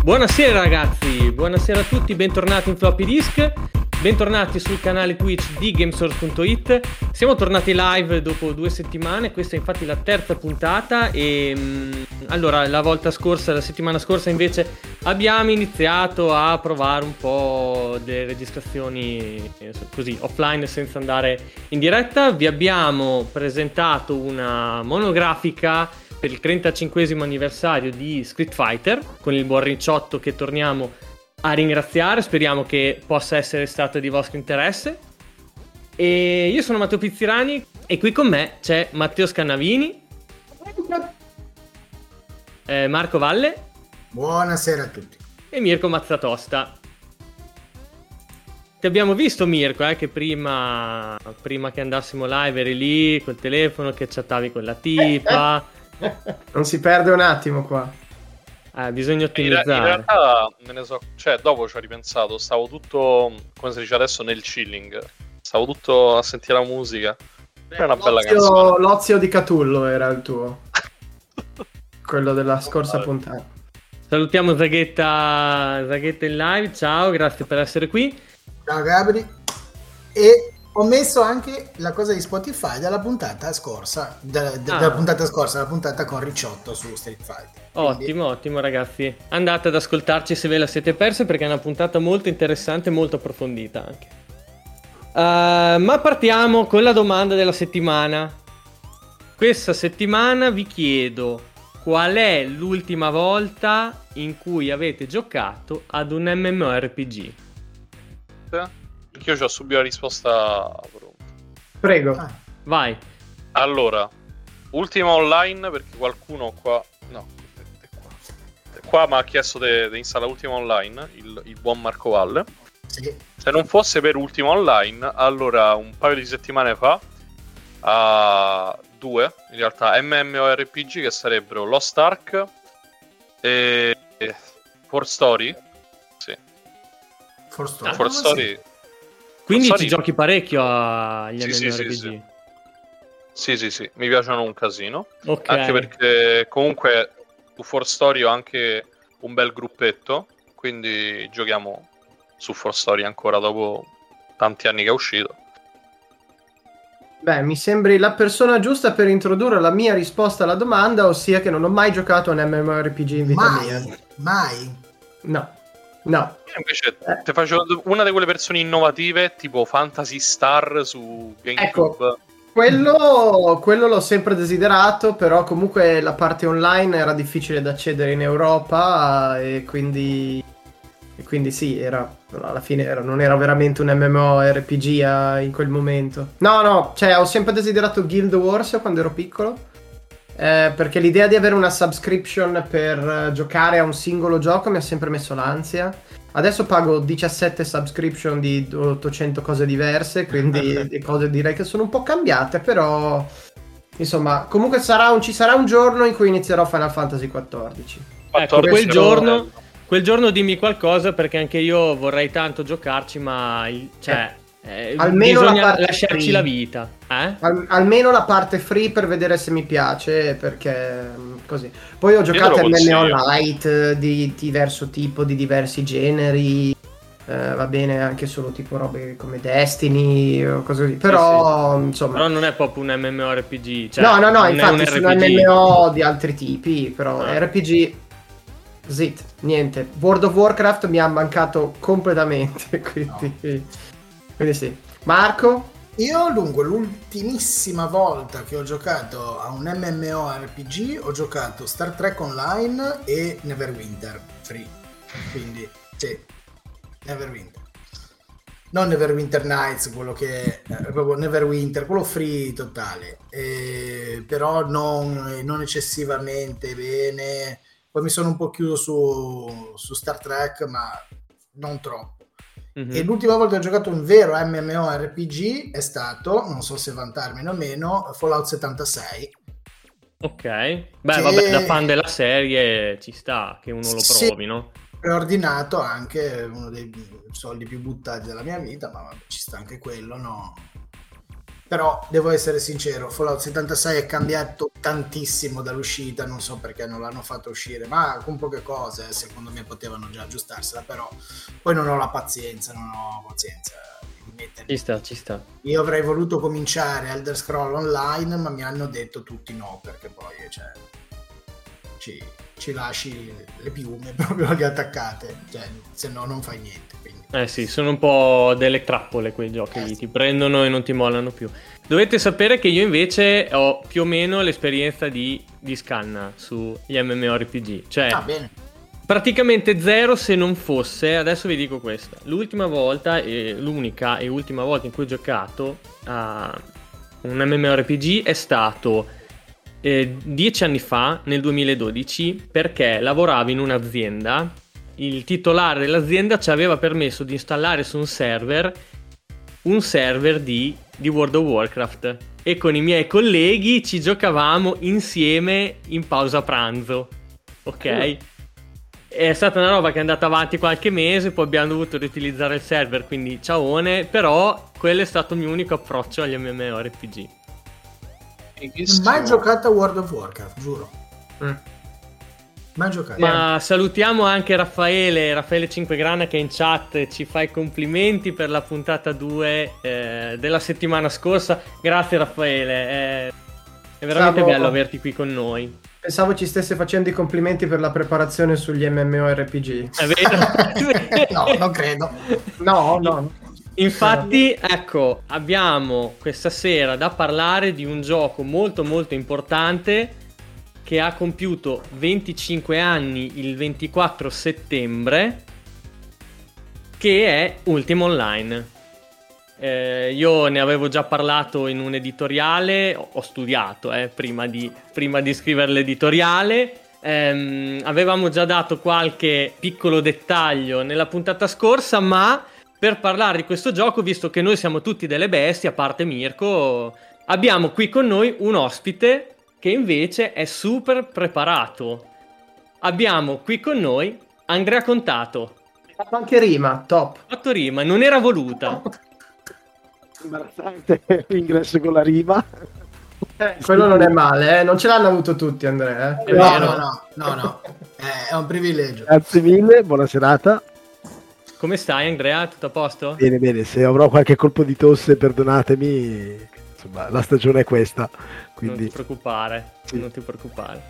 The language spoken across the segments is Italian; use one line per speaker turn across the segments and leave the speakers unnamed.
Buonasera ragazzi, buonasera a tutti, bentornati in Floppy Disk, bentornati sul canale Twitch di Gamesource.it. Siamo tornati live dopo 2 settimane, questa è infatti la terza puntata e allora la settimana scorsa invece abbiamo iniziato a provare un po' delle registrazioni così offline senza andare in diretta. Vi abbiamo presentato una monografica per il 35esimo anniversario di Street Fighter con il buon Rinciotto, che torniamo a ringraziare. Speriamo che possa essere stato di vostro interesse. E io sono Matteo Pizzirani e qui con me c'è Matteo Scannavini, Marco Valle,
buonasera a tutti,
e Mirko Mazzatosta. Ti abbiamo visto, Mirko, che prima che andassimo live eri lì col telefono che chattavi con la tipa.
Non si perde un attimo qua.
Bisogna ottimizzare.
In realtà me ne so, cioè dopo ci ho ripensato, stavo tutto, come si dice adesso, nel chilling. Stavo tutto a sentire la musica. Era una bella canzone.
L'ozio di Catullo era il tuo. Quello della scorsa puntata.
Salutiamo Zaghetta in live. Ciao, grazie per essere qui.
Ciao Gabri. E ho messo anche la cosa di Spotify della puntata scorsa, della puntata scorsa, la puntata con Ricciotto su Street Fighter.
Ottimo ragazzi, andate ad ascoltarci se ve la siete perse, perché è una puntata molto interessante e molto approfondita anche. Ma partiamo con la domanda della settimana. Questa settimana vi chiedo: qual è l'ultima volta in cui avete giocato ad un MMORPG?
Io ho subito la risposta pronta.
Prego.
Vai.
Allora, ultima online, perché qualcuno qua mi ha chiesto di installare Ultima Online, il buon Marco Valle.
Sì.
Se non fosse per Ultima Online, allora un paio di settimane fa a due, in realtà, MMORPG, che sarebbero Lost Ark e For Story. Sì.
For Story.
For Story.
Quindi
For
ci
Story...
giochi parecchio agli MMORPG?
Sì, mi piacciono un casino.
Okay.
Anche perché comunque su For Story ho anche un bel gruppetto, quindi giochiamo su For Story ancora dopo tanti anni che è uscito.
Beh, mi sembri la persona giusta per introdurre la mia risposta alla domanda, ossia che non ho mai giocato a un MMORPG in vita mia.
Mai?
No.
Io invece ti faccio una di quelle persone innovative, tipo Fantasy Star su GameCube.
Ecco, quello l'ho sempre desiderato, però comunque la parte online era difficile da accedere in Europa e quindi sì, alla fine non era veramente un MMORPG in quel momento. No, cioè ho sempre desiderato Guild Wars quando ero piccolo, perché l'idea di avere una subscription per giocare a un singolo gioco mi ha sempre messo l'ansia. Adesso pago 17 subscription di 800 cose diverse, quindi le cose direi che sono un po' cambiate, però insomma, comunque ci sarà un giorno in cui inizierò Final Fantasy XIV.
Ecco, quel giorno dimmi qualcosa, perché anche io vorrei tanto giocarci, ma
almeno
bisogna lasciarci free. La vita.
Almeno la parte free per vedere se mi piace, perché così. Poi ho giocato a MMO Light di diverso tipo, di diversi generi, va bene anche solo tipo robe come Destiny o cose così, però sì. Insomma,
però non è proprio un MMORPG, cioè
no, infatti sono MMO di altri tipi, però RPG zit, niente. World of Warcraft mi ha mancato completamente, quindi sì. Marco?
Io lungo l'ultimissima volta che ho giocato a un MMORPG ho giocato Star Trek Online e Neverwinter Free, quindi sì, Neverwinter, non Neverwinter Nights, quello che è proprio Neverwinter, quello free totale, però non eccessivamente bene. Poi mi sono un po' chiuso su Star Trek, ma non troppo. Mm-hmm. E l'ultima volta che ho giocato un vero MMORPG è stato, non so se vantarmene o meno, Fallout 76.
Ok, vabbè, da fan della serie ci sta che uno lo provi, no?
Preordinato, anche uno dei soldi più buttati della mia vita, ma vabbè, ci sta anche quello, no? Però devo essere sincero, Fallout 76 è cambiato tantissimo dall'uscita, non so perché non l'hanno fatto uscire, ma con poche cose secondo me potevano già aggiustarsela, però poi non ho la pazienza, di mettermi.
Ci sta.
Io avrei voluto cominciare Elder Scroll Online, ma mi hanno detto tutti no, perché poi ci lasci le piume proprio lì attaccate, cioè, se no non fai niente. Quindi.
Sì, sono un po' delle trappole quei giochi lì, ti prendono e non ti mollano più. Dovete sapere che io invece ho più o meno l'esperienza di Scanna sugli MMORPG, cioè praticamente zero, se non fosse, adesso vi dico questa, l'unica e ultima volta in cui ho giocato a un MMORPG è stato 10 anni fa, nel 2012, perché lavoravo in un'azienda. Il titolare dell'azienda ci aveva permesso di installare su un server di World of Warcraft, e con i miei colleghi ci giocavamo insieme in pausa pranzo, ok? È stata una roba che è andata avanti qualche mese, poi abbiamo dovuto riutilizzare il server, quindi ciaone, però quello è stato il mio unico approccio agli MMORPG.
Mai giocato a World of Warcraft, giuro. Mai giocato.
Ma salutiamo anche Raffaele Cinquegrana, che in chat ci fa i complimenti per la puntata 2 della settimana scorsa. Grazie Raffaele, è veramente bello averti qui con noi.
Pensavo ci stesse facendo i complimenti per la preparazione sugli MMORPG.
È vero?
No, non credo.
No.
Infatti, ecco, abbiamo questa sera da parlare di un gioco molto molto importante che ha compiuto 25 anni il 24 settembre, che è Ultima Online. Io ne avevo già parlato in un editoriale, ho studiato prima di scrivere l'editoriale. Avevamo già dato qualche piccolo dettaglio nella puntata scorsa, ma per parlare di questo gioco, visto che noi siamo tutti delle bestie, a parte Mirko, abbiamo qui con noi un ospite che invece è super preparato. Abbiamo qui con noi Andrea Contato.
Ha fatto anche rima, top.
Fatto rima, non era voluta.
Imbarazzante l'ingresso con la rima.
Quello non è male, non ce l'hanno avuto tutti, Andrea.
No. È un privilegio.
Grazie mille, buona serata.
Come stai Andrea? Tutto a posto?
Bene, se avrò qualche colpo di tosse perdonatemi, insomma la stagione è questa, quindi...
Non ti preoccupare.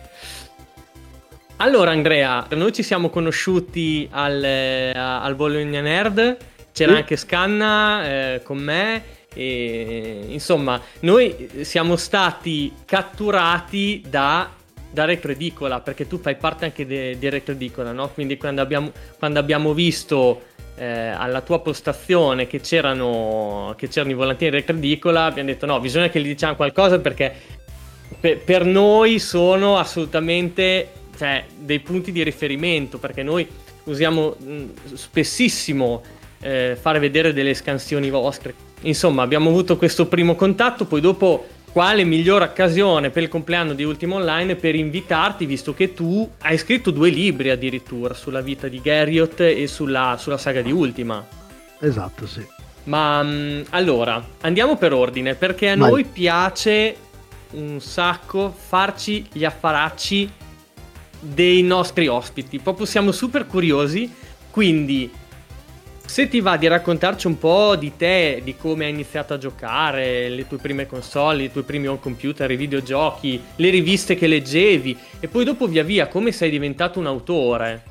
Allora Andrea, noi ci siamo conosciuti al Bologna Nerd, c'era anche Scanna con me, e insomma noi siamo stati catturati da Retro Edicola, perché tu fai parte anche di Retro Edicola, no? Quindi quando abbiamo visto alla tua postazione che c'erano i volantini di Retro Edicola, abbiamo detto no, bisogna che gli diciamo qualcosa, perché per noi sono assolutamente, cioè, dei punti di riferimento, perché noi usiamo spessissimo fare vedere delle scansioni vostre. Insomma, abbiamo avuto questo primo contatto, poi dopo quale migliore occasione per il compleanno di Ultima Online per invitarti, visto che tu hai scritto 2 libri addirittura sulla vita di Garriott e sulla saga di Ultima.
Esatto, sì.
Ma allora, andiamo per ordine, perché a noi piace un sacco farci gli affaracci dei nostri ospiti, proprio siamo super curiosi, quindi se ti va di raccontarci un po' di te, di come hai iniziato a giocare, le tue prime console, i tuoi primi home computer, i videogiochi, le riviste che leggevi, e poi dopo via via come sei diventato un autore.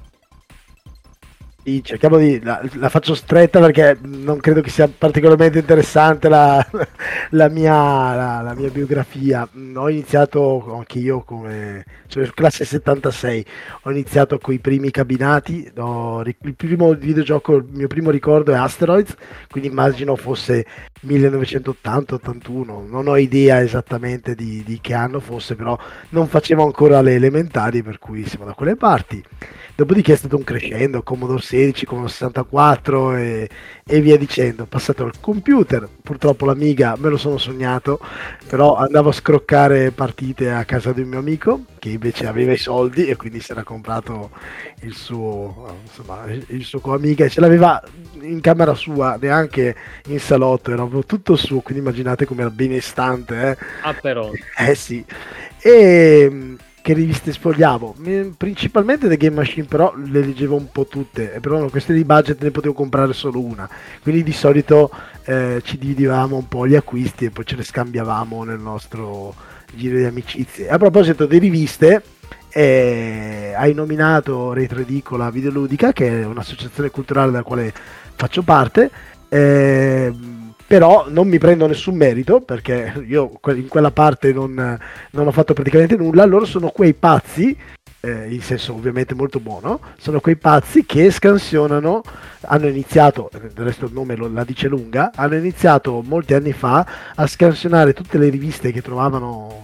Sì, cerchiamo la faccio stretta perché non credo che sia particolarmente interessante la mia biografia. Ho iniziato anche io classe 76, ho iniziato con i primi cabinati, il primo videogioco, il mio primo ricordo è Asteroids, quindi immagino fosse 1980-81, non ho idea esattamente di che anno fosse, però non facevo ancora le elementari, per cui siamo da quelle parti. Dopodiché è stato un crescendo, Commodore 16, Commodore 64 e via dicendo. Passato al computer, purtroppo l'Amiga me lo sono sognato, però andavo a scroccare partite a casa di un mio amico che invece aveva i soldi e quindi si era comprato il suo Amiga e ce l'aveva in camera sua, neanche in salotto, era tutto suo, quindi immaginate com'era benestante.
Ah, però.
Sì. E che riviste sfogliavo? Principalmente The Game Machine, però le leggevo un po' tutte, però una questione di budget ne potevo comprare solo una, quindi di solito ci dividevamo un po' gli acquisti e poi ce le scambiavamo nel nostro giro di amicizie. A proposito di riviste, hai nominato Retro Edicola Videoludica, che è un'associazione culturale della quale faccio parte, però non mi prendo nessun merito perché io in quella parte non ho fatto praticamente nulla. Loro sono quei pazzi, in senso ovviamente molto buono, sono quei pazzi che scansionano, hanno iniziato, del resto il nome la dice lunga, hanno iniziato molti anni fa a scansionare tutte le riviste che trovavano,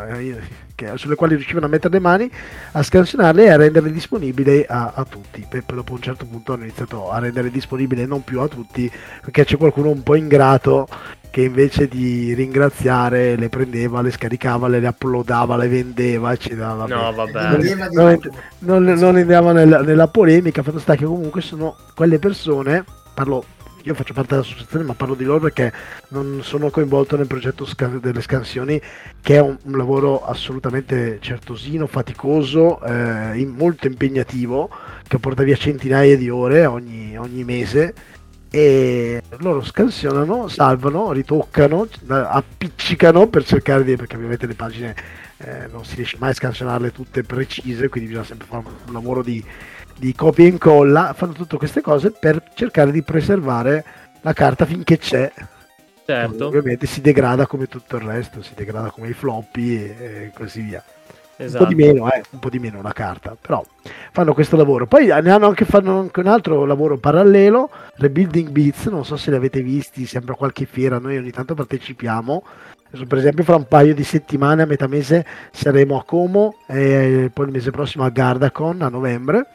sulle quali riuscivano a mettere le mani, a scansionarle e a renderle disponibili a tutti. Poi dopo un certo punto hanno iniziato a rendere disponibile non più a tutti, perché c'è qualcuno un po' ingrato che invece di ringraziare le prendeva, le scaricava, le uploadava, le vendeva, eccetera. Vabbè.
No, vabbè.
Non andiamo nella polemica. Fatto sta che comunque sono quelle persone, io faccio parte dell'associazione, ma parlo di loro perché non sono coinvolto nel progetto delle scansioni, che è un lavoro assolutamente certosino, faticoso, molto impegnativo, che porta via centinaia di ore ogni mese. E loro scansionano, salvano, ritoccano, appiccicano per cercare perché ovviamente le pagine non si riesce mai a scansionarle tutte precise, quindi bisogna sempre fare un lavoro di copia e incolla. Fanno tutte queste cose per cercare di preservare la carta finché c'è.
Certo.
Ovviamente si degrada come tutto il resto, si degrada come i floppy e così via.
Esatto.
Un po' di meno la carta, però fanno questo lavoro. Poi fanno anche un altro lavoro parallelo, Rebuilding Beats, non so se li avete visti, sembra qualche fiera, noi ogni tanto partecipiamo. Adesso, per esempio, fra un paio di settimane, a metà mese, saremo a Como e poi il mese prossimo a Gardacon a novembre,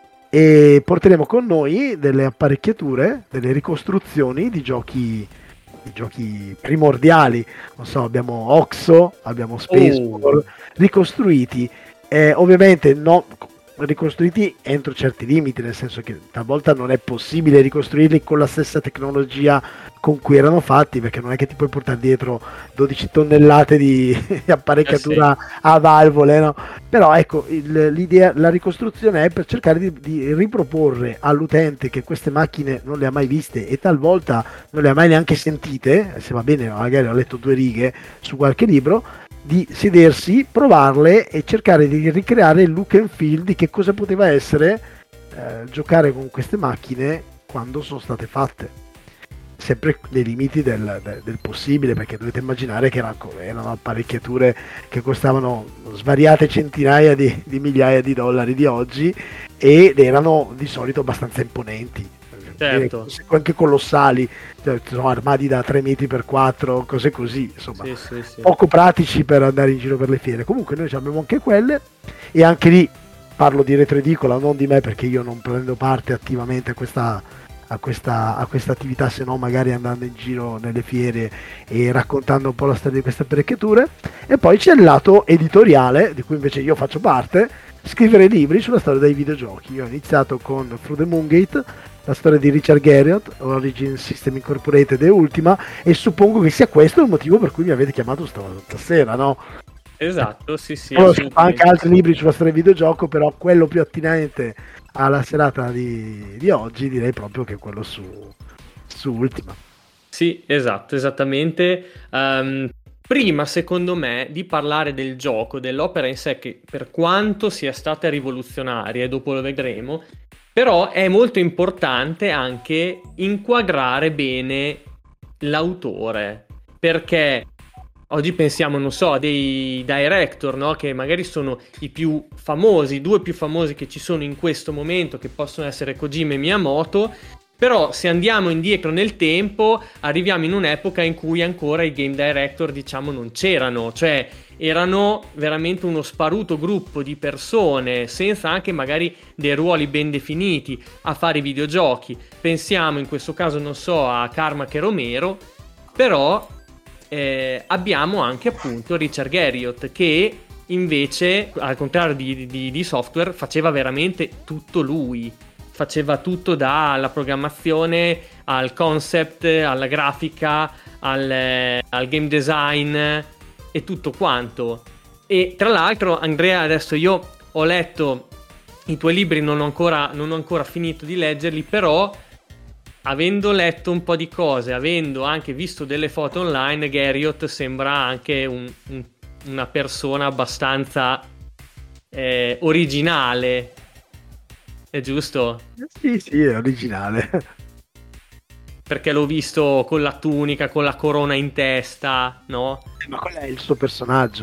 e porteremo con noi delle apparecchiature, delle ricostruzioni di giochi primordiali. Non so, abbiamo Oxo, abbiamo Spaceball, ricostruiti, ovviamente no, ricostruiti entro certi limiti, nel senso che talvolta non è possibile ricostruirli con la stessa tecnologia con cui erano fatti, perché non è che ti puoi portare dietro 12 tonnellate di apparecchiatura a valvole, no? Però ecco, l'idea, la ricostruzione è per cercare di riproporre all'utente che queste macchine non le ha mai viste e talvolta non le ha mai neanche sentite, se va bene magari ho letto 2 righe su qualche libro, di sedersi, provarle e cercare di ricreare il look and feel di che cosa poteva essere giocare con queste macchine quando sono state fatte, sempre nei limiti del possibile, perché dovete immaginare che erano apparecchiature che costavano svariate centinaia di migliaia di dollari di oggi ed erano di solito abbastanza imponenti.
Certo.
Anche colossali, armadi da 3 metri per 4, cose così, insomma,
sì.
Poco pratici per andare in giro per le fiere. Comunque noi abbiamo anche quelle, e anche lì parlo di Retro Edicola, non di me, perché io non prendo parte attivamente a questa attività, se no magari andando in giro nelle fiere e raccontando un po' la storia di queste apparecchiature. E poi c'è il lato editoriale, di cui invece io faccio parte, scrivere libri sulla storia dei videogiochi. Io ho iniziato con Through the Moongate, la storia di Richard Garriott, Origin System Incorporated e Ultima, e suppongo che sia questo il motivo per cui mi avete chiamato stasera, no?
Esatto, sì.
Ho scritto anche altri libri sulla storia del videogioco, però quello più attinente alla serata di oggi direi proprio che è quello su Ultima.
Sì, esatto, esattamente. Prima, secondo me, di parlare del gioco, dell'opera in sé, che per quanto sia stata rivoluzionaria, e dopo lo vedremo, però è molto importante anche inquadrare bene l'autore, perché oggi pensiamo, non so, a dei director, no? Che magari sono i più famosi, i 2 più famosi che ci sono in questo momento, che possono essere Kojima e Miyamoto, Però se andiamo indietro nel tempo, arriviamo in un'epoca in cui ancora i game director, diciamo, non c'erano, cioè erano veramente uno sparuto gruppo di persone senza anche magari dei ruoli ben definiti a fare i videogiochi. Pensiamo in questo caso, non so, a Carmack e Romero, però abbiamo anche appunto Richard Garriott, che invece, al contrario di Software, faceva veramente tutto lui. Faceva tutto, dalla programmazione al concept, alla grafica, al game design e tutto quanto. E tra l'altro, Andrea, adesso io ho letto i tuoi libri, non ho ancora finito di leggerli, però avendo letto un po' di cose, avendo anche visto delle foto online, Garriott sembra anche una persona abbastanza originale. È giusto?
Sì, è originale.
Perché l'ho visto con la tunica, con la corona in testa, no?
Ma quello è il suo personaggio.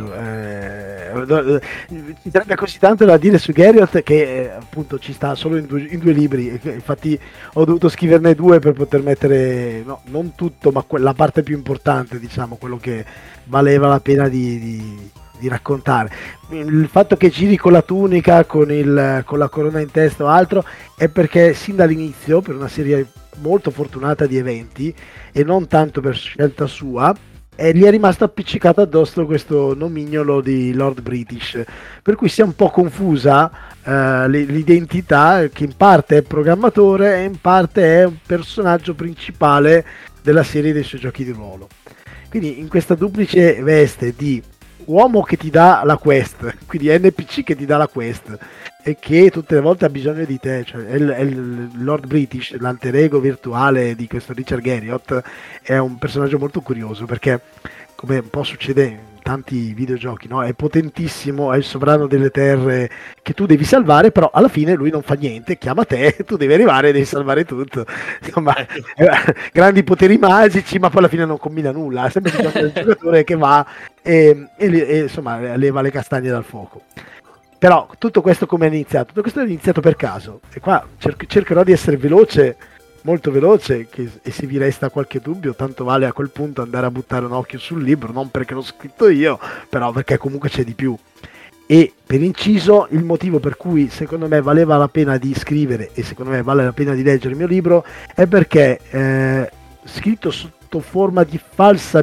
Ci sarebbe così tanto da dire su Garriott che appunto ci sta solo in due libri. Infatti ho dovuto scriverne 2 per poter mettere, no, non tutto, ma la parte più importante, diciamo, quello che valeva la pena di raccontare. Il fatto che giri con la tunica, con la corona in testa o altro, è perché sin dall'inizio, per una serie molto fortunata di eventi e non tanto per scelta sua, gli è rimasto appiccicato addosso questo nomignolo di Lord British, per cui si è un po' confusa l'identità, che in parte è programmatore e in parte è un personaggio principale della serie dei suoi giochi di ruolo. Quindi in questa duplice veste di uomo che ti dà la quest, quindi NPC che ti dà la quest e che tutte le volte ha bisogno di te, cioè è il Lord British, l'alter ego virtuale di questo Richard Garriott, è un personaggio molto curioso perché, come un po' succede in tanti videogiochi, no? È potentissimo, è il sovrano delle terre che tu devi salvare, però alla fine lui non fa niente, chiama te, tu devi arrivare e devi salvare tutto. Insomma, grandi poteri magici, ma poi alla fine non combina nulla, è sempre il giocatore che va e insomma leva le castagne dal fuoco. Però tutto questo come è iniziato? Tutto questo è iniziato per caso, e qua cercherò di essere veloce, molto veloce, e se vi resta qualche dubbio tanto vale a quel punto andare a buttare un occhio sul libro, non perché l'ho scritto io, però perché comunque c'è di più. E per inciso il motivo per cui secondo me valeva la pena di scrivere e secondo me vale la pena di leggere il mio libro è perché scritto sotto forma di falsa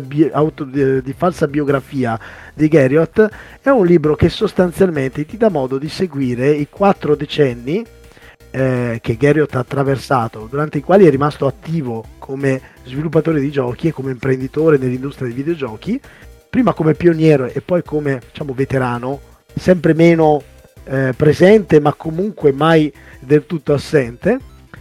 biografia di Garriott, è un libro che sostanzialmente ti dà modo di seguire i 4 decenni che Garriott ha attraversato, durante i quali è rimasto attivo come sviluppatore di giochi e come imprenditore nell'industria dei videogiochi, prima come pioniere e poi come, diciamo, veterano, sempre meno presente ma comunque mai del tutto assente,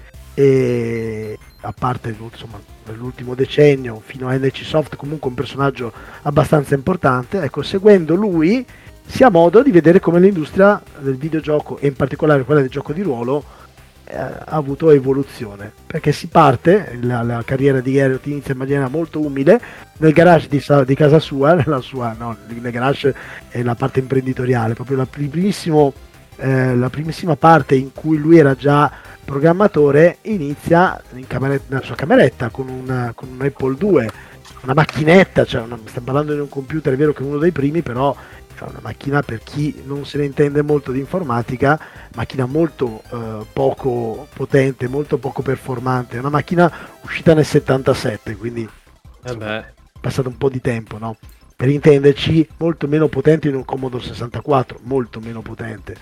e a parte, insomma, nell'ultimo decennio fino a NC Soft comunque un personaggio abbastanza importante. Ecco, seguendo lui si ha modo di vedere come l'industria del videogioco e in particolare quella del gioco di ruolo ha avuto evoluzione, perché si parte, la carriera di Garriott inizia in maniera molto umile nel garage di casa sua, nel garage è la parte imprenditoriale, proprio la primissima parte in cui lui era già programmatore, inizia nella sua cameretta con un Apple II, una macchinetta, stiamo parlando di un computer, è vero che è uno dei primi, però è una macchina, per chi non se ne intende molto di informatica, macchina molto poco potente, molto poco performante, è una macchina uscita nel 77, quindi è passato un po' di tempo, no? Per intenderci, molto meno potente di un Commodore 64, molto meno potente.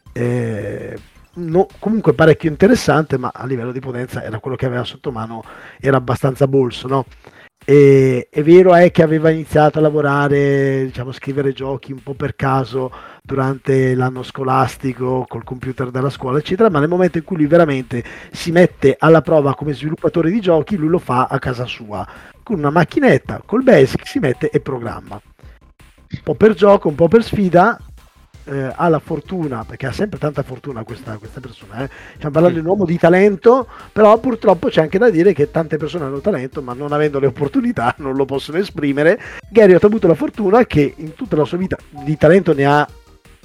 Comunque parecchio interessante, ma a livello di potenza era quello che aveva sotto mano, era abbastanza bolso, no? E è vero è che aveva iniziato a lavorare, diciamo, a scrivere giochi un po' per caso durante l'anno scolastico col computer della scuola eccetera, ma nel momento in cui lui veramente si mette alla prova come sviluppatore di giochi, lui lo fa a casa sua con una macchinetta, col Basic si mette e programma, un po' per gioco, un po' per sfida. Ha la fortuna, perché ha sempre tanta fortuna questa persona, stiamo parlando di un uomo di talento, però purtroppo c'è anche da dire che tante persone hanno talento ma non avendo le opportunità non lo possono esprimere. Garriott ha avuto la fortuna che in tutta la sua vita di talento ne ha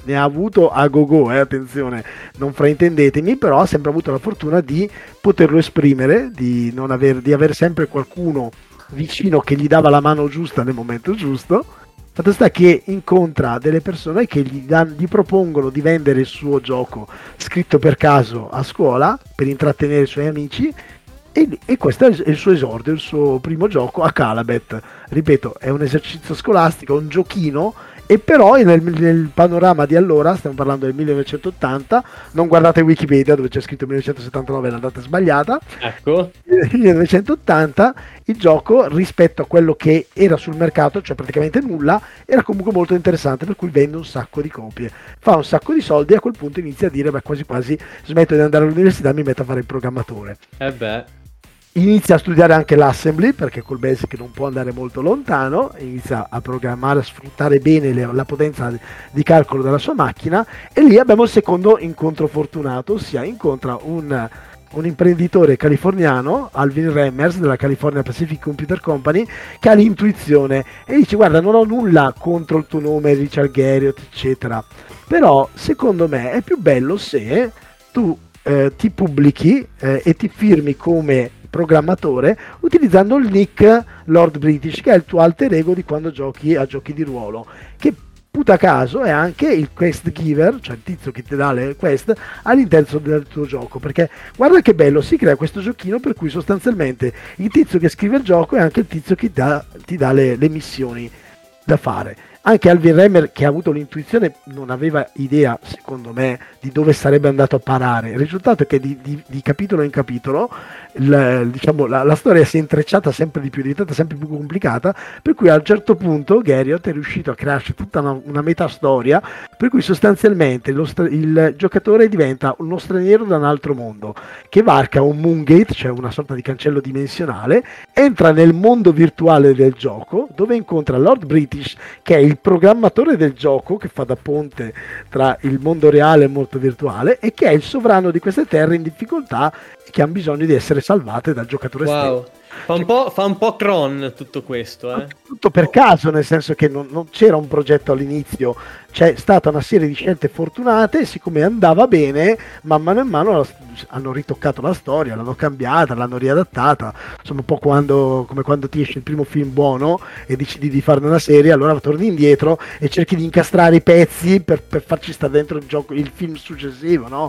ne ha avuto a go-go, attenzione, non fraintendetemi, però ha sempre avuto la fortuna di poterlo esprimere, di avere sempre qualcuno vicino che gli dava la mano giusta nel momento giusto. Fatto sta che incontra delle persone che gli propongono di vendere il suo gioco scritto per caso a scuola per intrattenere i suoi amici, e questo è il suo esordio, il suo primo gioco a Calabet. Ripeto, è un esercizio scolastico, un giochino, e però nel panorama di allora, stiamo parlando del 1980, non guardate Wikipedia dove c'è scritto 1979, la data è sbagliata.
Ecco.
Nel 1980 il gioco, rispetto a quello che era sul mercato, cioè praticamente nulla, era comunque molto interessante, per cui vende un sacco di copie, fa un sacco di soldi, e a quel punto inizia a dire beh, quasi quasi smetto di andare all'università, mi metto a fare il programmatore. Inizia a studiare anche l'assembly, perché col BASIC non può andare molto lontano, inizia a programmare, a sfruttare bene la potenza di calcolo della sua macchina, e lì abbiamo il secondo incontro fortunato, ossia incontra un imprenditore californiano, Alvin Remmers, della California Pacific Computer Company, che ha l'intuizione e dice guarda, non ho nulla contro il tuo nome, Richard Garriott, eccetera, però secondo me è più bello se tu ti pubblichi e ti firmi come programmatore utilizzando il nick Lord British, che è il tuo alter ego di quando giochi a giochi di ruolo, che puta caso è anche il quest giver, cioè il tizio che ti dà le quest all'interno del tuo gioco, perché guarda che bello, si crea questo giochino per cui sostanzialmente il tizio che scrive il gioco è anche il tizio che ti dà le missioni da fare. Anche Alvin Remmer, che ha avuto l'intuizione, non aveva idea, secondo me, di dove sarebbe andato a parare. Il risultato è che di capitolo in capitolo la storia si è intrecciata sempre di più, è diventata sempre più complicata, per cui a un certo punto Garriott è riuscito a crearci tutta una metastoria, per cui sostanzialmente il giocatore diventa uno straniero da un altro mondo, che varca un Moongate, cioè una sorta di cancello dimensionale, entra nel mondo virtuale del gioco, dove incontra Lord British, che è il programmatore del gioco, che fa da ponte tra il mondo reale e il mondo virtuale, e che è il sovrano di queste terre in difficoltà, che hanno bisogno di essere salvate dal giocatore stesso.
Fa un po' Tron tutto questo,
Tutto per caso, nel senso che non c'era un progetto all'inizio, c'è stata una serie di scelte fortunate, e siccome andava bene, man mano e mano hanno ritoccato la storia, l'hanno cambiata, l'hanno riadattata, insomma un po' come quando ti esce il primo film buono e decidi di farne una serie, allora torni indietro e cerchi di incastrare i pezzi per farci stare dentro il film successivo, no?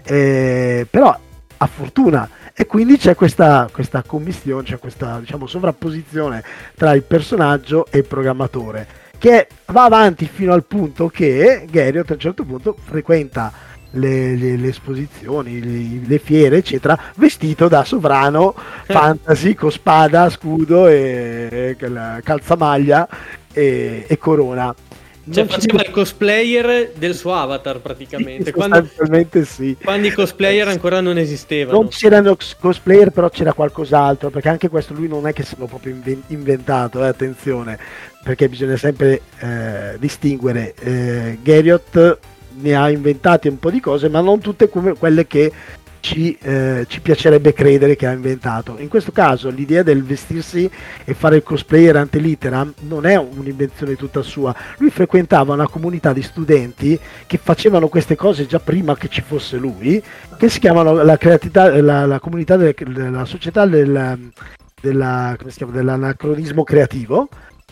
Però a fortuna, e quindi c'è questa commistione, c'è questa, diciamo, sovrapposizione tra il personaggio e il programmatore, che va avanti fino al punto che Garriott a un certo punto frequenta le esposizioni, le fiere, eccetera, vestito da sovrano fantasy, con spada, scudo e calzamaglia e corona.
Cioè faceva il cosplayer del suo avatar praticamente.
Sì, sostanzialmente sì.
Quando i cosplayer ancora non esistevano.
Non c'erano cosplayer, però c'era qualcos'altro, perché anche questo lui non è che se l'ho proprio inventato, attenzione, perché bisogna sempre distinguere. Garriott ne ha inventate un po' di cose, ma non tutte come quelle che ci piacerebbe credere che ha inventato. In questo caso l'idea del vestirsi e fare il cosplayer ante litteram non è un'invenzione tutta sua. Lui frequentava una comunità di studenti che facevano queste cose già prima che ci fosse lui, che si chiamano la comunità della società come si chiama, dell'anacronismo creativo.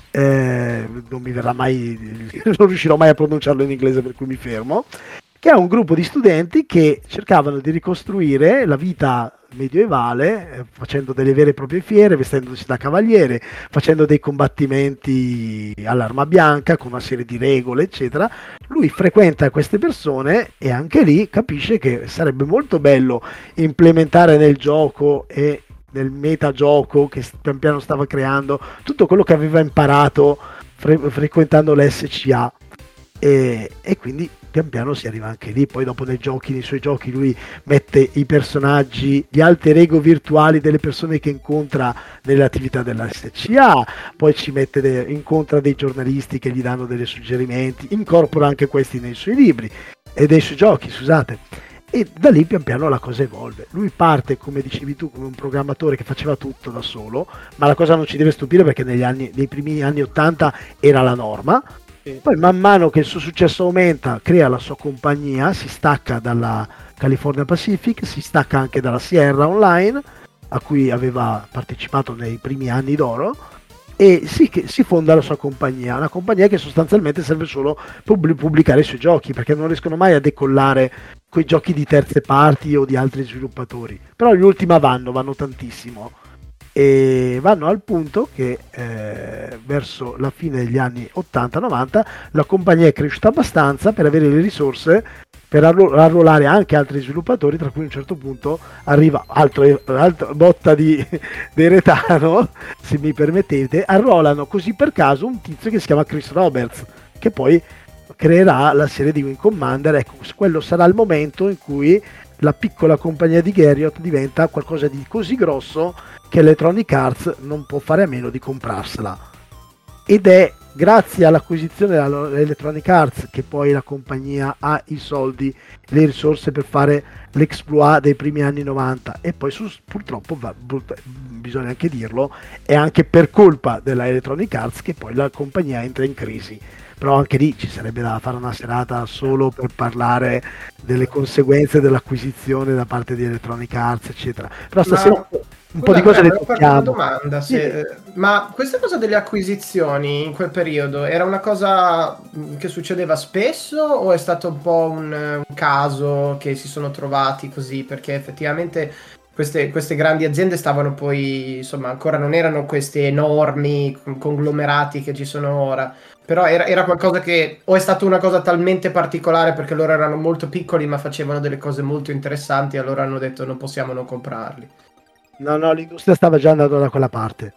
Non mi verrà mai, non riuscirò mai a pronunciarlo in inglese, per cui mi fermo. Che è un gruppo di studenti che cercavano di ricostruire la vita medievale, facendo delle vere e proprie fiere, vestendosi da cavaliere, facendo dei combattimenti all'arma bianca con una serie di regole, eccetera. Lui frequenta queste persone e anche lì capisce che sarebbe molto bello implementare nel gioco e nel metagioco che pian piano stava creando tutto quello che aveva imparato frequentando l'SCA, e quindi pian piano si arriva anche lì. Poi dopo nei suoi giochi lui mette i personaggi, gli alter ego virtuali delle persone che incontra nelle attività della SCA, poi incontra dei giornalisti che gli danno dei suggerimenti, incorpora anche questi nei suoi libri e nei suoi giochi, scusate. E da lì pian piano la cosa evolve. Lui parte, come dicevi tu, come un programmatore che faceva tutto da solo, ma la cosa non ci deve stupire perché nei primi anni 80 era la norma,
Sì.
Poi man mano che il suo successo aumenta, crea la sua compagnia, si stacca dalla California Pacific, si stacca anche dalla Sierra Online, a cui aveva partecipato nei primi anni d'oro, e si fonda la sua compagnia, una compagnia che sostanzialmente serve solo per pubblicare i suoi giochi, perché non riescono mai a decollare quei giochi di terze parti o di altri sviluppatori. Però gli Ultima vanno tantissimo, e vanno al punto che verso la fine degli anni 80-90 la compagnia è cresciuta abbastanza per avere le risorse per arruolare anche altri sviluppatori, tra cui a un certo punto arriva altra botta di retano, se mi permettete, arruolano così per caso un tizio che si chiama Chris Roberts, che poi creerà la serie di Wing Commander. Ecco, quello sarà il momento in cui la piccola compagnia di Garriott diventa qualcosa di così grosso che Electronic Arts non può fare a meno di comprarsela, ed è grazie all'acquisizione dell'Electronic Arts che poi la compagnia ha i soldi, le risorse per fare l'exploit dei primi anni 90, e poi purtroppo bisogna anche dirlo, è anche per colpa della Electronic Arts che poi la compagnia entra in crisi. Però anche lì ci sarebbe da fare una serata solo per parlare delle conseguenze dell'acquisizione da parte di Electronic Arts, eccetera. Però stasera un po' di cose le tocchiamo.
Una domanda, ma questa cosa delle acquisizioni in quel periodo era una cosa che succedeva spesso, o è stato un po' un caso che si sono trovati così? Perché effettivamente queste grandi aziende stavano poi, insomma, ancora non erano questi enormi conglomerati che ci sono ora. Però era qualcosa che, o è stata una cosa talmente particolare perché loro erano molto piccoli ma facevano delle cose molto interessanti, e allora hanno detto non possiamo non comprarli.
No, l'industria stava già andando da quella parte.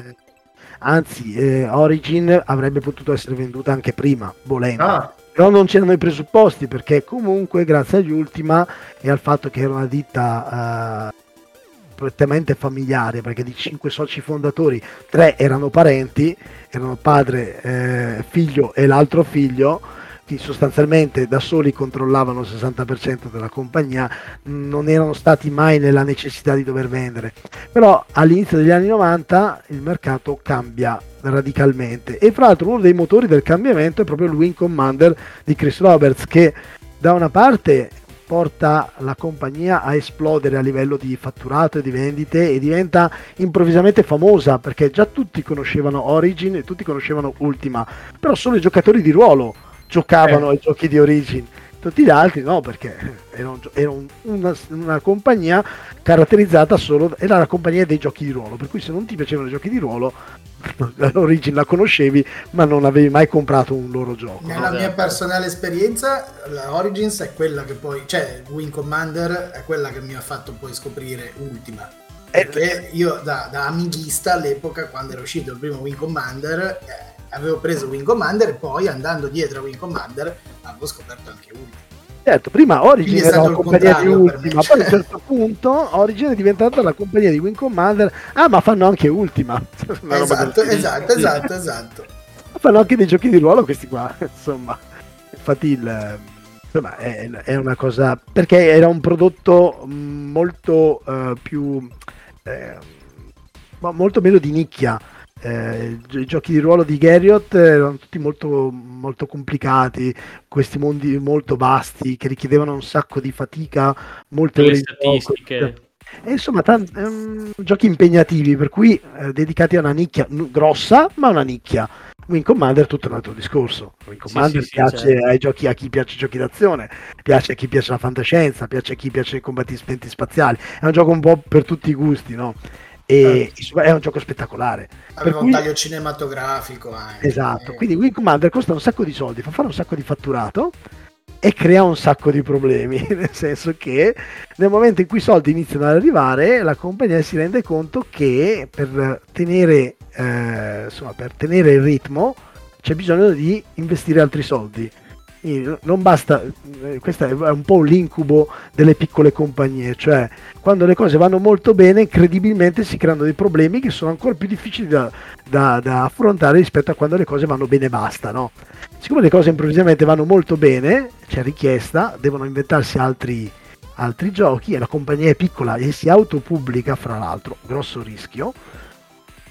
Anzi, Origin avrebbe potuto essere venduta anche prima, volendo. Però non c'erano i presupposti, perché comunque grazie agli Ultima e al fatto che era una ditta prettamente familiare, perché di 5 soci fondatori 3 erano parenti, erano padre, figlio e l'altro figlio, che sostanzialmente da soli controllavano il 60% della compagnia, non erano stati mai nella necessità di dover vendere. Però all'inizio degli anni 90 il mercato cambia radicalmente, e fra l'altro uno dei motori del cambiamento è proprio il Wing Commander di Chris Roberts, che da una parte porta la compagnia a esplodere a livello di fatturato e di vendite, e diventa improvvisamente famosa, perché già tutti conoscevano Origin e tutti conoscevano Ultima, però solo i giocatori di ruolo giocavano ai giochi di Origin, tutti gli altri no, perché era una compagnia caratterizzata solo, era la compagnia dei giochi di ruolo, per cui se non ti piacevano i giochi di ruolo Origin la conoscevi ma non avevi mai comprato un loro gioco.
Nella mia personale esperienza la Origins è quella che poi, cioè Wing Commander è quella che mi ha fatto poi scoprire Ultima, perché io da amighista all'epoca, quando era uscito il primo Wing Commander, avevo preso Wing Commander, e poi andando dietro a Wing Commander avevo scoperto anche Ultima.
Certo, prima Origin era la compagnia di Ultima, poi a un certo punto Origin è diventata la compagnia di Wing Commander. Ma fanno anche Ultima.
Esatto.
Fanno anche dei giochi di ruolo questi qua, insomma. Infatti insomma, è una cosa, perché era un prodotto molto più molto meno di nicchia. I giochi di ruolo di Garriott erano tutti molto, molto complicati, questi mondi molto vasti che richiedevano un sacco di fatica, molte ore di
statistiche,
e insomma giochi impegnativi, per cui dedicati a una nicchia grossa, ma una nicchia. Wing Commander è tutto un altro discorso. Wing Commander piace ai giochi, a chi piace i giochi d'azione, piace a chi piace la fantascienza, piace a chi piace i combattimenti spaziali, è un gioco un po' per tutti i gusti, no? E è un gioco spettacolare,
aveva un taglio cinematografico anche.
Esatto, quindi Wing Commander costa un sacco di soldi, fa fare un sacco di fatturato e crea un sacco di problemi, nel senso che nel momento in cui i soldi iniziano ad arrivare, la compagnia si rende conto che per tenere il ritmo c'è bisogno di investire altri soldi. Non basta, questo è un po' l'incubo delle piccole compagnie, cioè quando le cose vanno molto bene incredibilmente si creano dei problemi che sono ancora più difficili da affrontare rispetto a quando le cose vanno bene e basta, no? Siccome le cose improvvisamente vanno molto bene, c'è richiesta, devono inventarsi altri giochi, e la compagnia è piccola e si autopubblica, fra l'altro, grosso rischio,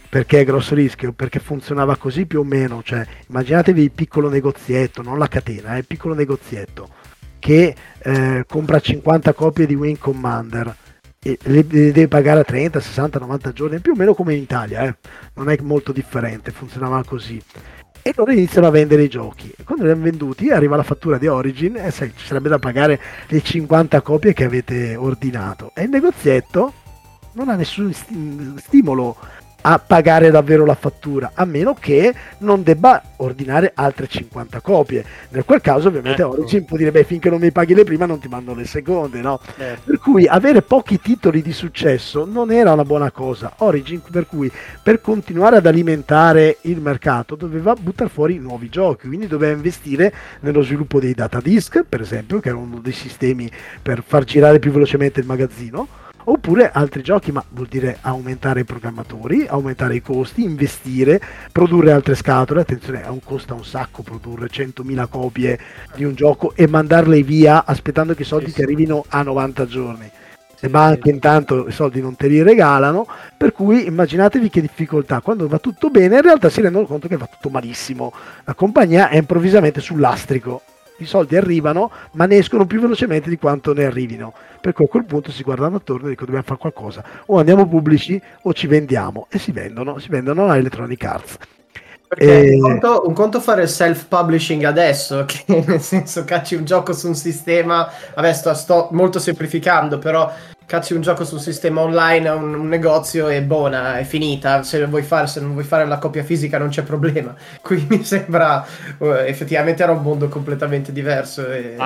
Perché è grosso rischio? Perché funzionava così più o meno, cioè immaginatevi il piccolo negozietto, non la catena, il piccolo negozietto che compra 50 copie di Wing Commander e le deve pagare a 30, 60, 90 giorni, più o meno come in Italia, non è molto differente, funzionava così. E loro iniziano a vendere i giochi. E quando li hanno venduti arriva la fattura di Origin e ci sarebbe da pagare le 50 copie che avete ordinato. E il negozietto non ha nessun stimolo a pagare davvero la fattura, a meno che non debba ordinare altre 50 copie. Nel quel caso ovviamente Origin può dire: beh, finché non mi paghi le prime non ti mando le seconde, no? Per cui avere pochi titoli di successo non era una buona cosa. Origin, per cui, per continuare ad alimentare il mercato doveva buttare fuori nuovi giochi, quindi doveva investire nello sviluppo dei datadisk, per esempio, che era uno dei sistemi per far girare più velocemente il magazzino, oppure altri giochi, ma vuol dire aumentare i programmatori, aumentare i costi, investire, produrre altre scatole. Attenzione, costa un sacco produrre 100.000 copie di un gioco e mandarle via aspettando che i soldi ti arrivino a 90 giorni. Ma anche intanto i soldi non te li regalano, per cui immaginatevi che difficoltà. Quando va tutto bene in realtà si rendono conto che va tutto malissimo, la compagnia è improvvisamente sul lastrico, i soldi arrivano ma ne escono più velocemente di quanto ne arrivino, per cui a quel punto si guardano attorno e dicono: dobbiamo fare qualcosa, o andiamo pubblici o ci vendiamo, e si vendono a Electronic Arts.
Perché un conto fare il self-publishing adesso, che nel senso cacci un gioco su un sistema, vabbè sto molto semplificando, però cacci un gioco su un sistema online, un negozio e buona, è finita. Se non vuoi fare la copia fisica non c'è problema. Qui mi sembra effettivamente era un mondo completamente diverso.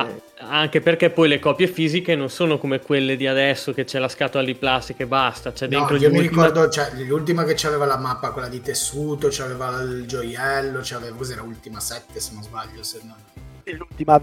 Anche perché poi le copie fisiche non sono come quelle di adesso, che c'è la scatola di plastica e basta. C'è dentro
io mi ricordo, l'ultima che c'aveva la mappa, quella di tessuto, c'aveva il gioiello, c'aveva, cos'era, Ultima 7 se non sbaglio.
L'ultima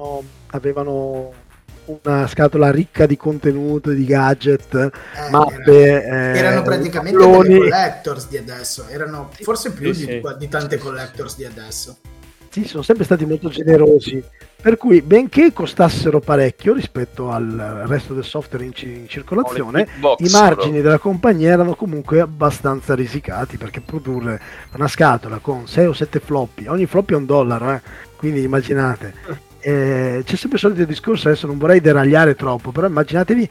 avevano una scatola ricca di contenuto, di gadget, mappe,
erano praticamente delle collectors di adesso, erano forse più di tante collectors di adesso.
Sì, sono sempre stati molto generosi, per cui benché costassero parecchio rispetto al resto del software in circolazione, i margini della compagnia erano comunque abbastanza risicati, perché produrre una scatola con 6 o 7 floppy, ogni floppy è $1, quindi immaginate. C'è sempre il solito discorso, adesso non vorrei deragliare troppo, però immaginatevi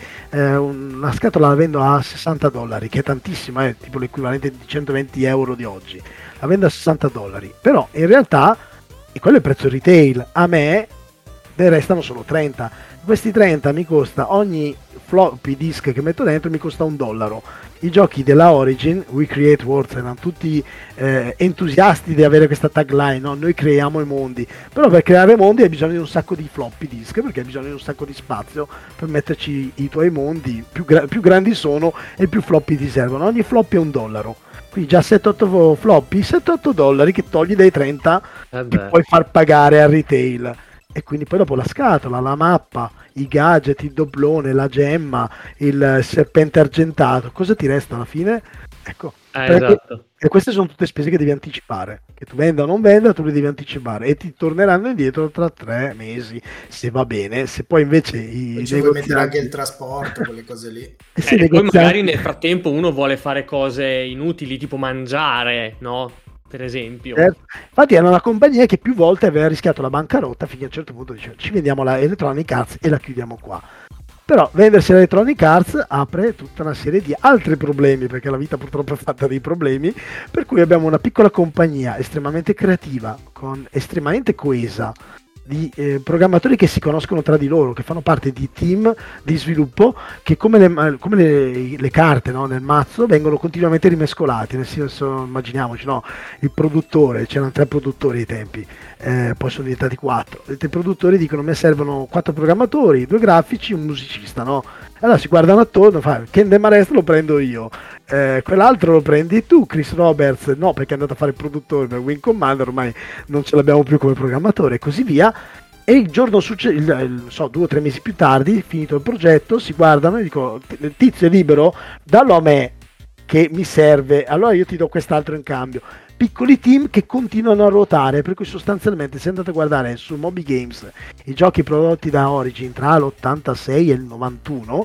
una scatola la vendo a $60, che è tantissimo, è tipo l'equivalente di 120 euro di oggi, la vendo a $60, però in realtà, e quello è il prezzo retail, a me ne restano solo 30. Questi 30 mi costa, ogni floppy disk che metto dentro mi costa $1. I giochi della Origin, We Create Worlds, erano tutti entusiasti di avere questa tagline, no? Noi creiamo i mondi, però per creare mondi hai bisogno di un sacco di floppy disk, perché hai bisogno di un sacco di spazio per metterci i tuoi mondi, più grandi sono e più floppy ti servono. Ogni floppy è $1. Quindi già 7-8 floppy, $7-8 che togli dai 30 che puoi far pagare al retail. E quindi poi dopo la scatola, la mappa, i gadget, il doblone, la gemma, il serpente argentato, cosa ti resta alla fine? Ecco,
esatto.
E queste sono tutte spese che devi anticipare, che tu venda o non venda, tu le devi anticipare e ti torneranno indietro tra 3 mesi, se va bene. Se poi invece
puoi mettere anche il trasporto, quelle cose lì.
Poi magari nel frattempo uno vuole fare cose inutili, tipo mangiare, no? Per esempio.
Infatti era una compagnia che più volte aveva rischiato la bancarotta, finché a un certo punto diceva: ci vendiamo la Electronic Arts e la chiudiamo qua. Però vendersi Electronic Arts apre tutta una serie di altri problemi, perché la vita purtroppo è fatta dei problemi, per cui abbiamo una piccola compagnia estremamente creativa, estremamente coesa, di programmatori che si conoscono tra di loro, che fanno parte di team di sviluppo che come le carte, no, nel mazzo vengono continuamente rimescolati, nel senso, immaginiamoci, no, il produttore, c'erano 3 produttori ai tempi, poi sono diventati 4, i produttori dicono: a me servono 4 programmatori, 2 grafici, un musicista, no? Allora si guardano attorno, fa: Ken Demarest lo prendo io, quell'altro lo prendi tu, Chris Roberts no, perché è andato a fare il produttore per Wing Commander, ormai non ce l'abbiamo più come programmatore, e così via. E il giorno successivo, 2 o 3 mesi più tardi, finito il progetto, si guardano e dicono: il tizio è libero, dallo a me che mi serve, allora io ti do quest'altro in cambio. Piccoli team che continuano a ruotare, per cui sostanzialmente, se andate a guardare su Moby Games i giochi prodotti da Origin tra l'86 e il 91,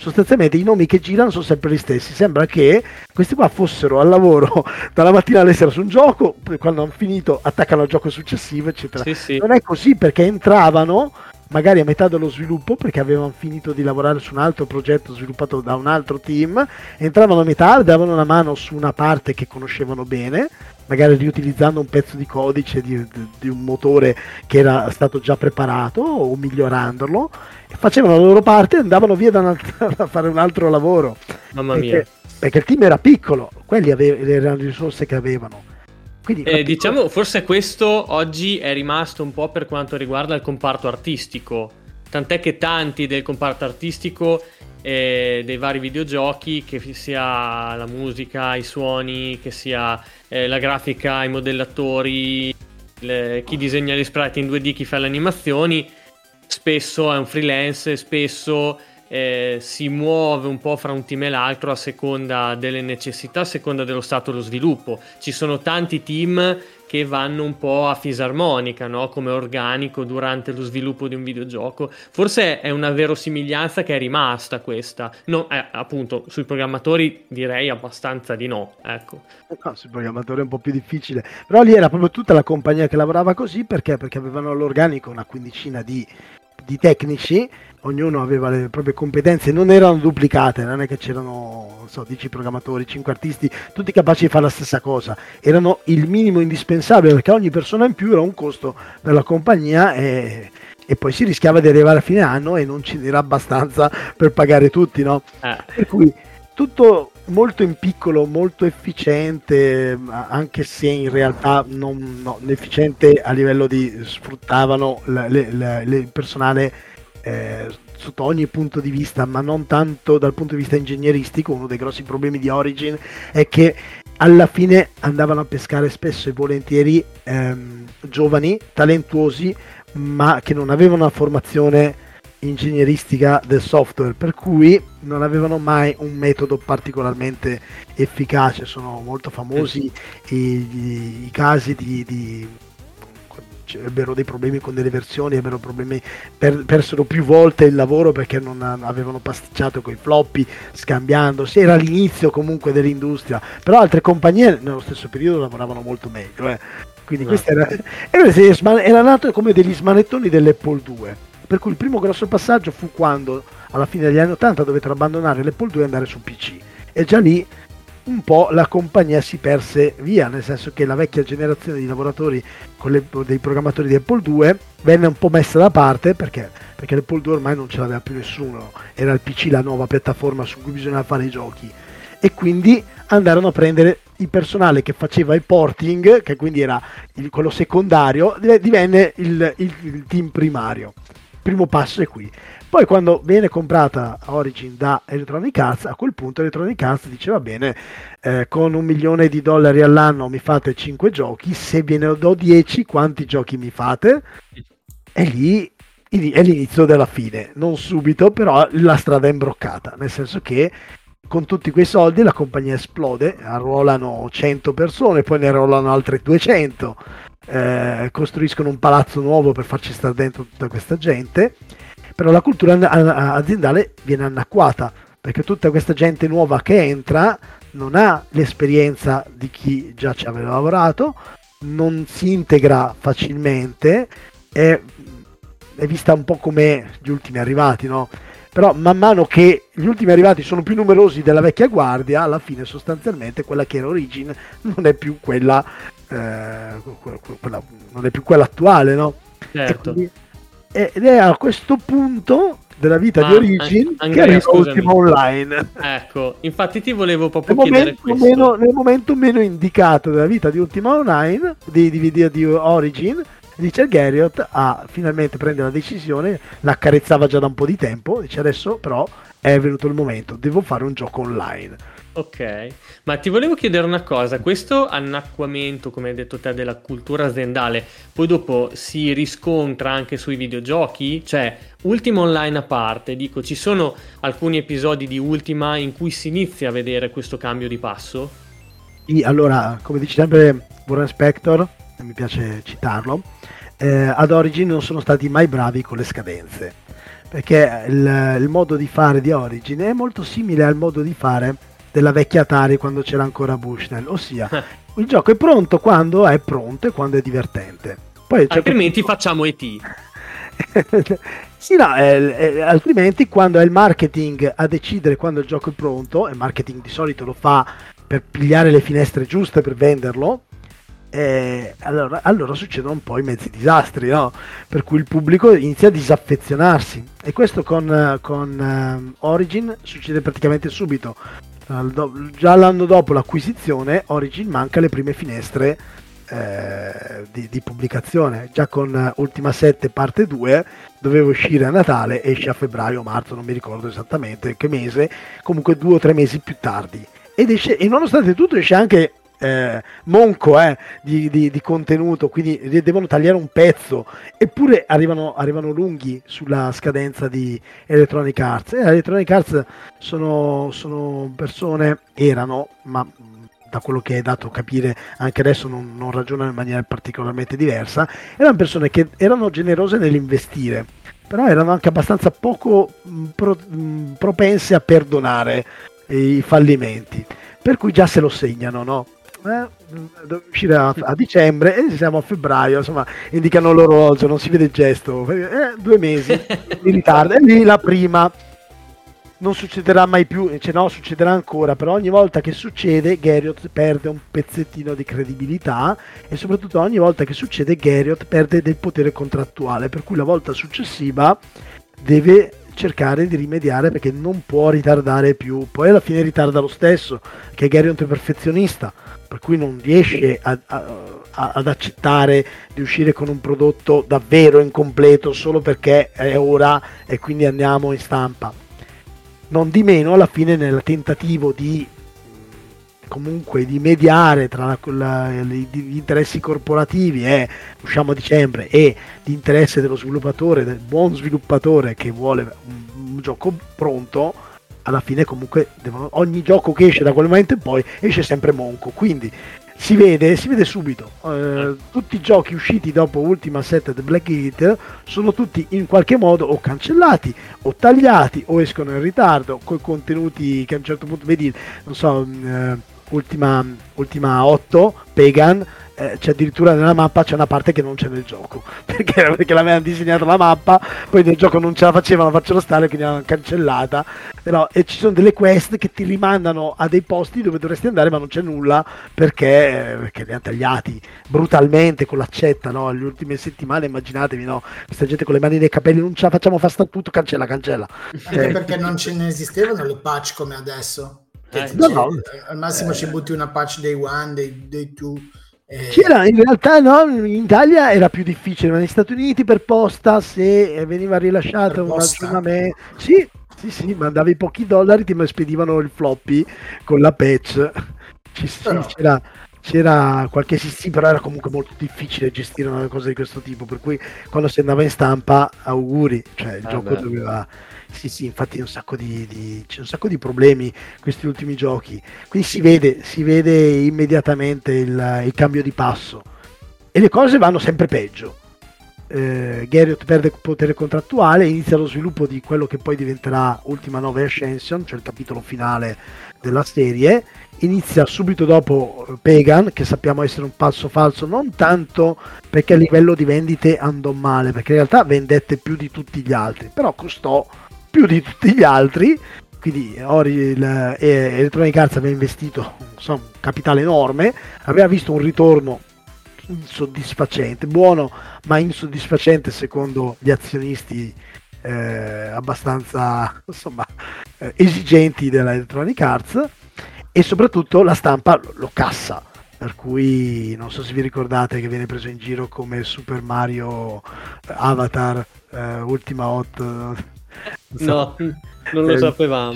sostanzialmente i nomi che girano sono sempre gli stessi. Sembra che questi qua fossero al lavoro dalla mattina alla sera su un gioco, poi quando hanno finito attaccano al gioco successivo, eccetera.
Sì.
Non è così, perché entravano magari a metà dello sviluppo, perché avevano finito di lavorare su un altro progetto sviluppato da un altro team, entravano a metà, davano una mano su una parte che conoscevano bene, magari riutilizzando un pezzo di codice di un motore che era stato già preparato o migliorandolo, e facevano la loro parte e andavano via a fare un altro lavoro.
Mamma mia.
Perché il team era piccolo, quelli erano le risorse che avevano. Quindi,
diciamo, forse questo oggi è rimasto un po' per quanto riguarda il comparto artistico, tant'è che tanti del comparto artistico dei vari videogiochi, che sia la musica, i suoni, che sia la grafica, i modellatori, chi disegna gli sprite in 2D, chi fa le animazioni, spesso è un freelance, spesso si muove un po' fra un team e l'altro a seconda delle necessità, a seconda dello stato dello sviluppo. Ci sono tanti team che vanno un po' a fisarmonica, no? Come organico durante lo sviluppo di un videogioco. Forse è una verosimiglianza che è rimasta questa. No, appunto, sui programmatori direi abbastanza di no, ecco.
No, sui programmatori è un po' più difficile. Però lì era proprio tutta la compagnia che lavorava così, perché avevano all'organico una quindicina di tecnici, ognuno aveva le proprie competenze, non erano duplicate, non è che c'erano, non so, 10 programmatori, 5 artisti, tutti capaci di fare la stessa cosa, erano il minimo indispensabile, perché ogni persona in più era un costo per la compagnia e poi si rischiava di arrivare a fine anno e non ce n'era abbastanza per pagare tutti, no? Per cui tutto molto in piccolo, molto efficiente, anche se in realtà non efficiente a livello di sfruttavano il personale sotto ogni punto di vista, ma non tanto dal punto di vista ingegneristico. Uno dei grossi problemi di Origin è che alla fine andavano a pescare spesso e volentieri giovani, talentuosi, ma che non avevano una formazione ingegneristica del software, per cui non avevano mai un metodo particolarmente efficace. Sono molto famosi i casi ebbero dei problemi con delle versioni, ebbero problemi, persero più volte il lavoro perché non avevano pasticciato coi floppy, scambiandosi. Era l'inizio comunque dell'industria, però altre compagnie nello stesso periodo lavoravano molto meglio, quindi questo era nato come degli smanettoni dell'Apple II. Per cui il primo grosso passaggio fu quando alla fine degli anni 80 dovettero abbandonare l'Apple II e andare su PC, e già lì un po' la compagnia si perse via, nel senso che la vecchia generazione di lavoratori dei programmatori di Apple II venne un po' messa da parte, perché l'Apple II ormai non ce l'aveva più nessuno, era il PC la nuova piattaforma su cui bisognava fare i giochi, e quindi andarono a prendere il personale che faceva il porting, che quindi era quello secondario, divenne il team primario. Primo passo è qui. Poi quando viene comprata Origin da Electronic Arts, a quel punto Electronic Arts diceva bene, con $1 milione all'anno mi fate 5 giochi, se ve ne do 10 quanti giochi mi fate? E lì è l'inizio della fine, non subito, però la strada è imbroccata, nel senso che con tutti quei soldi la compagnia esplode, arruolano 100 persone, poi ne arruolano altre 200, costruiscono un palazzo nuovo per farci stare dentro tutta questa gente, però la cultura aziendale viene annacquata, perché tutta questa gente nuova che entra non ha l'esperienza di chi già ci aveva lavorato, non si integra facilmente, è vista un po' come gli ultimi arrivati, no? Però man mano che gli ultimi arrivati sono più numerosi della vecchia guardia, alla fine sostanzialmente quella che era Origin non è più quella non è più quella attuale, no?
Certo.
Ed è a questo punto della vita di Origin che arriva Ultima Online.
Ecco, infatti ti volevo proprio chiedere questo.
Nel momento meno indicato della vita di Ultima Online, di Origin, Richard Garriott finalmente prende la decisione, l'accarezzava già da un po' di tempo, dice adesso però è venuto il momento, devo fare un gioco online.
Ok, ma ti volevo chiedere una cosa, questo annacquamento, come hai detto te, della cultura aziendale, poi dopo si riscontra anche sui videogiochi? Cioè, Ultima Online a parte, dico, ci sono alcuni episodi di Ultima in cui si inizia a vedere questo cambio di passo?
Sì, allora, come dice sempre Warren Spector, mi piace citarlo, ad Origin non sono stati mai bravi con le scadenze, perché il modo di fare di Origin è molto simile al modo di fare della vecchia Atari quando c'era ancora Bushnell, ossia il gioco è pronto quando è pronto e quando è divertente. Poi
altrimenti facciamo ET.
Sì, no, altrimenti quando è il marketing a decidere quando il gioco è pronto, e il marketing di solito lo fa per pigliare le finestre giuste per venderlo, allora succedono un po' i mezzi disastri, no? Per cui il pubblico inizia a disaffezionarsi, e questo con Origin succede praticamente subito. Già l'anno dopo l'acquisizione, Origin manca le prime finestre di pubblicazione. Già con Ultima 7 parte 2 doveva uscire a Natale, esce a febbraio o marzo, non mi ricordo esattamente che mese, comunque 2 o 3 mesi più tardi, ed esce, e nonostante tutto esce anche monco di contenuto, quindi devono tagliare un pezzo, eppure arrivano lunghi sulla scadenza di Electronic Arts. Electronic Arts sono persone, erano, ma da quello che è dato capire anche adesso non ragionano in maniera particolarmente diversa, erano persone che erano generose nell'investire, però erano anche abbastanza poco propense a perdonare i fallimenti, per cui già se lo segnano, no? Deve uscire a dicembre e siamo a febbraio, insomma, indicano l'orologio, non si vede il gesto, 2 mesi di ritardo, e lì la prima non succederà mai più, no, succederà ancora, però ogni volta che succede Garriott perde un pezzettino di credibilità, e soprattutto ogni volta che succede Garriott perde del potere contrattuale, per cui la volta successiva deve cercare di rimediare, perché non può ritardare più. Poi alla fine ritarda lo stesso, che Garriott è perfezionista, per cui non riesce ad accettare di uscire con un prodotto davvero incompleto solo perché è ora e quindi andiamo in stampa. Non di meno, alla fine, nel tentativo di comunque di mediare tra gli interessi corporativi e usciamo a dicembre e l'interesse dello sviluppatore, del buon sviluppatore che vuole un gioco pronto, alla fine comunque ogni gioco che esce da quel momento in poi esce sempre monco, quindi si vede subito. Tutti i giochi usciti dopo Ultima 7 The Black Gate sono tutti in qualche modo o cancellati o tagliati o escono in ritardo con contenuti che a un certo punto vedi, non so, Ultima 8 Pagan, c'è addirittura nella mappa c'è una parte che non c'è nel gioco perché l'avevano disegnato la mappa, poi nel gioco non ce la facevano farcelo stare, quindi l'hanno cancellata. Però e ci sono delle quest che ti rimandano a dei posti dove dovresti andare ma non c'è nulla perché li hanno tagliati brutalmente con l'accetta, no? Le ultime settimane, immaginatevi, no? Questa gente con le mani nei capelli, non ce la facciamo, fa sta tutto, cancella
anche perché non ce ne esistevano le patch come adesso.
No.
Al massimo ci butti una patch day 1, day 2.
C'era, in realtà no, in Italia era più difficile, ma negli Stati Uniti per posta, se veniva rilasciato un aggiornamento, sì, mandavi pochi dollari, ti spedivano il floppy con la patch. C'era qualche sì, però era comunque molto difficile gestire una cosa di questo tipo, per cui quando si andava in stampa, auguri, cioè il gioco doveva... Sì, infatti c'è un sacco di problemi questi ultimi giochi, quindi si vede immediatamente il cambio di passo e le cose vanno sempre peggio. Garriott perde potere contrattuale, inizia lo sviluppo di quello che poi diventerà Ultima 9 Ascension, cioè il capitolo finale della serie. Inizia subito dopo Pagan, che sappiamo essere un passo falso, non tanto perché a livello di vendite andò male, perché in realtà vendette più di tutti gli altri, però costò più di tutti gli altri, quindi Electronic Arts aveva investito un capitale enorme, aveva visto un ritorno insoddisfacente, buono ma insoddisfacente secondo gli azionisti abbastanza esigenti della Electronic Arts, e soprattutto la stampa lo cassa, per cui non so se vi ricordate che viene preso in giro come Super Mario Avatar Ultima 8.
No, non lo sapevamo.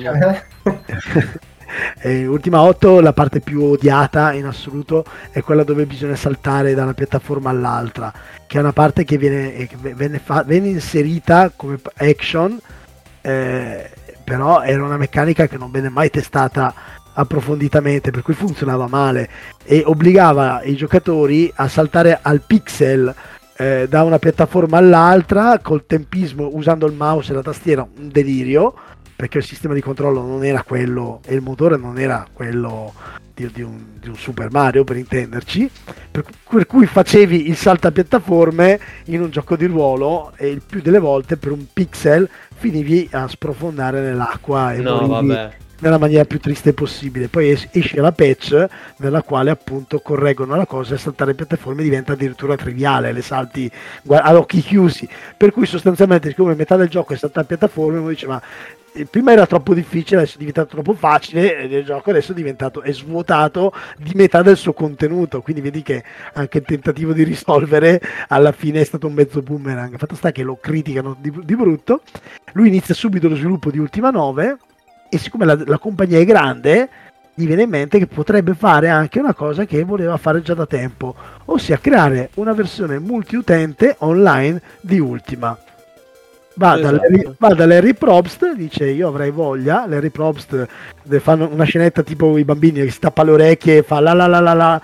Ultima 8, la parte più odiata in assoluto è quella dove bisogna saltare da una piattaforma all'altra, che è una parte che viene inserita come action, però era una meccanica che non venne mai testata approfonditamente, per cui funzionava male e obbligava i giocatori a saltare al pixel da una piattaforma all'altra col tempismo, usando il mouse e la tastiera, un delirio, perché il sistema di controllo non era quello e il motore non era quello di un Super Mario, per intenderci, per cui facevi il saltapiattaforme in un gioco di ruolo e il più delle volte per un pixel finivi a sprofondare nell'acqua e morivi nella maniera più triste possibile. Poi esce la patch nella quale appunto correggono la cosa e saltare piattaforme diventa addirittura triviale, le salti ad occhi chiusi, per cui sostanzialmente, siccome metà del gioco è saltare piattaforme, uno dice ma prima era troppo difficile, adesso è diventato troppo facile, e il gioco adesso è svuotato di metà del suo contenuto, quindi vedi che anche il tentativo di risolvere alla fine è stato un mezzo boomerang. Fatto sta che lo criticano di brutto. Lui inizia subito lo sviluppo di Ultima 9 e siccome la compagnia è grande, gli viene in mente che potrebbe fare anche una cosa che voleva fare già da tempo, ossia creare una versione multiutente online di Ultima. Va da Larry Probst, dice io avrei voglia. Larry Probst fanno una scenetta tipo i bambini che si tappa le orecchie e fa la la la la la.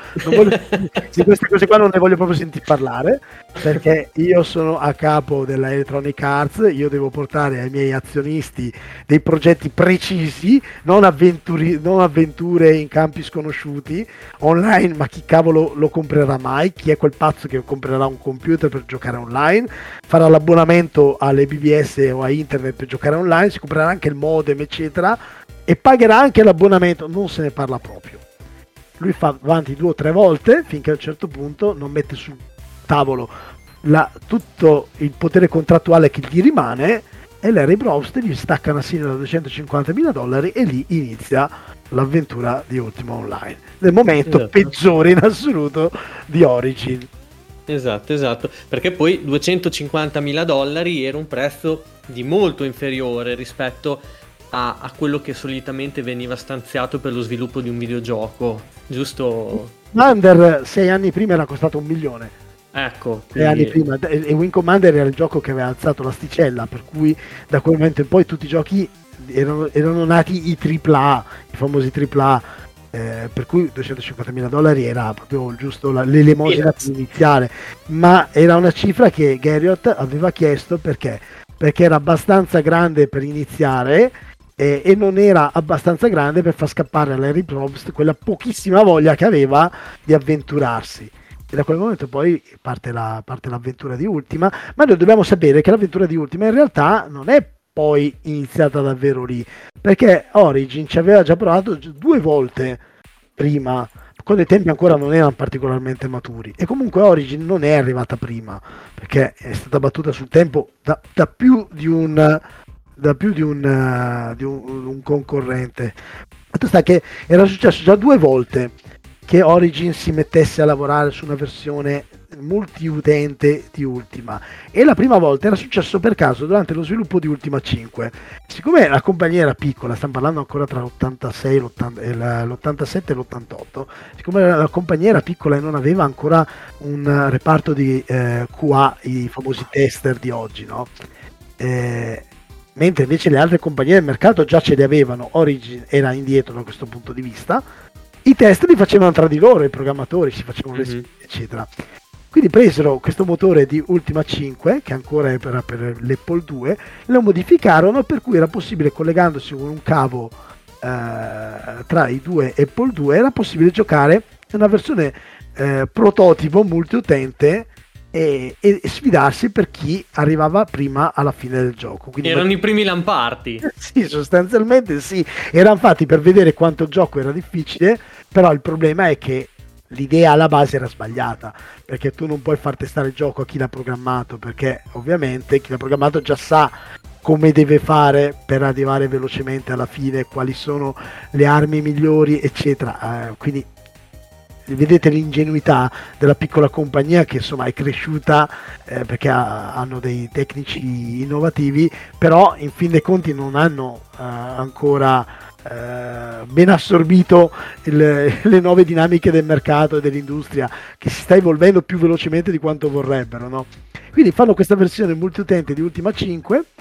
Di queste cose qua non ne voglio proprio sentire parlare, perché io sono a capo della Electronic Arts, io devo portare ai miei azionisti dei progetti precisi, non avventure in campi sconosciuti online, ma chi cavolo lo comprerà mai? Chi è quel pazzo che comprerà un computer per giocare online, farà l'abbonamento alle BBS o a internet per giocare online, si comprerà anche il modem eccetera e pagherà anche l'abbonamento, non se ne parla proprio. Lui fa avanti 2 o 3 volte finché a un certo punto non mette sul tavolo tutto il potere contrattuale che gli rimane e Larry Probst gli stacca una sigla da $250.000 e lì inizia l'avventura di Ultima Online, nel momento peggiore in assoluto di Origin.
Esatto, perché poi $250.000 era un prezzo di molto inferiore rispetto a quello che solitamente veniva stanziato per lo sviluppo di un videogioco, giusto?
Commander 6 anni prima era costato $1 milione.
Ecco,
6 anni prima, e Wing Commander era il gioco che aveva alzato l'asticella, per cui da quel momento in poi tutti i giochi erano nati i AAA, i famosi AAA. Per cui $250.000 era proprio giusto l'elemosina iniziale, ma era una cifra che Garriott aveva chiesto perché era abbastanza grande per iniziare e non era abbastanza grande per far scappare a Larry Probst quella pochissima voglia che aveva di avventurarsi. E da quel momento poi parte l'avventura di Ultima, ma noi dobbiamo sapere che l'avventura di Ultima in realtà non è poi iniziata davvero lì, perché Origin ci aveva già provato 2 volte prima, quando i tempi ancora non erano particolarmente maturi, e comunque Origin non è arrivata prima perché è stata battuta sul tempo da più di un concorrente. Fatto sta che era successo già 2 volte che Origin si mettesse a lavorare su una versione multiutente di Ultima, e la prima volta era successo per caso durante lo sviluppo di Ultima 5. Siccome la compagnia era piccola, stiamo parlando ancora tra l'87 e l'88, siccome la compagnia era piccola e non aveva ancora un reparto di QA, i famosi tester di oggi, no? Mentre invece le altre compagnie del mercato già ce li avevano, Origin era indietro da questo punto di vista, i test li facevano tra di loro, i programmatori si facevano le sfide eccetera. Quindi presero questo motore di Ultima 5, che ancora è per l'Apple 2, lo modificarono per cui era possibile, collegandosi con un cavo tra i 2 Apple 2, era possibile giocare una versione prototipo multiutente e sfidarsi per chi arrivava prima alla fine del gioco. Quindi
erano i primi lamparti.
Sì, sostanzialmente sì, erano fatti per vedere quanto il gioco era difficile, però il problema è che l'idea alla base era sbagliata, perché tu non puoi far testare il gioco a chi l'ha programmato, perché ovviamente chi l'ha programmato già sa come deve fare per arrivare velocemente alla fine, quali sono le armi migliori eccetera, quindi vedete l'ingenuità della piccola compagnia che insomma è cresciuta perché hanno dei tecnici innovativi, però in fin dei conti non hanno ancora ben assorbito le nuove dinamiche del mercato e dell'industria, che si sta evolvendo più velocemente di quanto vorrebbero, no? Quindi fanno questa versione multiutente di Ultima 5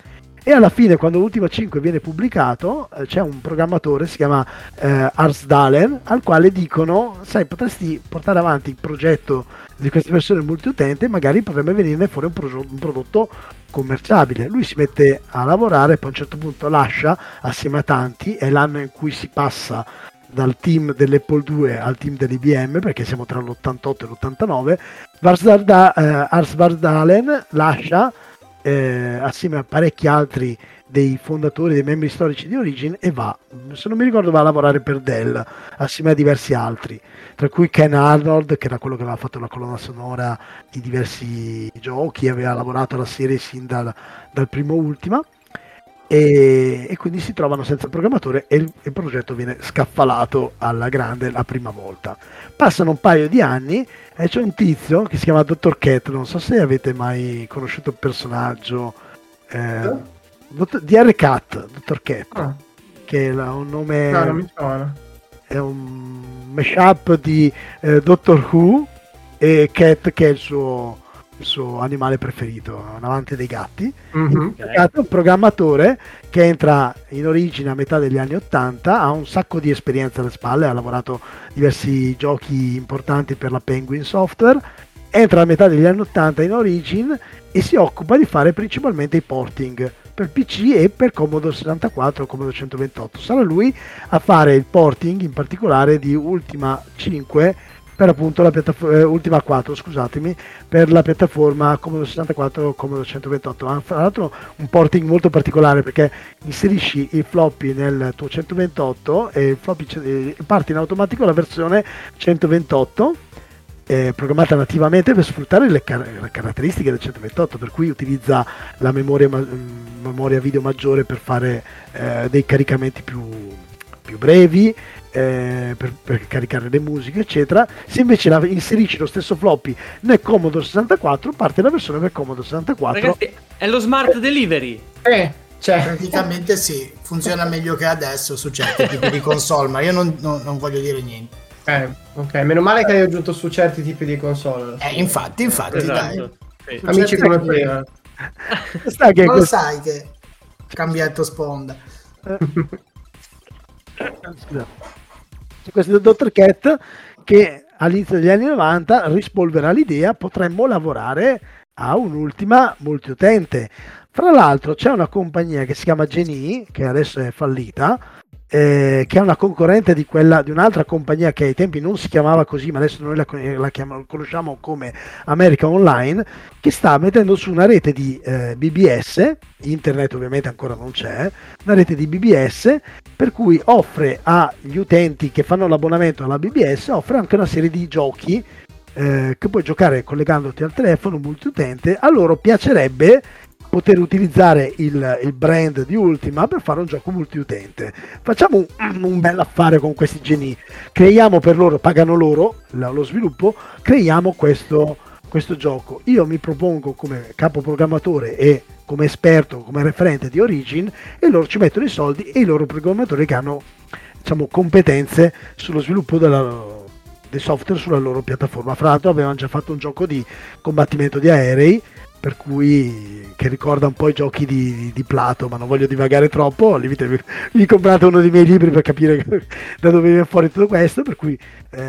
E alla fine, quando l'ultimo 5 viene pubblicato, c'è un programmatore, si chiama Ars Dahlen, al quale dicono: sai, potresti portare avanti il progetto di questa versione multiutente, magari potrebbe venirne fuori un prodotto commerciabile. Lui si mette a lavorare, poi a un certo punto lascia assieme a tanti. È l'anno in cui si passa dal team dell'Apple II al team dell'IBM, perché siamo tra l'88 e l'89. Ars Dahlen lascia assieme a parecchi altri dei fondatori, dei membri storici di Origin, e va, se non mi ricordo, va a lavorare per Dell assieme a diversi altri, tra cui Ken Arnold, che era quello che aveva fatto la colonna sonora di diversi giochi, aveva lavorato alla serie sin dal primo Ultima, e quindi si trovano senza programmatore e il progetto viene scaffalato alla grande la prima volta. Passano un paio di anni e c'è un tizio che si chiama Dr. Cat, non so se avete mai conosciuto il personaggio DR Cat, Dr. Cat, che ha un nome,
no, non mi suona.
È un mashup di Doctor Who e Cat, che è il suo animale preferito, un amante dei gatti. È un programmatore che entra in Origin a metà degli anni 80, ha un sacco di esperienza alle spalle, ha lavorato diversi giochi importanti per la Penguin Software, entra a metà degli anni 80 in Origin e si occupa di fare principalmente i porting per PC e per Commodore 64 o Commodore 128. Sarà lui a fare il porting in particolare di Ultima 5 per appunto la piattaforma Ultima 4, scusatemi, per la piattaforma Commodore 64 o Commodore 128. Tra l'altro un porting molto particolare, perché inserisci i floppy nel tuo 128 e il floppy parte in automatico la versione 128 programmata nativamente per sfruttare le caratteristiche del 128, per cui utilizza la memoria video maggiore per fare dei caricamenti più brevi, per caricare le musiche eccetera. Se invece inserisci lo stesso floppy nel Commodore 64, parte la versione per Commodore 64.
Ragazzi, è lo smart delivery.
Cioè, praticamente sì, funziona meglio che adesso su certi tipi di console, ma io non voglio dire niente.
Ok, meno male che hai aggiunto su certi tipi di console.
Infatti,
Esatto.
dai.
Sì.
Amici come prima.
Non lo sai che cambiato sponda.
Scusa. C'è questo Dr. Cat che all'inizio degli anni 90 rispolvera l'idea: potremmo lavorare a un'ultima multiutente. Fra l'altro c'è una compagnia che si chiama Genie, che adesso è fallita, che è una concorrente di un'altra compagnia che ai tempi non si chiamava così, ma adesso noi la conosciamo come America Online, che sta mettendo su una rete di BBS, internet ovviamente ancora non c'è, una rete di BBS, per cui offre agli utenti che fanno l'abbonamento alla BBS, offre anche una serie di giochi che puoi giocare collegandoti al telefono multiutente. A loro piacerebbe poter utilizzare il brand di Ultima per fare un gioco multiutente. Facciamo un bel affare con questi geni, creiamo per loro, pagano loro lo sviluppo, creiamo questo gioco. Io mi propongo come capo programmatore e come esperto, come referente di Origin, e loro ci mettono i soldi, e i loro programmatori che hanno, diciamo, competenze sullo sviluppo dei software sulla loro piattaforma. Fra l'altro avevano già fatto un gioco di combattimento di aerei, per cui, che ricorda un po' i giochi di Plato, ma non voglio divagare troppo. Vi comprate uno dei miei libri per capire da dove viene fuori tutto questo. Per cui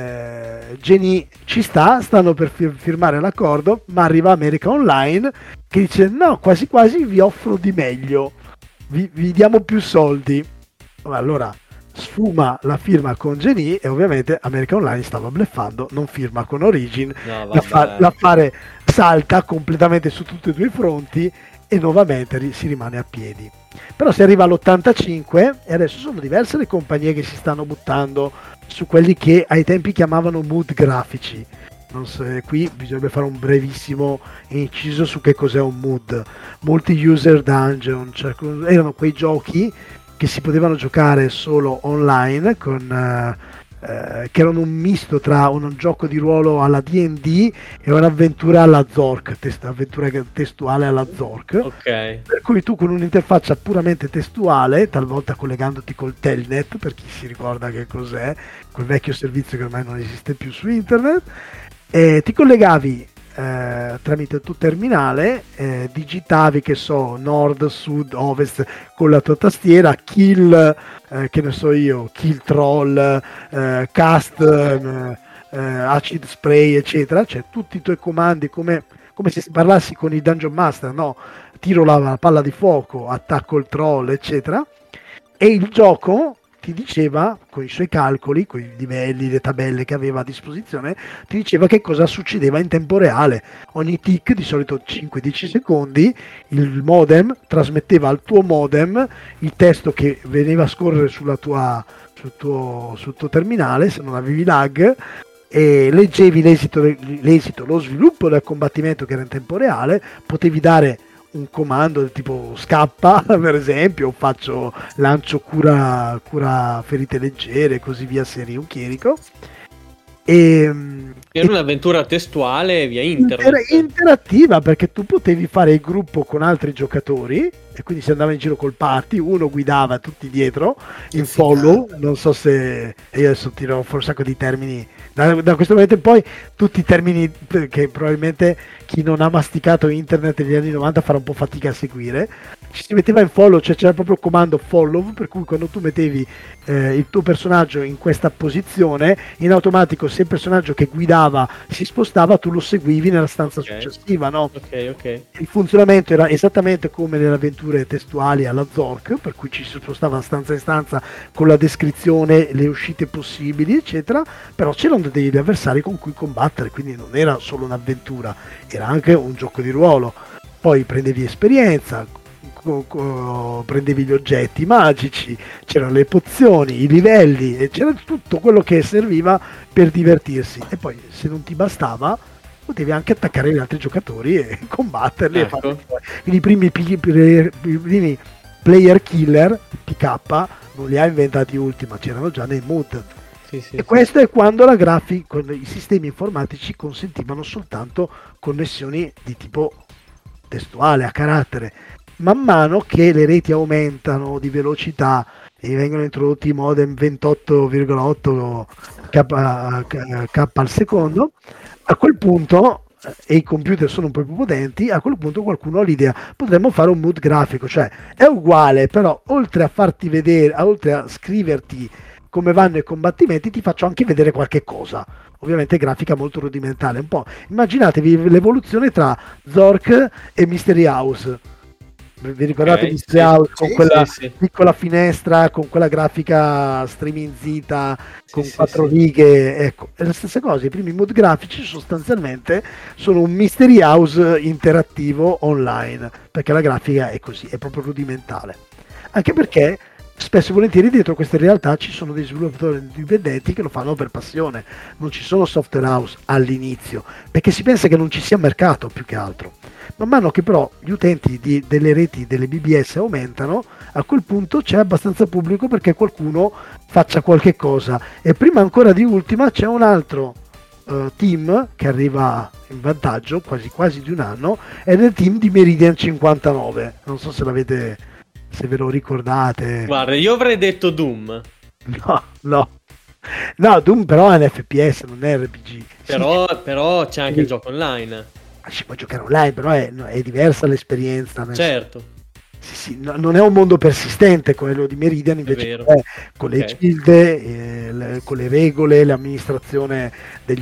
Genie ci stanno per firmare l'accordo, ma arriva America Online che dice: no, quasi quasi vi offro di meglio, vi diamo più soldi. Allora sfuma la firma con Genie, e ovviamente America Online stava bluffando, non firma con Origin. L'affare salta completamente su tutti e due i fronti e nuovamente si rimane a piedi. Però si arriva all'85 e adesso sono diverse le compagnie che si stanno buttando su quelli che ai tempi chiamavano mood grafici. Non so, qui bisognerebbe fare un brevissimo inciso su che cos'è un mood. Multi-user dungeon, cioè erano quei giochi che si potevano giocare solo online, che erano un misto tra un gioco di ruolo alla D&D e un'avventura alla Zork, avventura testuale alla Zork.
Okay.
Per cui tu con un'interfaccia puramente testuale, talvolta collegandoti col Telnet, per chi si ricorda che cos'è, quel vecchio servizio che ormai non esiste più su internet, ti collegavi tramite il tuo terminale, digitavi, che so, nord, sud, ovest con la tua tastiera, kill, che ne so io, kill troll, cast, acid spray, eccetera, cioè tutti i tuoi comandi come se parlassi con il Dungeon Master, no? Tiro la palla di fuoco, attacco il troll, eccetera, e il gioco ti diceva, con i suoi calcoli, con i livelli, le tabelle che aveva a disposizione, ti diceva che cosa succedeva in tempo reale. Ogni tick, di solito 5-10 secondi, il modem trasmetteva al tuo modem il testo che veniva a scorrere sul tuo terminale, se non avevi lag, e leggevi l'esito, lo sviluppo del combattimento che era in tempo reale, potevi dare un comando del tipo scappa, per esempio, o lancio cura ferite leggere, così via, se eri un chierico.
Era un'avventura testuale via internet.
Interattiva, perché tu potevi fare il gruppo con altri giocatori e quindi si andava in giro col party, uno guidava tutti dietro in follow, non so se io adesso tiro fuori un sacco di termini da questo momento in poi, tutti i termini che probabilmente chi non ha masticato internet negli anni 90 farà un po' fatica a seguire. Ci si metteva in follow, cioè c'era proprio il comando follow, per cui quando tu mettevi il tuo personaggio in questa posizione, in automatico, se il personaggio che guidava si spostava, tu lo seguivi nella stanza successiva, no?
Ok.
Il funzionamento era esattamente come nelle avventure testuali alla Zork, per cui ci si spostava da stanza in stanza con la descrizione, le uscite possibili, eccetera, però c'erano degli avversari con cui combattere, quindi non era solo un'avventura, era anche un gioco di ruolo. Poi prendevi esperienza, prendevi gli oggetti magici, c'erano le pozioni, i livelli, e c'era tutto quello che serviva per divertirsi. E poi, se non ti bastava, potevi anche attaccare gli altri giocatori e combatterli.
Ecco.
Quindi i primi player killer, PK, non li ha inventati Ultima, c'erano già nei mood. E questo è quando la grafica, i sistemi informatici consentivano soltanto connessioni di tipo testuale, a carattere. Man mano che le reti aumentano di velocità e vengono introdotti i modem 28,8 k al secondo, a quel punto, e i computer sono un po' più potenti, a quel punto qualcuno ha l'idea, potremmo fare un mood grafico, cioè è uguale, però oltre a farti vedere, oltre a scriverti come vanno i combattimenti, ti faccio anche vedere qualche cosa. Ovviamente grafica molto rudimentale, un po'. Immaginatevi l'evoluzione tra Zork e Mystery House. Vi ricordate Mystery House con quella piccola finestra, con quella grafica streaminzita, con 4 righe? Ecco, è la stessa cosa. I primi mod grafici sostanzialmente sono un Mystery House interattivo online, perché la grafica è così, è proprio rudimentale. Anche perché spesso e volentieri dietro queste realtà ci sono dei sviluppatori indipendenti che lo fanno per passione, non ci sono software house all'inizio, perché si pensa che non ci sia mercato più che altro. Man mano che però gli utenti delle reti, delle BBS aumentano, a quel punto c'è abbastanza pubblico perché qualcuno faccia qualche cosa, e prima ancora di Ultima c'è un altro team che arriva in vantaggio quasi di un anno, ed è il team di Meridian 59, non so se se ve lo ricordate.
Guarda, io avrei detto Doom.
No, Doom però è un FPS, non è RPG.
Però c'è anche il gioco online.
Ci puoi giocare online, però è diversa l'esperienza.
Certo.
Sì, non è un mondo persistente quello di Meridian, invece è con le gilde, con le regole, l'amministrazione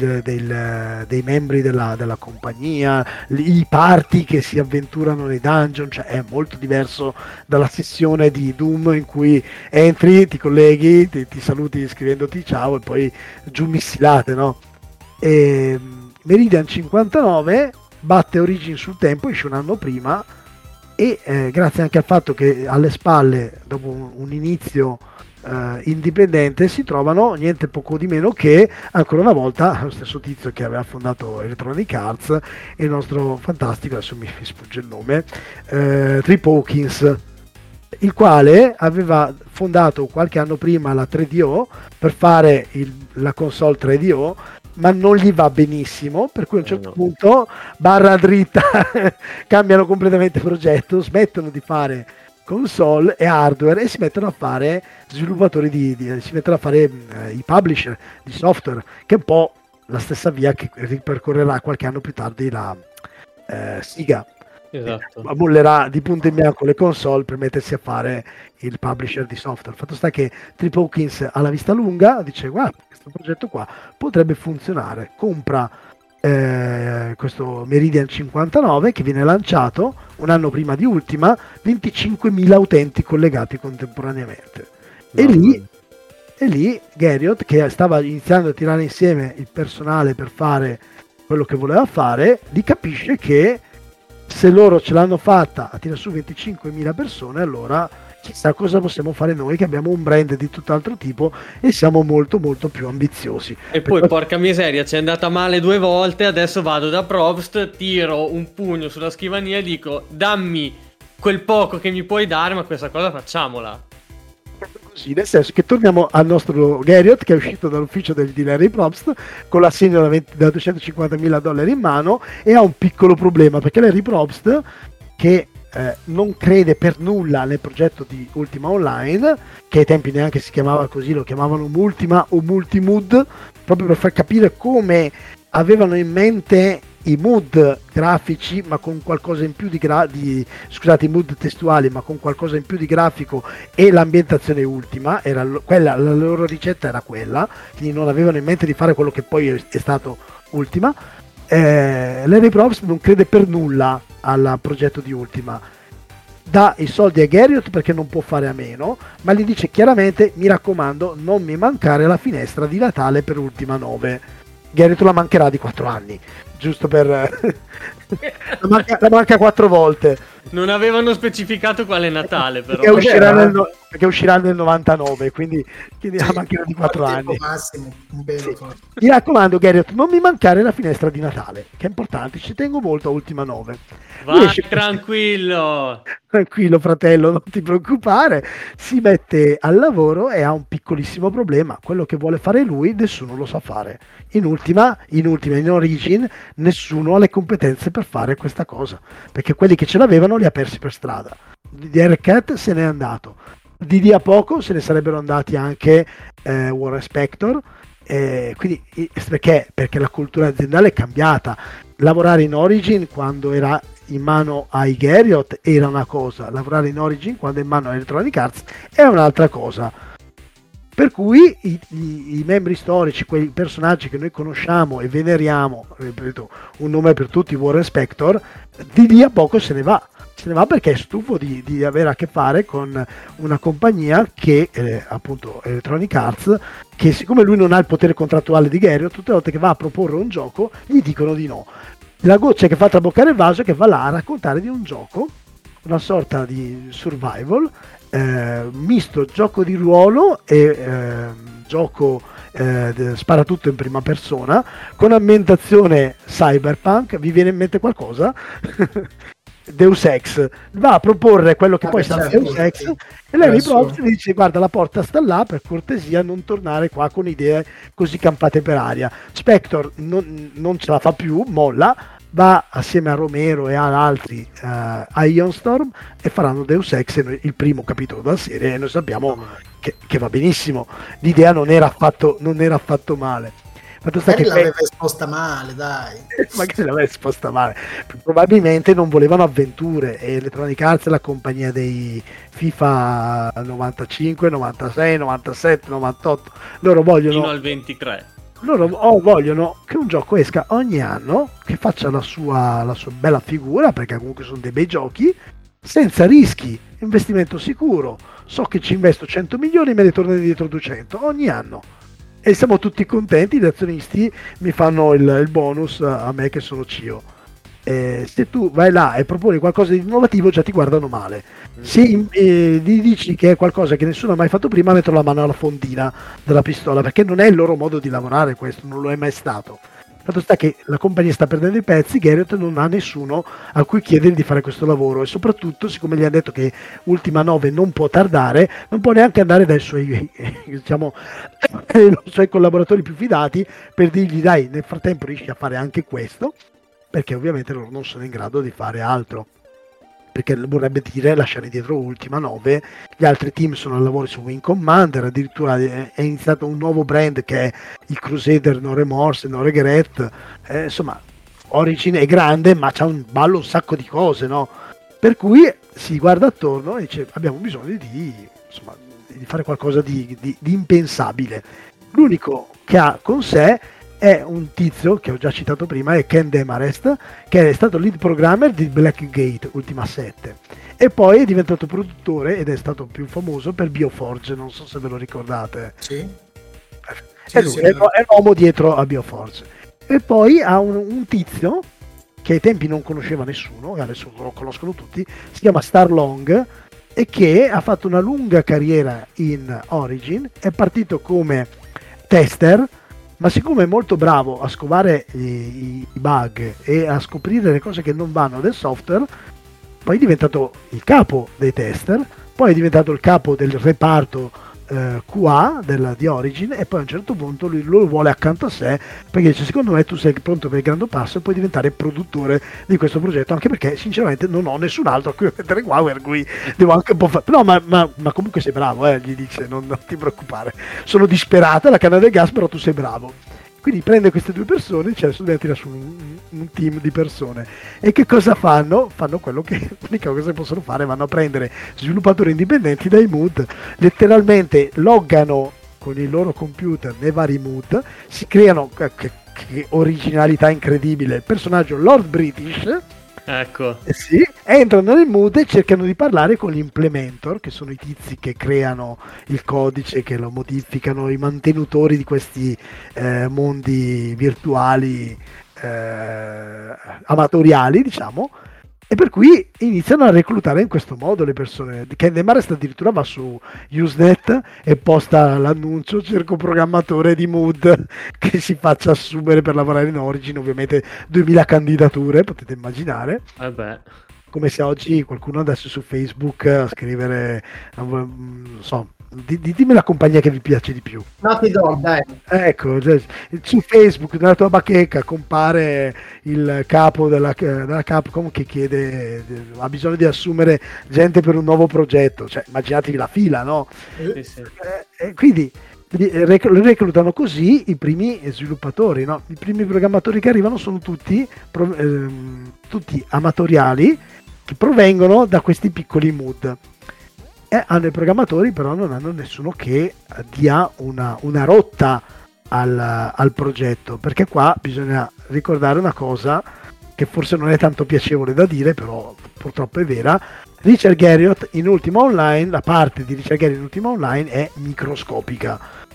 dei membri della compagnia, i party che si avventurano nei dungeon, cioè è molto diverso dalla sessione di Doom in cui entri, ti colleghi, ti saluti scrivendoti ciao e poi giù missilate, no? E Meridian 59 batte Origin sul tempo, esce un anno prima, e grazie anche al fatto che alle spalle, dopo un inizio indipendente, si trovano niente poco di meno che ancora una volta lo stesso tizio che aveva fondato Electronic Arts e il nostro fantastico, adesso mi sfugge il nome, Trip Hawkins, il quale aveva fondato qualche anno prima la 3DO per fare la console 3DO, ma non gli va benissimo, per cui a un certo punto, barra dritta, cambiano completamente progetto, smettono di fare console e hardware e si mettono a fare sviluppatori si mettono a fare i publisher di software, che è un po' la stessa via che ripercorrerà qualche anno più tardi la Sega.
Esatto.
Mollerà di punto in bianco le console per mettersi a fare il publisher di software. Il fatto sta che Trip Hawkins alla vista lunga dice: guarda, questo progetto qua potrebbe funzionare, compra questo Meridian 59 che viene lanciato un anno prima di Ultima, 25.000 utenti collegati contemporaneamente. E lì Garriott, che stava iniziando a tirare insieme il personale per fare quello che voleva fare, li capisce che se loro ce l'hanno fatta a tirare su 25.000 persone, allora chissà cosa possiamo fare noi, che abbiamo un brand di tutt'altro tipo e siamo molto molto più ambiziosi.
E poi porca miseria, ci è andata male 2 volte, adesso vado da Probst, tiro un pugno sulla scrivania e dico: dammi quel poco che mi puoi dare, ma questa cosa facciamola.
Così, nel senso che torniamo al nostro Garriott, che è uscito dall'ufficio di Larry Probst con l'assegno da $250.000 in mano, e ha un piccolo problema, perché Larry Probst, che non crede per nulla nel progetto di Ultima Online, che ai tempi neanche si chiamava così, lo chiamavano Multima o Multimood, proprio per far capire come avevano in mente i mood grafici, ma con qualcosa in più scusate, i mood testuali, ma con qualcosa in più di grafico, e l'ambientazione Ultima era quella, la loro ricetta era quella, quindi non avevano in mente di fare quello che poi è stato Ultima. Larry Probst non crede per nulla al progetto di Ultima, dà i soldi a Garriott perché non può fare a meno, ma gli dice chiaramente: mi raccomando, non mi mancare la finestra di Natale per Ultima 9. Garriott la mancherà di 4 anni, giusto per la manca 4 volte.
Non avevano specificato quale Natale, però.
Perché uscirà nel 99, quindi la mancherà di 4 anni.
Massimo, un pelo forte.
Mi raccomando, Garriott, non mi mancare la finestra di Natale, che è importante, ci tengo molto a Ultima 9.
Va tranquillo.
Tranquillo, fratello, non ti preoccupare. Si mette al lavoro e ha un piccolissimo problema: quello che vuole fare lui nessuno lo sa fare. In Origin nessuno ha le competenze per fare questa cosa, perché quelli che ce l'avevano li ha persi per strada. DDR Cat se n'è andato, di lì a poco se ne sarebbero andati anche Warren Spector, quindi perché la cultura aziendale è cambiata. Lavorare in Origin quando era in mano ai Garriott era una cosa, lavorare in Origin quando è in mano a Electronic Arts è un'altra cosa. Per cui i membri storici, quei personaggi che noi conosciamo e veneriamo, ripeto, un nome per tutti, Warren Spector, di lì a poco se ne va perché è stufo di avere a che fare con una compagnia che appunto Electronic Arts, che siccome lui non ha il potere contrattuale di Garriott, tutte le volte che va a proporre un gioco gli dicono di no. La goccia che fa traboccare il vaso è che va là a raccontare di un gioco, una sorta di survival, misto gioco di ruolo e gioco sparatutto in prima persona, con ambientazione cyberpunk. Vi viene in mente qualcosa? Deus Ex. Va a proporre quello che poi sarà Deus Ex, e Larry Probst gli dice: guarda, la porta sta là, per cortesia non tornare qua con idee così campate per aria. Spector non ce la fa più, molla, va assieme a Romero e ad altri a Ion Storm e faranno Deus Ex, il primo capitolo della serie, e noi sappiamo che va benissimo. L'idea non era affatto male.
Magari l'aveva esposta male, dai.
Magari l'aveva esposta male. Probabilmente non volevano avventure, e Electronic Arts è la compagnia dei FIFA 95, 96, 97, 98. Loro vogliono
fino al 23.
Loro vogliono che un gioco esca ogni anno, che faccia la sua bella figura, perché comunque sono dei bei giochi, senza rischi, investimento sicuro. So che ci investo 100 milioni e me ne torno indietro 200 ogni anno. E siamo tutti contenti, gli azionisti mi fanno il bonus a me che sono CEO. Se tu vai là e proponi qualcosa di innovativo, già ti guardano male. Se gli dici che è qualcosa che nessuno ha mai fatto prima, mettono la mano alla fondina della pistola, perché non è il loro modo di lavorare, questo non lo è mai stato. Il fatto sta che la compagnia sta perdendo i pezzi, Garriott non ha nessuno a cui chiedere di fare questo lavoro, e soprattutto, siccome gli ha detto che Ultima 9 non può tardare, non può neanche andare dai suoi suoi collaboratori più fidati per dirgli: dai, nel frattempo riesci a fare anche questo, perché ovviamente loro non sono in grado di fare altro. perché vorrebbe dire lasciare dietro Ultima 9. Gli altri team sono al lavoro su Wing Commander, addirittura è iniziato un nuovo brand che è il Crusader No Remorse, No Regret. Insomma, Origin è grande, ma c'ha un sacco di cose, no? Per cui si guarda attorno e dice abbiamo bisogno di fare qualcosa di impensabile. L'unico che ha con sé è un tizio che ho già citato prima, è Ken Demarest, che è stato lead programmer di Blackgate Ultima 7 e poi è diventato produttore ed è stato più famoso per Bioforge, non so se ve lo ricordate.
Sì.
È lui, è l'uomo dietro a Bioforge. E poi ha un tizio che ai tempi non conosceva nessuno, adesso lo conoscono tutti, si chiama Starlong, e che ha fatto una lunga carriera in Origin, è partito come tester, ma siccome è molto bravo a scovare i bug e a scoprire le cose che non vanno del software, poi è diventato il capo dei tester, poi è diventato il capo del reparto QA di Origin, e poi a un certo punto lui lo vuole accanto a sé perché dice secondo me tu sei pronto per il grande passo e puoi diventare produttore di questo progetto, anche perché sinceramente non ho nessun altro a cui mettere qua, per cui devo anche un po' fare, no ma comunque sei bravo, gli dice, non ti preoccupare, sono disperata la canna del gas, però tu sei bravo. Quindi prende queste due persone e adesso deve tirare su un team di persone. E che cosa fanno? Fanno quello che l'unica cosa che possono fare, vanno a prendere sviluppatori indipendenti dai mood, letteralmente loggano con il loro computer nei vari mood, si creano, che originalità incredibile, il personaggio Lord British,
ecco,
sì, entrano nel mood e cercano di parlare con gli implementor, che sono i tizi che creano il codice, che lo modificano, i mantenutori di questi mondi virtuali amatoriali, diciamo, e per cui iniziano a reclutare in questo modo le persone. Ken Demarest addirittura va su Usenet e posta l'annuncio: cerco programmatore di mood che si faccia assumere per lavorare in Origin. Ovviamente 2000 candidature, potete immaginare.
Vabbè.
Come se oggi qualcuno andasse su Facebook a scrivere, non so, ditemi la compagnia che vi piace di più.
Naughty Dog, dai.
Ecco, su Facebook nella tua bacheca compare il capo della Capcom che chiede, ha bisogno di assumere gente per un nuovo progetto, cioè immaginatevi la fila, no?
Sì.
Quindi reclutano così i primi sviluppatori, no? I primi programmatori che arrivano sono tutti amatoriali, che provengono da questi piccoli mood. Hanno i programmatori, però non hanno nessuno che dia una rotta al progetto, perché qua bisogna ricordare una cosa che forse non è tanto piacevole da dire, però purtroppo è vera. Richard Garriott in Ultima Online, la parte di Richard Garriott in Ultima Online è microscopica.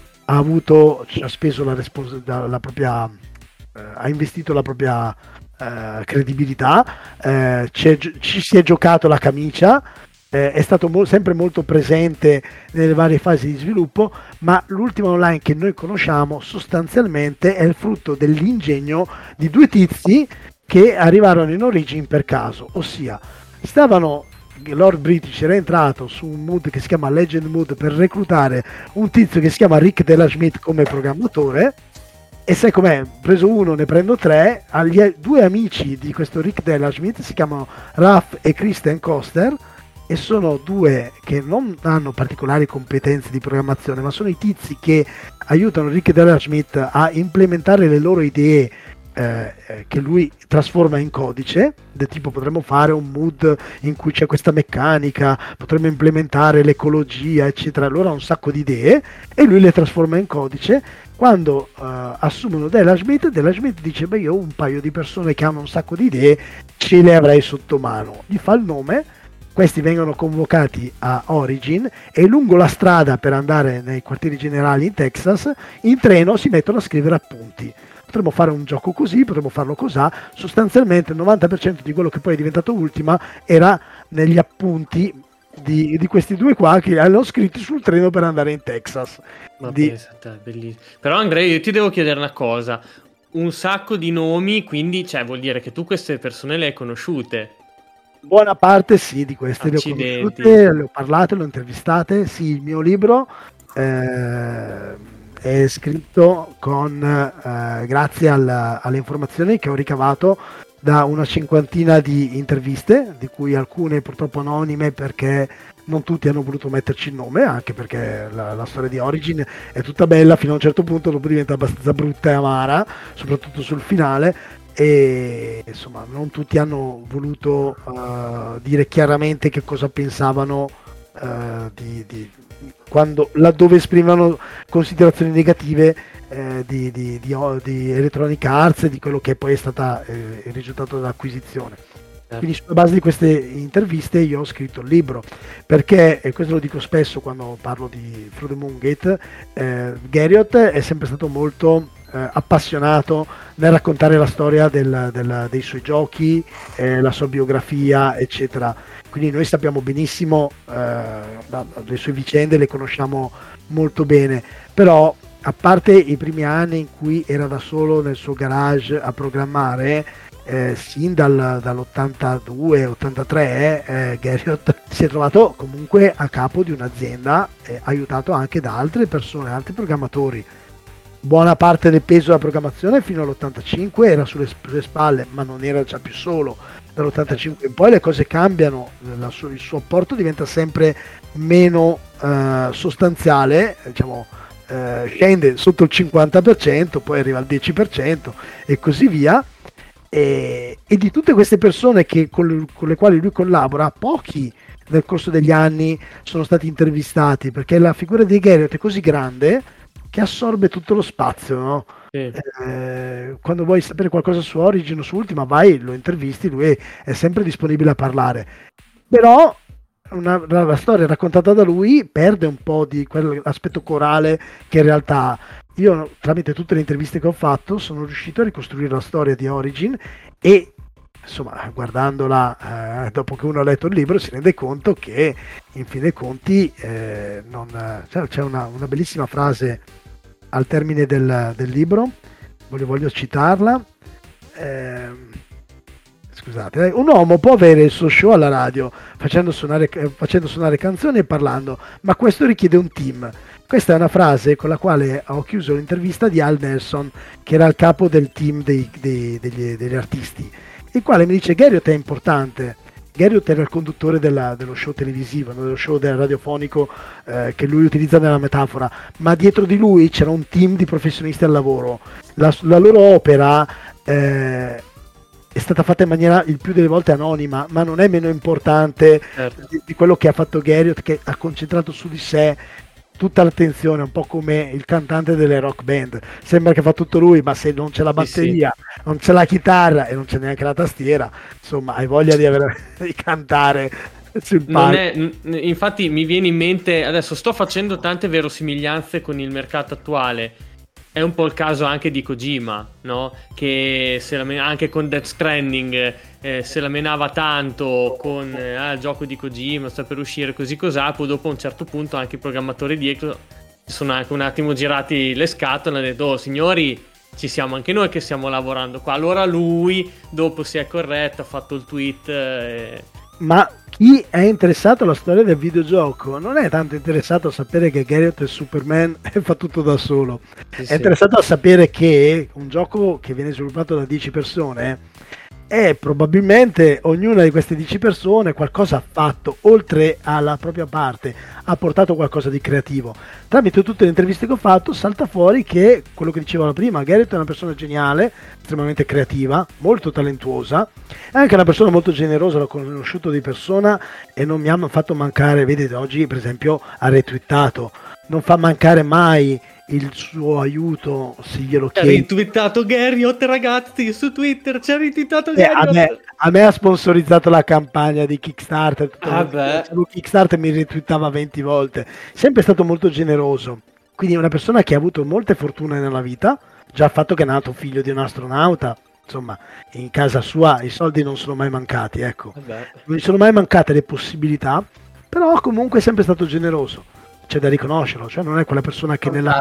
Ha speso la propria ha investito la propria credibilità, ci si è giocato la camicia, è stato sempre molto presente nelle varie fasi di sviluppo, ma l'Ultima Online che noi conosciamo sostanzialmente è il frutto dell'ingegno di due tizi che arrivarono in Origin per caso, ossia Lord British era entrato su un mood che si chiama Legend Mood per reclutare un tizio che si chiama Rick Della Schmidt come programmatore, e sai com'è? Preso uno, ne prendo tre. Agli due amici di questo Rick Della Schmidt si chiamano Ralph e Kristen Koster, e sono due che non hanno particolari competenze di programmazione, ma sono i tizi che aiutano Rick Della Schmidt a implementare le loro idee che lui trasforma in codice, del tipo potremmo fare un mood in cui c'è questa meccanica, potremmo implementare l'ecologia, eccetera. Allora ha un sacco di idee e lui le trasforma in codice. Quando assumono Della Schmidt dice: beh, io ho un paio di persone che hanno un sacco di idee, ce le avrei sotto mano. Gli fa il nome, questi vengono convocati a Origin e lungo la strada per andare nei quartieri generali in Texas, in treno si mettono a scrivere appunti. Potremmo fare un gioco così, potremmo farlo così. Sostanzialmente il 90% di quello che poi è diventato Ultima era negli appunti di questi due qua che hanno scritto sul treno per andare in Texas.
Bellissimo. Però Andrea, io ti devo chiedere una cosa: un sacco di nomi, quindi vuol dire che tu queste persone le hai conosciute?
Buona parte sì, di queste le ho conosciute, le ho parlate, le ho intervistate. Sì, il mio libro è scritto grazie alle informazioni che ho ricavato da una cinquantina di interviste, di cui alcune purtroppo anonime perché non tutti hanno voluto metterci il nome, anche perché la storia di Origin è tutta bella fino a un certo punto, dopo diventa abbastanza brutta e amara, soprattutto sul finale, e insomma non tutti hanno voluto dire chiaramente che cosa pensavano quando, laddove esprimevano considerazioni negative di Electronic Arts e di quello che poi è stata il risultato dell'acquisizione. Quindi sulla base di queste interviste io ho scritto il libro, perché, e questo lo dico spesso quando parlo di Through the Moon Gate, Garriott è sempre stato molto appassionato nel raccontare la storia dei suoi giochi, la sua biografia, eccetera. Quindi noi sappiamo benissimo le sue vicende, le conosciamo molto bene, però a parte i primi anni in cui era da solo nel suo garage a programmare, sin dall'82-83 Garriott si è trovato comunque a capo di un'azienda, aiutato anche da altre persone, altri programmatori. Buona parte del peso della programmazione fino all'85 era sulle sue spalle, ma non era già più solo. Dall'85 in poi le cose cambiano, il suo apporto diventa sempre meno sostanziale, diciamo, scende sotto il 50%, poi arriva al 10% e così via. E di tutte queste persone con le quali lui collabora, pochi nel corso degli anni sono stati intervistati, perché la figura di Garriott è così grande che assorbe tutto lo spazio, no? Sì. Quando vuoi sapere qualcosa su Origin o su Ultima, vai, lo intervisti, lui è sempre disponibile a parlare, però la storia raccontata da lui perde un po' di quell'aspetto corale che in realtà io, tramite tutte le interviste che ho fatto, sono riuscito a ricostruire la storia di Origin e insomma, guardandola dopo che uno ha letto il libro, si rende conto che in fin dei conti c'è una bellissima frase al termine del libro, voglio citarla. Scusate, un uomo può avere il suo show alla radio facendo suonare canzoni e parlando, ma questo richiede un team. Questa è una frase con la quale ho chiuso l'intervista di Al Nelson, che era il capo del team degli artisti, il quale mi dice: Garriott è importante. Garriott era il conduttore dello show televisivo, dello show radiofonico che lui utilizza nella metafora, ma dietro di lui c'era un team di professionisti al lavoro. La loro opera è stata fatta in maniera il più delle volte anonima, ma non è meno importante di quello che ha fatto Garriott, che ha concentrato su di sé tutta l'attenzione, un po' come il cantante delle rock band. Sembra che fa tutto lui, ma se non c'è la batteria, non c'è la chitarra e non c'è neanche la tastiera, insomma, hai voglia di cantare sul palco.
Infatti mi viene in mente, adesso sto facendo tante verosimiglianze con il mercato attuale. È un po' il caso anche di Kojima, no? Che anche con Death Stranding se la menava tanto con il gioco di Kojima, sta per uscire così cos'ha, poi dopo a un certo punto anche i programmatori dietro si sono anche un attimo girati le scatole e hanno detto: oh signori, ci siamo anche noi che stiamo lavorando qua. Allora lui dopo si è corretto, ha fatto il tweet
Ma chi è interessato alla storia del videogioco non è tanto interessato a sapere che Garriott è Superman e fa tutto da solo. È interessato a sapere che un gioco che viene sviluppato da 10 persone è probabilmente ognuna di queste 10 persone qualcosa ha fatto, oltre alla propria parte, ha portato qualcosa di creativo. Tramite tutte le interviste che ho fatto salta fuori che, quello che dicevo prima, Garriott è una persona geniale, estremamente creativa, molto talentuosa, è anche una persona molto generosa, l'ho conosciuto di persona e non mi hanno fatto mancare, vedete oggi per esempio ha retweetato, non fa mancare mai il suo aiuto se glielo chiedo.
Ha ritweetato Garriott, ragazzi, su Twitter c'è ritweetato Garriott.
A me ha sponsorizzato la campagna di Kickstarter, Kickstarter mi ritweetava 20 volte, sempre stato molto generoso, quindi è una persona che ha avuto molte fortune nella vita, già il fatto che è nato figlio di un astronauta, insomma in casa sua i soldi non sono mai mancati, ecco. Non gli sono mai mancate le possibilità, però comunque è sempre stato generoso. C'è da riconoscerlo, cioè non è quella persona che nel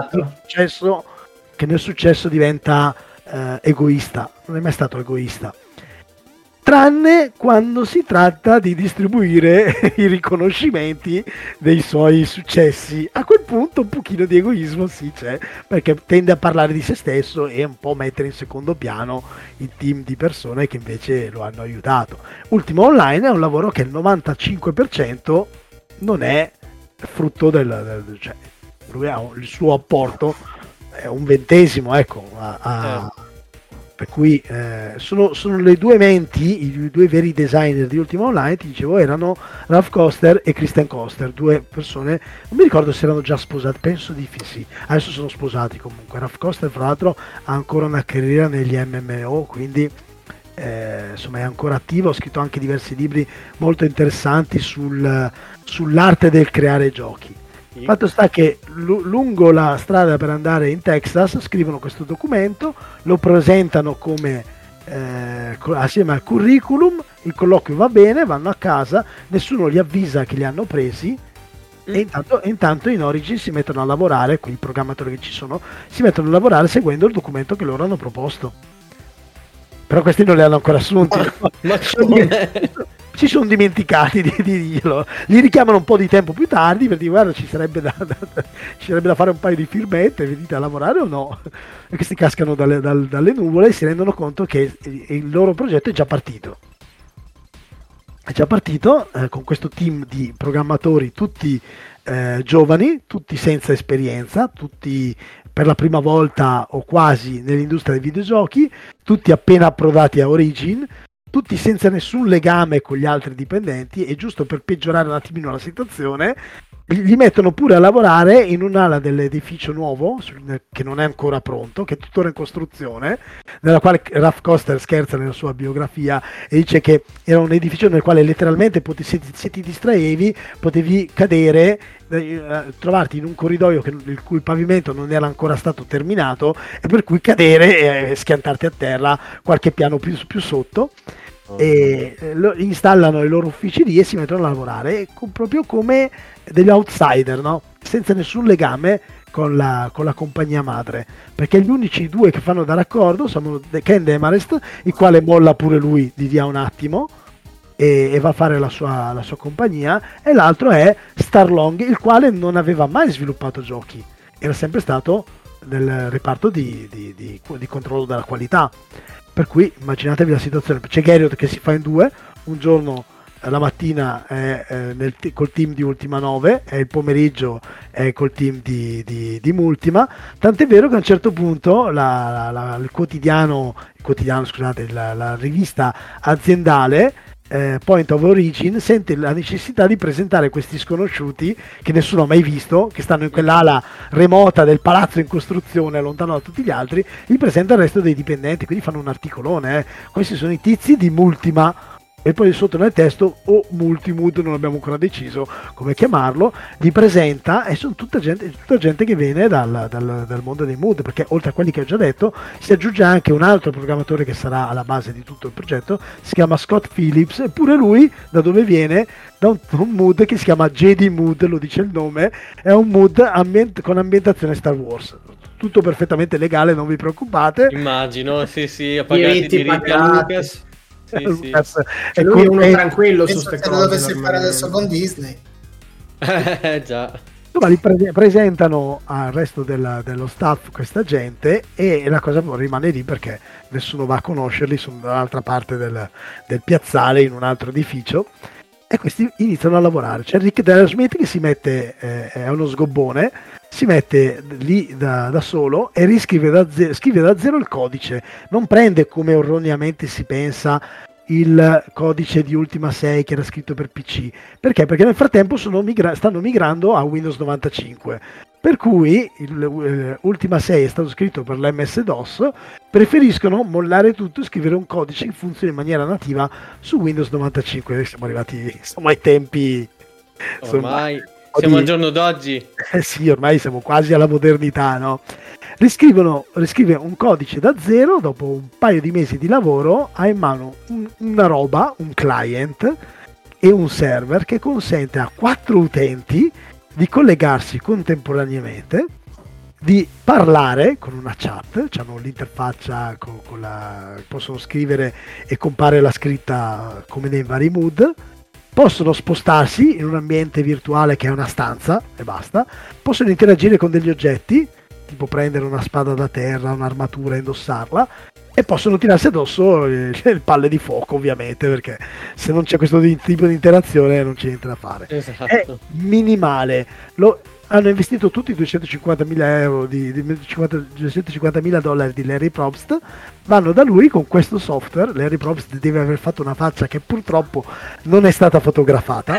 successo diventa egoista, non è mai stato egoista. tranne quando si tratta di distribuire i riconoscimenti dei suoi successi. A quel punto un pochino di egoismo sì c'è, perché tende a parlare di se stesso e un po' mettere in secondo piano il team di persone che invece lo hanno aiutato. Ultima Online è un lavoro che il 95% non è frutto cioè, lui ha il suo apporto è un 20°, ecco, per cui sono le due menti, i due veri designer di Ultima Online, ti dicevo, erano Ralph Koster e Kristen Koster, due persone, non mi ricordo se erano già sposati, penso di sì, adesso sono sposati comunque. Ralph Koster fra l'altro ha ancora una carriera negli MMO, quindi insomma è ancora attivo, ha scritto anche diversi libri molto interessanti sull'arte del creare giochi. Fatto sta che lungo la strada per andare in Texas scrivono questo documento, lo presentano come assieme al curriculum, il colloquio va bene, vanno a casa, nessuno li avvisa che li hanno presi e intanto in Origin si mettono a lavorare, quei programmatori che ci sono, si mettono a lavorare seguendo il documento che loro hanno proposto. Però questi non li hanno ancora assunti.
Ma
si sono dimenticati di dirglielo, li richiamano un po' di tempo più tardi per dire guarda ci sarebbe da fare un paio di firmette, venite a lavorare o no? E questi cascano dalle nuvole e si rendono conto che il loro progetto è già partito con questo team di programmatori tutti giovani, tutti senza esperienza, tutti per la prima volta o quasi nell'industria dei videogiochi, tutti appena approdati a Origin, tutti senza nessun legame con gli altri dipendenti, e giusto per peggiorare un attimino la situazione li mettono pure a lavorare in un'ala dell'edificio nuovo che non è ancora pronto, che è tuttora in costruzione, nella quale Ralph Koster scherza nella sua biografia e dice che era un edificio nel quale letteralmente se ti distraevi potevi cadere, trovarti in un corridoio il cui pavimento non era ancora stato terminato e per cui cadere e schiantarti a terra qualche piano più sotto. E installano i loro uffici lì e si mettono a lavorare proprio come degli outsider, no? Senza nessun legame con la compagnia madre, perché gli unici due che fanno da raccordo sono Ken Demarest, il quale molla pure lui di via un attimo e va a fare la sua compagnia, e l'altro è Starlong, il quale non aveva mai sviluppato giochi, era sempre stato nel reparto di controllo della qualità. Per cui immaginatevi la situazione, c'è Garriott che si fa in due, un giorno la mattina è col team di Ultima 9 e il pomeriggio è col team di Multima, tant'è vero che a un certo punto la rivista aziendale Point of Origin sente la necessità di presentare questi sconosciuti che nessuno ha mai visto, che stanno in quell'ala remota del palazzo in costruzione lontano da tutti gli altri, li presenta il resto dei dipendenti, quindi fanno un articolone, questi sono i tizi di Multima, e poi sotto nel testo o Multimood, non abbiamo ancora deciso come chiamarlo, li presenta, e sono tutta gente che viene dal mondo dei mood, perché oltre a quelli che ho già detto si aggiunge anche un altro programmatore che sarà alla base di tutto il progetto, si chiama Scott Phillips, e pure lui da dove viene? Da un mood che si chiama Jedi Mood, lo dice il nome, è un mood con ambientazione Star Wars, tutto perfettamente legale, non vi preoccupate.
Immagino, sì, a pagare i diritti a Lucas. Sì.
E lui è uno tranquillo su queste cose.
Lo dovesse fare adesso con Disney.
Già.
Insomma, li presentano al resto dello staff questa gente, e la cosa rimane lì perché nessuno va a conoscerli, sono dall'altra parte del piazzale in un altro edificio, e questi iniziano a lavorare. C'è Rick Derrismith che si mette, è uno sgobbone, si mette lì da solo e scrive da zero il codice, non prende come erroneamente si pensa il codice di Ultima 6 che era scritto per PC, perché nel frattempo stanno migrando a Windows 95, per cui Ultima 6 è stato scritto per l'MS-DOS, preferiscono mollare tutto e scrivere un codice che funzioni in maniera nativa su Windows 95. Siamo arrivati ai tempi,
ormai siamo al giorno d'oggi.
Sì, ormai siamo quasi alla modernità, no? Riscrive un codice da zero, dopo un paio di mesi di lavoro ha in mano una roba, un client e un server che consente a 4 utenti di collegarsi contemporaneamente di parlare con una chat, hanno l'interfaccia possono scrivere e compare la scritta come nei vari mood, possono spostarsi in un ambiente virtuale che è una stanza e basta, possono interagire con degli oggetti, tipo prendere una spada da terra, un'armatura e indossarla, e possono tirarsi addosso il palle di fuoco, ovviamente, perché se non c'è questo tipo di interazione non c'è niente da fare.
Esatto.
È minimale. Hanno investito tutti i 250.000 euro $250.000 di Larry Probst, vanno da lui con questo software. Larry Probst deve aver fatto una faccia che purtroppo non è stata fotografata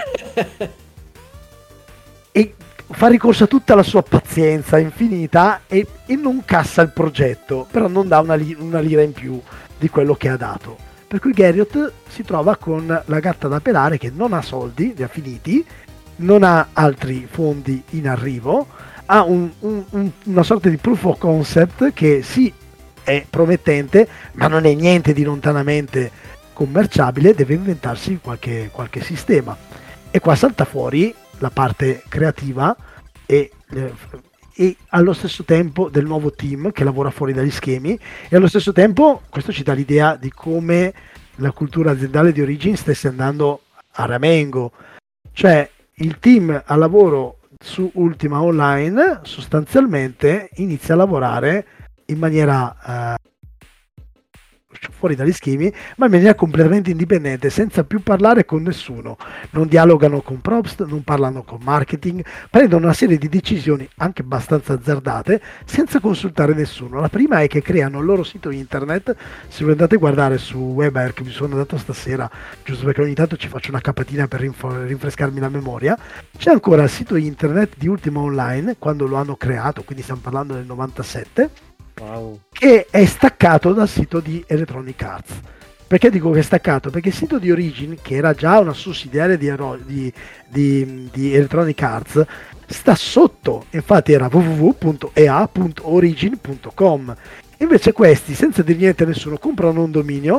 e fa ricorso a tutta la sua pazienza infinita e non cassa il progetto, però non dà una lira in più di quello che ha dato, per cui Garriott si trova con la gatta da pelare, che non ha soldi, li ha finiti, non ha altri fondi in arrivo, ha una sorta di proof of concept che sì è promettente, ma non è niente di lontanamente commerciabile, deve inventarsi qualche sistema, e qua salta fuori la parte creativa e allo stesso tempo del nuovo team che lavora fuori dagli schemi, e allo stesso tempo questo ci dà l'idea di come la cultura aziendale di Origin stesse andando a ramengo, cioè il team a lavoro su Ultima Online sostanzialmente inizia a lavorare in maniera fuori dagli schemi, ma in maniera completamente indipendente, senza più parlare con nessuno, non dialogano con Probst, non parlano con marketing, prendono una serie di decisioni anche abbastanza azzardate senza consultare nessuno. La prima è che creano il loro sito internet. Se voi andate a guardare su Weber, che mi sono andato stasera giusto perché ogni tanto ci faccio una capatina per rinfrescarmi la memoria, c'è ancora il sito internet di Ultima Online quando lo hanno creato, quindi stiamo parlando del 97.
Wow.
Che è staccato dal sito di Electronic Arts. Perché dico che è staccato? Perché il sito di Origin, che era già una sussidiaria di Electronic Arts, sta sotto, infatti era www.ea.origin.com. Invece questi, senza dire niente a nessuno, comprano un dominio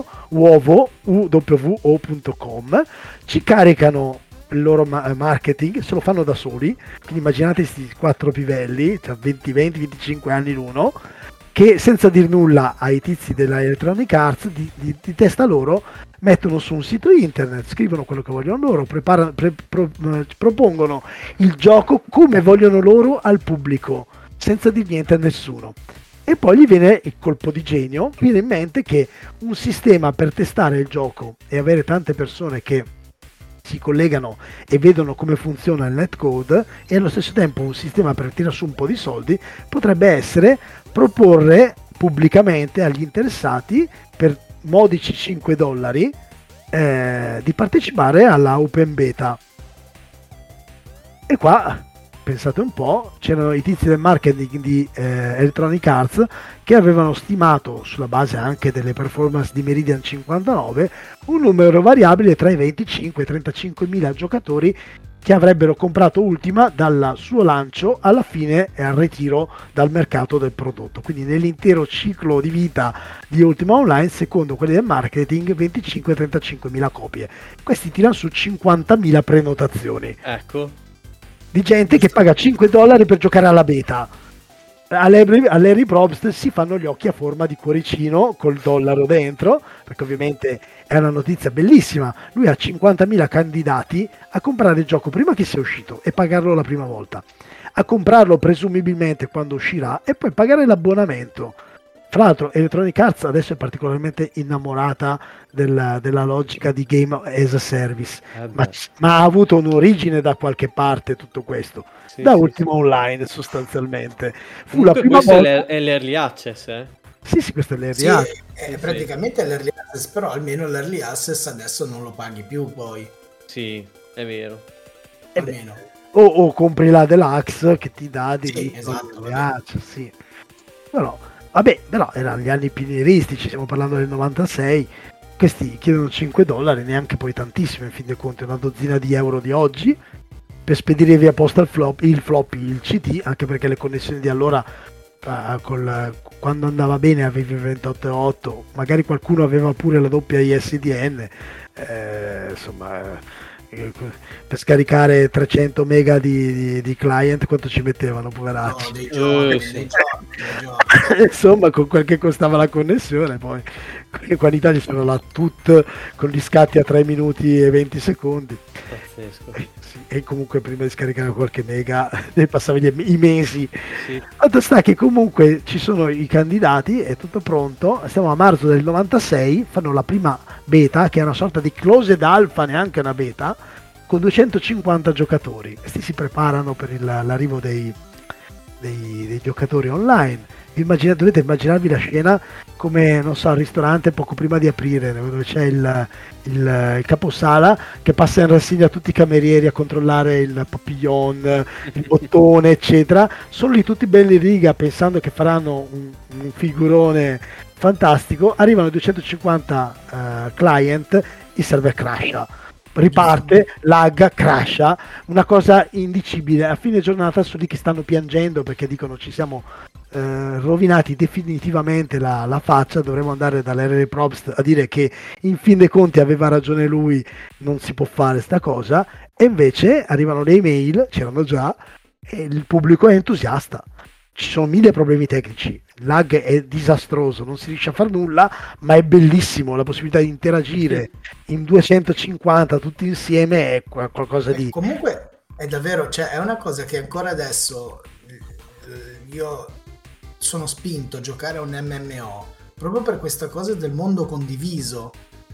uwo.com, ci caricano il loro marketing, se lo fanno da soli, quindi immaginate questi 4 pivelli, cioè 20-25 anni l'uno, che senza dir nulla ai tizi della Electronic Arts di testa loro mettono su un sito internet, scrivono quello che vogliono loro, propongono il gioco come vogliono loro al pubblico, senza dir niente a nessuno. E poi gli viene il colpo di genio, viene in mente che un sistema per testare il gioco e avere tante persone che si collegano e vedono come funziona il netcode, e allo stesso tempo un sistema per tirare su un po' di soldi, potrebbe essere proporre pubblicamente agli interessati per modici $5 di partecipare alla open beta. E qua pensate un po', c'erano i tizi del marketing di Electronic Arts che avevano stimato, sulla base anche delle performance di Meridian 59, un numero variabile tra i 25 e i 35 mila giocatori che avrebbero comprato Ultima dal suo lancio alla fine e al ritiro dal mercato del prodotto. Quindi nell'intero ciclo di vita di Ultima Online, secondo quelli del marketing, 25-35 mila copie. Questi tirano su 50.000 prenotazioni.
Ecco.
Di gente che paga $5 per giocare alla beta. A Larry Probst si fanno gli occhi a forma di cuoricino col dollaro dentro, perché ovviamente è una notizia bellissima. Lui ha 50.000 candidati a comprare il gioco prima che sia uscito e pagarlo la prima volta, a comprarlo presumibilmente quando uscirà e poi pagare l'abbonamento. Tra l'altro Electronic Arts adesso è particolarmente innamorata della logica di Game as a Service, ma ha avuto un'origine da qualche parte tutto questo, sì, da Ultima Online sostanzialmente. Fu la prima volta...
è l'early access,
Sì, questo è l'early access.
È praticamente l'early access, però almeno l'early access adesso non lo paghi più poi.
Sì, è vero.
Almeno.
O compri la deluxe che ti dà di
esatto,
sì. Però erano gli anni pionieristici, stiamo parlando del 96, questi chiedono $5, neanche poi tantissimo, in fin dei conti una dozzina di euro di oggi, per spedire via posta il floppy, il CD, anche perché le connessioni di allora, quando andava bene avevi 28.8, magari qualcuno aveva pure la doppia ISDN, insomma per scaricare 300 mega di client quanto ci mettevano, poveracci.
No, dei giochi,
sì.
dei giochi.
Insomma, con quel che costava la connessione, poi qua in Italia sono là tutto con gli scatti a 3 minuti e 20 secondi.
Pazzesco.
Sì, e comunque prima di scaricare qualche mega passavi i mesi.
Sì.
Fatto sta che comunque ci sono i candidati, è tutto pronto, stiamo a marzo del 96, fanno la prima beta, che è una sorta di closed alpha, neanche una beta, con 250 giocatori. Questi si preparano per l'arrivo dei giocatori online. Dovete immaginarvi la scena come, non so, al ristorante poco prima di aprire, dove c'è il caposala che passa in rassegna a tutti i camerieri a controllare il papillon, il bottone, eccetera. Sono lì tutti belli in riga pensando che faranno un figurone fantastico. Arrivano 250 client, il server crasha. Riparte, lagga, crasha, una cosa indicibile. A fine giornata sono lì che stanno piangendo perché dicono ci siamo rovinati definitivamente la faccia, dovremmo andare dall'R. Probst a dire che in fin dei conti aveva ragione lui, non si può fare sta cosa, e invece arrivano le email, c'erano già, e il pubblico è entusiasta. Ci sono 1000 problemi tecnici, lag è disastroso, non si riesce a fare nulla, ma è bellissimo, la possibilità di interagire in 250 tutti insieme è qualcosa di...
Comunque è davvero, cioè è una cosa che ancora adesso io sono spinto a giocare a un MMO proprio per questa cosa del mondo condiviso.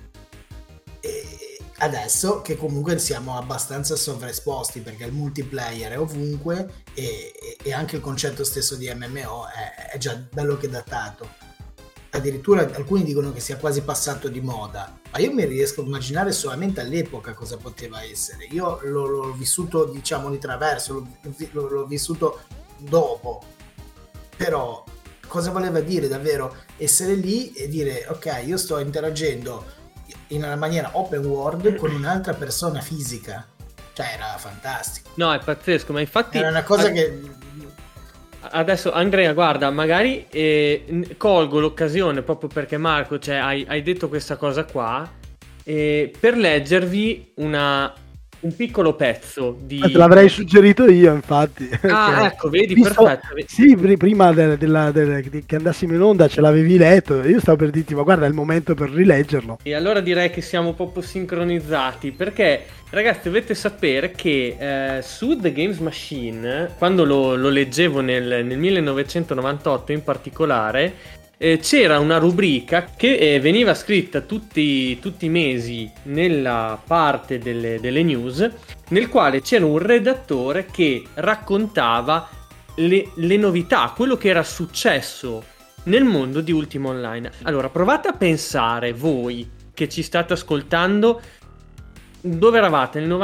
E adesso che comunque siamo abbastanza sovraesposti perché il multiplayer è ovunque e anche il concetto stesso di MMO è già bello che datato. Addirittura alcuni dicono che sia quasi passato di moda, ma io mi riesco a immaginare solamente all'epoca cosa poteva essere. Io l'ho vissuto, diciamo, di traverso, l'ho vissuto dopo, però cosa voleva dire davvero essere lì e dire ok, io sto interagendo in una maniera open world con un'altra persona fisica, cioè era fantastico.
No, è pazzesco, ma infatti
era una cosa che
adesso Andrea, guarda, magari colgo l'occasione proprio perché Marco, cioè, hai detto questa cosa qua, per leggervi un piccolo pezzo di...
Te l'avrei suggerito io, infatti.
Ah, ecco, vedi,
visto,
perfetto.
Sì, prima che andassimo in onda ce l'avevi letto, io stavo per dirti, ma guarda, è il momento per rileggerlo.
E allora direi che siamo proprio sincronizzati, perché, ragazzi, dovete sapere che su The Games Machine, quando lo leggevo nel 1998 in particolare, c'era una rubrica che veniva scritta tutti i mesi nella parte delle news, nel quale c'era un redattore che raccontava le novità, quello che era successo nel mondo di Ultima Online. Allora provate a pensare voi che ci state ascoltando dove eravate nel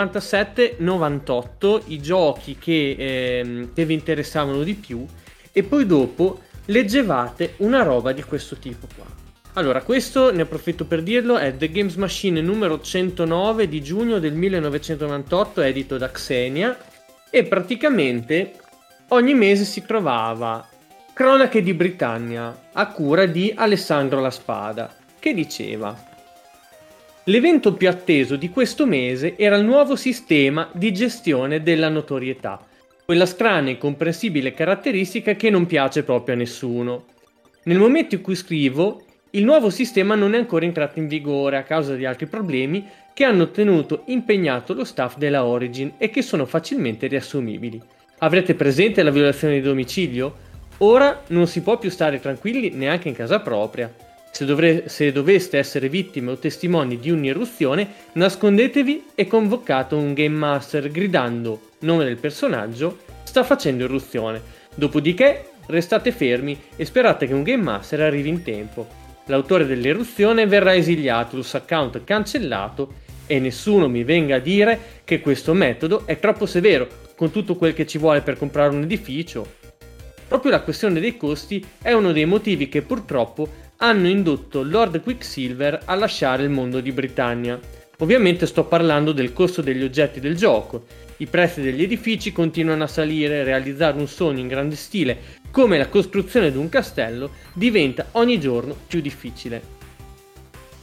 97-98, i giochi che vi interessavano di più, e poi dopo leggevate una roba di questo tipo qua. Allora, questo, ne approfitto per dirlo, è The Games Machine numero 109 di giugno del 1998, edito da Xenia, e praticamente ogni mese si trovava Cronache di Britannia a cura di Alessandro La Spada, che diceva: l'evento più atteso di questo mese era il nuovo sistema di gestione della notorietà, quella strana e incomprensibile caratteristica che non piace proprio a nessuno. Nel momento in cui scrivo, il nuovo sistema non è ancora entrato in vigore a causa di altri problemi che hanno tenuto impegnato lo staff della Origin e che sono facilmente riassumibili. Avrete presente la violazione di domicilio? Ora non si può più stare tranquilli neanche in casa propria. Se doveste essere vittime o testimoni di un'irruzione, nascondetevi e convocate un Game Master gridando nome del personaggio sta facendo irruzione. Dopodiché restate fermi e sperate che un Game Master arrivi in tempo. L'autore dell'irruzione verrà esiliato, il suo account cancellato e nessuno mi venga a dire che questo metodo è troppo severo con tutto quel che ci vuole per comprare un edificio. Proprio la questione dei costi è uno dei motivi che purtroppo hanno indotto Lord Quicksilver a lasciare il mondo di Britannia. Ovviamente sto parlando del costo degli oggetti del gioco. I prezzi degli edifici continuano a salire, realizzare un sogno in grande stile, come la costruzione di un castello, diventa ogni giorno più difficile.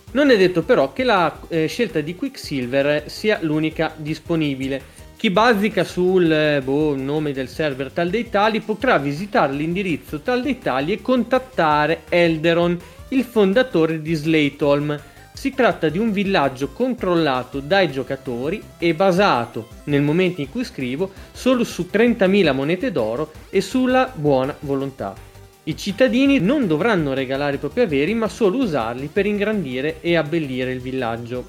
Non è detto però che la scelta di Quicksilver sia l'unica disponibile. Chi bazzica sul nome del server tal dei tali potrà visitare l'indirizzo tal dei tali e contattare Elderon, il fondatore di Slaytholm. Si tratta di un villaggio controllato dai giocatori e basato, nel momento in cui scrivo, solo su 30.000 monete d'oro e sulla buona volontà. I cittadini non dovranno regalare i propri averi, ma solo usarli per ingrandire e abbellire il villaggio.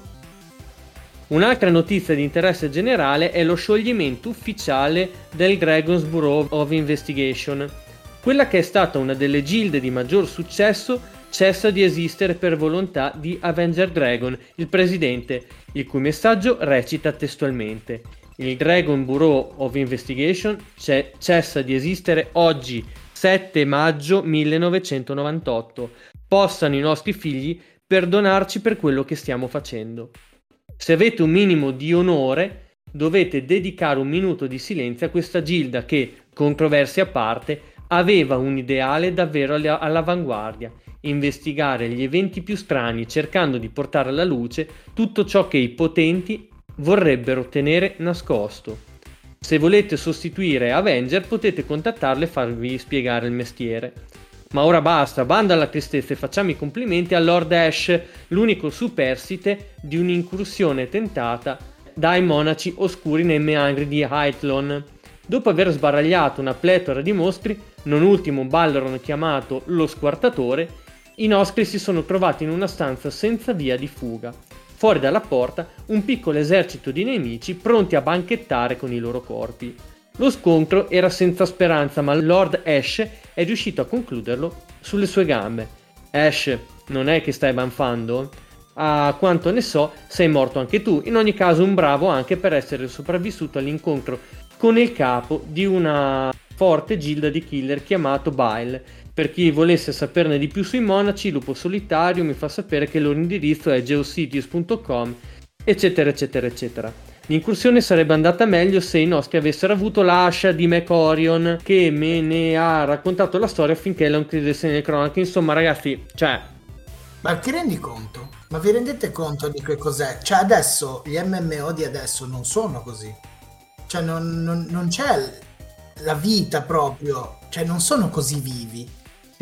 Un'altra notizia di interesse generale è lo scioglimento ufficiale del Dragon's Bureau of Investigation. Quella che è stata una delle gilde di maggior successo cessa di esistere per volontà di Avenger Dragon, il presidente, il cui messaggio recita testualmente: il Dragon Bureau of Investigation cessa di esistere oggi, 7 maggio 1998. Possano i nostri figli perdonarci per quello che stiamo facendo. Se avete un minimo di onore, dovete dedicare un minuto di silenzio a questa gilda che, controversie a parte, aveva un ideale davvero all'avanguardia: investigare gli eventi più strani cercando di portare alla luce tutto ciò che i potenti vorrebbero tenere nascosto. Se volete sostituire Avenger potete contattarlo e farvi spiegare il mestiere. Ma ora basta, banda alla tristezza e facciamo i complimenti a Lord Ash, l'unico superstite di un'incursione tentata dai monaci oscuri nei meandri di Hythlon. Dopo aver sbaragliato una pletora di mostri, non ultimo un Balron chiamato lo Squartatore, i nostri si sono trovati in una stanza senza via di fuga. Fuori dalla porta un piccolo esercito di nemici pronti a banchettare con i loro corpi. Lo scontro era senza speranza, ma Lord Ash è riuscito a concluderlo sulle sue gambe. Ash, non è che stai banfando? A quanto ne so, sei morto anche tu. In ogni caso un bravo anche per essere sopravvissuto all'incontro con il capo di una forte gilda di killer chiamato Bile. Per chi volesse saperne di più sui monaci, Lupo Solitario mi fa sapere che il loro indirizzo è geocities.com, eccetera eccetera eccetera. L'incursione sarebbe andata meglio se i nostri avessero avuto l'ascia di Mecorion, che me ne ha raccontato la storia affinché la non credesse nelle cronache. Insomma ragazzi, cioè...
Ma ti rendi conto? Ma vi rendete conto di che cos'è? Cioè adesso, gli MMO di adesso non sono così. Cioè non c'è la vita proprio. Cioè non sono così vivi.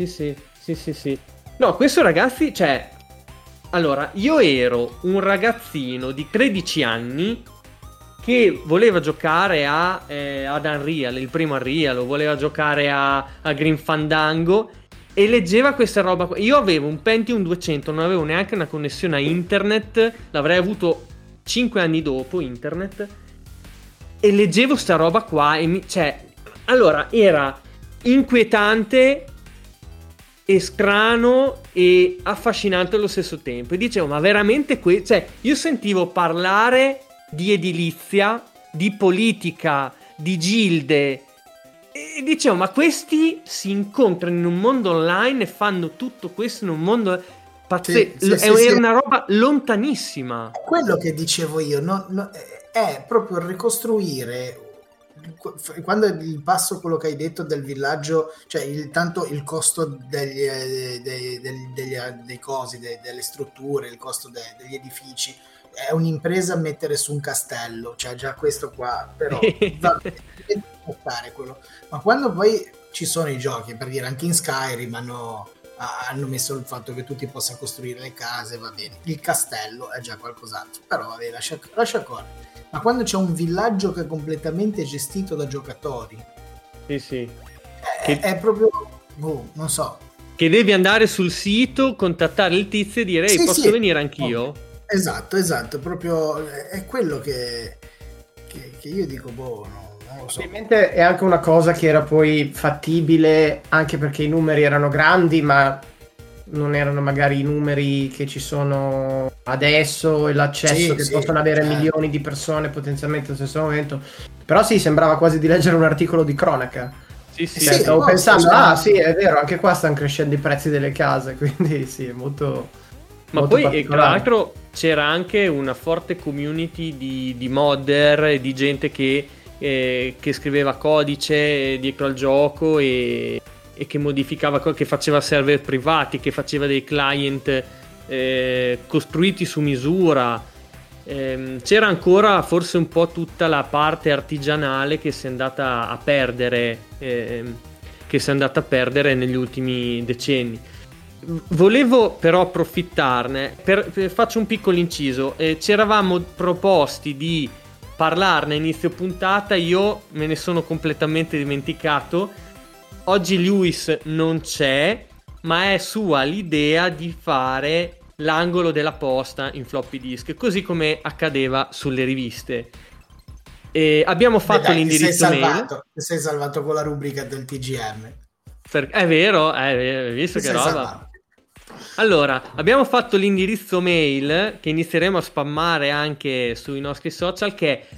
Sì. No, questo ragazzi, cioè... Allora, io ero un ragazzino di 13 anni che voleva giocare ad Unreal, il primo Unreal, o voleva giocare a Grim Fandango e leggeva questa roba qua. Io avevo un Pentium 200, non avevo neanche una connessione a internet, l'avrei avuto 5 anni dopo internet, e leggevo sta roba qua e cioè, allora era inquietante e strano e affascinante allo stesso tempo, e dicevo ma veramente cioè io sentivo parlare di edilizia, di politica, di gilde, e dicevo ma questi si incontrano in un mondo online e fanno tutto questo in un mondo pazzesco. Era una roba lontanissima.
Quello che dicevo io è proprio ricostruire, quando il passo quello che hai detto del villaggio, cioè tanto il costo dei cosi, delle strutture, il costo degli edifici, è un'impresa mettere su un castello, cioè già questo qua, però va bene quello. Ma quando poi ci sono i giochi, per dire anche in Skyrim hanno messo il fatto che tu ti possa costruire le case, va bene, il castello è già qualcos'altro, però vabbè, lascia correre. Ma quando c'è un villaggio che è completamente gestito da giocatori,
sì.
È proprio, non so,
che devi andare sul sito, contattare il tizio e dire ehi, posso venire anch'io?
Esatto, proprio è quello che io dico, non lo so.
Ovviamente è anche una cosa che era poi fattibile anche perché i numeri erano grandi, ma non erano magari i numeri che ci sono adesso e l'accesso che possono avere milioni di persone potenzialmente allo stesso momento. Però sì, sembrava quasi di leggere un articolo di cronaca. Stavo pensando, sì, è vero, anche qua stanno crescendo i prezzi delle case, quindi sì, è molto...
Ma molto poi tra l'altro c'era anche una forte community di modder e di gente che scriveva codice dietro al gioco e che modificava, che faceva server privati, che faceva dei client costruiti su misura. C'era ancora forse un po' tutta la parte artigianale che si è andata a perdere, negli ultimi decenni. Volevo però approfittarne faccio un piccolo inciso. Ci eravamo proposti di parlarne a inizio puntata, io me ne sono completamente dimenticato. Oggi Lewis non c'è, ma è sua l'idea di fare l'angolo della posta in floppy disk, così come accadeva sulle riviste. Abbiamo fatto l'indirizzo mail.
Ti sei salvato con la rubrica del TGM.
È vero, visto che roba. Salvato. Allora, abbiamo fatto l'indirizzo mail che inizieremo a spammare anche sui nostri social, che è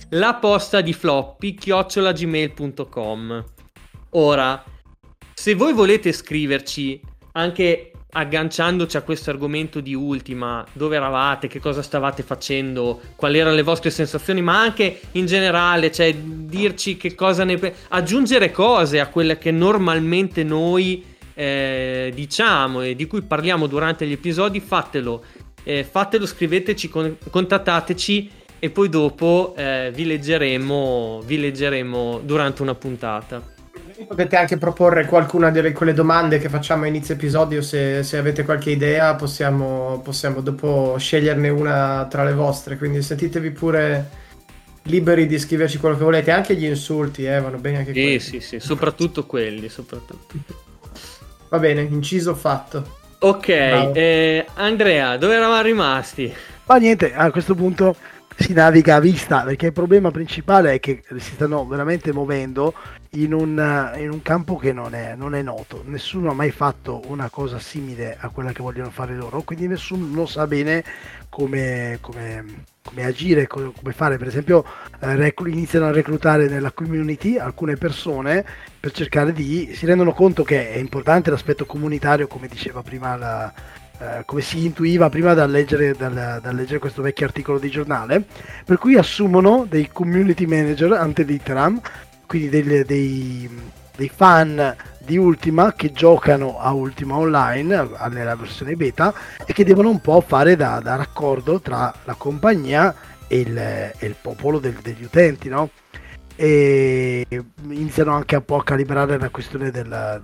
lapostadifloppy@gmail.com. Ora, se voi volete scriverci, anche agganciandoci a questo argomento di Ultima, dove eravate, che cosa stavate facendo, quali erano le vostre sensazioni, ma anche in generale, cioè dirci che cosa aggiungere cose a quelle che normalmente noi diciamo e di cui parliamo durante gli episodi, fatelo, scriveteci, contattateci e poi dopo vi leggeremo durante una puntata.
Potete anche proporre qualcuna delle quelle domande che facciamo a inizio episodio, se avete qualche idea possiamo dopo sceglierne una tra le vostre, quindi sentitevi pure liberi di scriverci quello che volete, anche gli insulti vanno bene anche quelli.
Sì, soprattutto quelli.
Va bene, inciso fatto.
Ok, Andrea, dove eravamo rimasti?
Ma niente, a questo punto si naviga a vista, perché il problema principale è che si stanno veramente muovendo in un campo che non è noto. Nessuno ha mai fatto una cosa simile a quella che vogliono fare loro, quindi nessuno sa bene come agire, come fare. Per esempio iniziano a reclutare nella community alcune persone per cercare si rendono conto che è importante l'aspetto comunitario, come diceva prima come si intuiva prima dal leggere questo vecchio articolo di giornale, per cui assumono dei community manager ante litteram, quindi dei fan di Ultima che giocano a Ultima Online nella versione beta e che devono un po' fare da raccordo tra la compagnia e il popolo degli utenti, no? E iniziano anche un po' a calibrare la questione della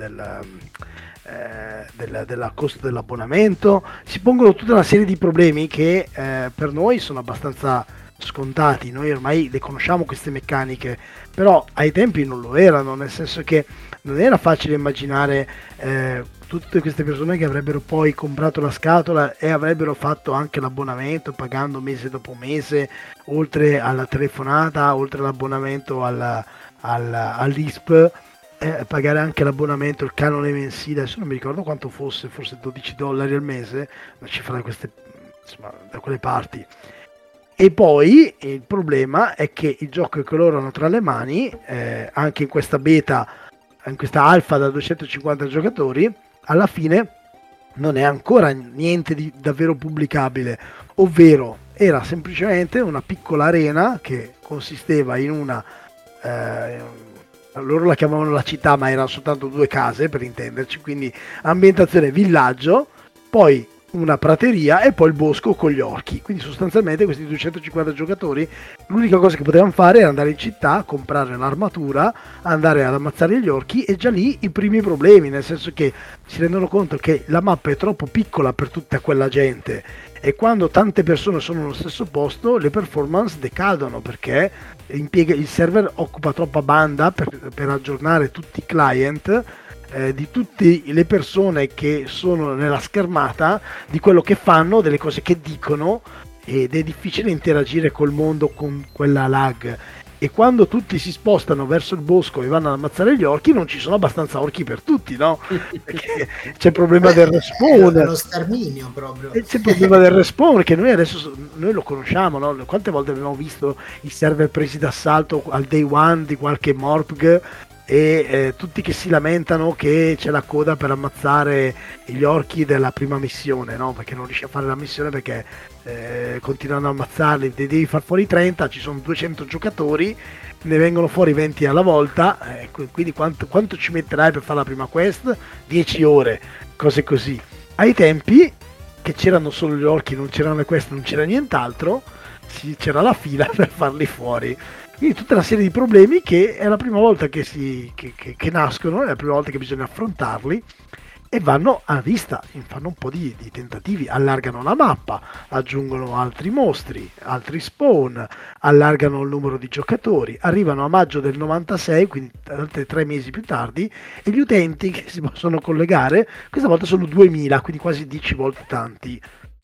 costo dell'abbonamento. Si pongono tutta una serie di problemi che per noi sono abbastanza scontati, noi ormai le conosciamo queste meccaniche, però ai tempi non lo erano, nel senso che non era facile immaginare tutte queste persone che avrebbero poi comprato la scatola e avrebbero fatto anche l'abbonamento pagando mese dopo mese, oltre alla telefonata, oltre all'abbonamento all'ISP, pagare anche l'abbonamento, il canone mensile. Adesso non mi ricordo quanto fosse, forse $12 al mese, una cifra da quelle parti. E poi il problema è che il gioco che loro hanno tra le mani, anche in questa beta, in questa alfa da 250 giocatori, alla fine non è ancora niente di davvero pubblicabile, ovvero era semplicemente una piccola arena che consisteva in una loro la chiamavano la città, ma erano soltanto 2 case, per intenderci, quindi ambientazione villaggio, poi una prateria e poi il bosco con gli orchi. Quindi sostanzialmente questi 250 giocatori l'unica cosa che potevano fare era andare in città, comprare l'armatura, andare ad ammazzare gli orchi, e già lì i primi problemi, nel senso che si rendono conto che la mappa è troppo piccola per tutta quella gente, e quando tante persone sono nello stesso posto le performance decadono, perché il server occupa troppa banda per aggiornare tutti i client di tutte le persone che sono nella schermata, di quello che fanno, delle cose che dicono, ed è difficile interagire col mondo con quella lag. E quando tutti si spostano verso il bosco e vanno ad ammazzare gli orchi, non ci sono abbastanza orchi per tutti, no? Perché c'è il problema del respawn,
è uno sterminio proprio.
E c'è il problema del respawn, che noi adesso lo conosciamo, no? Quante volte abbiamo visto i server presi d'assalto al day one di qualche Morpg, e tutti che si lamentano che c'è la coda per ammazzare gli orchi della prima missione, no? Perché non riesci a fare la missione perché continuano a ammazzarli, devi far fuori 30, ci sono 200 giocatori, ne vengono fuori 20 alla volta, quindi quanto ci metterai per fare la prima quest? 10 ore, cose così. Ai tempi che c'erano solo gli orchi, non c'erano le queste, non c'era nient'altro, c'era la fila per farli fuori. Quindi tutta una serie di problemi che è la prima volta che nascono, è la prima volta che bisogna affrontarli, e vanno a vista, fanno un po' di tentativi, allargano la mappa, aggiungono altri mostri, altri spawn, allargano il numero di giocatori, arrivano a maggio del 96, quindi altri 3 mesi più tardi, e gli utenti che si possono collegare questa volta sono 2000, quindi quasi 10 volte tanti.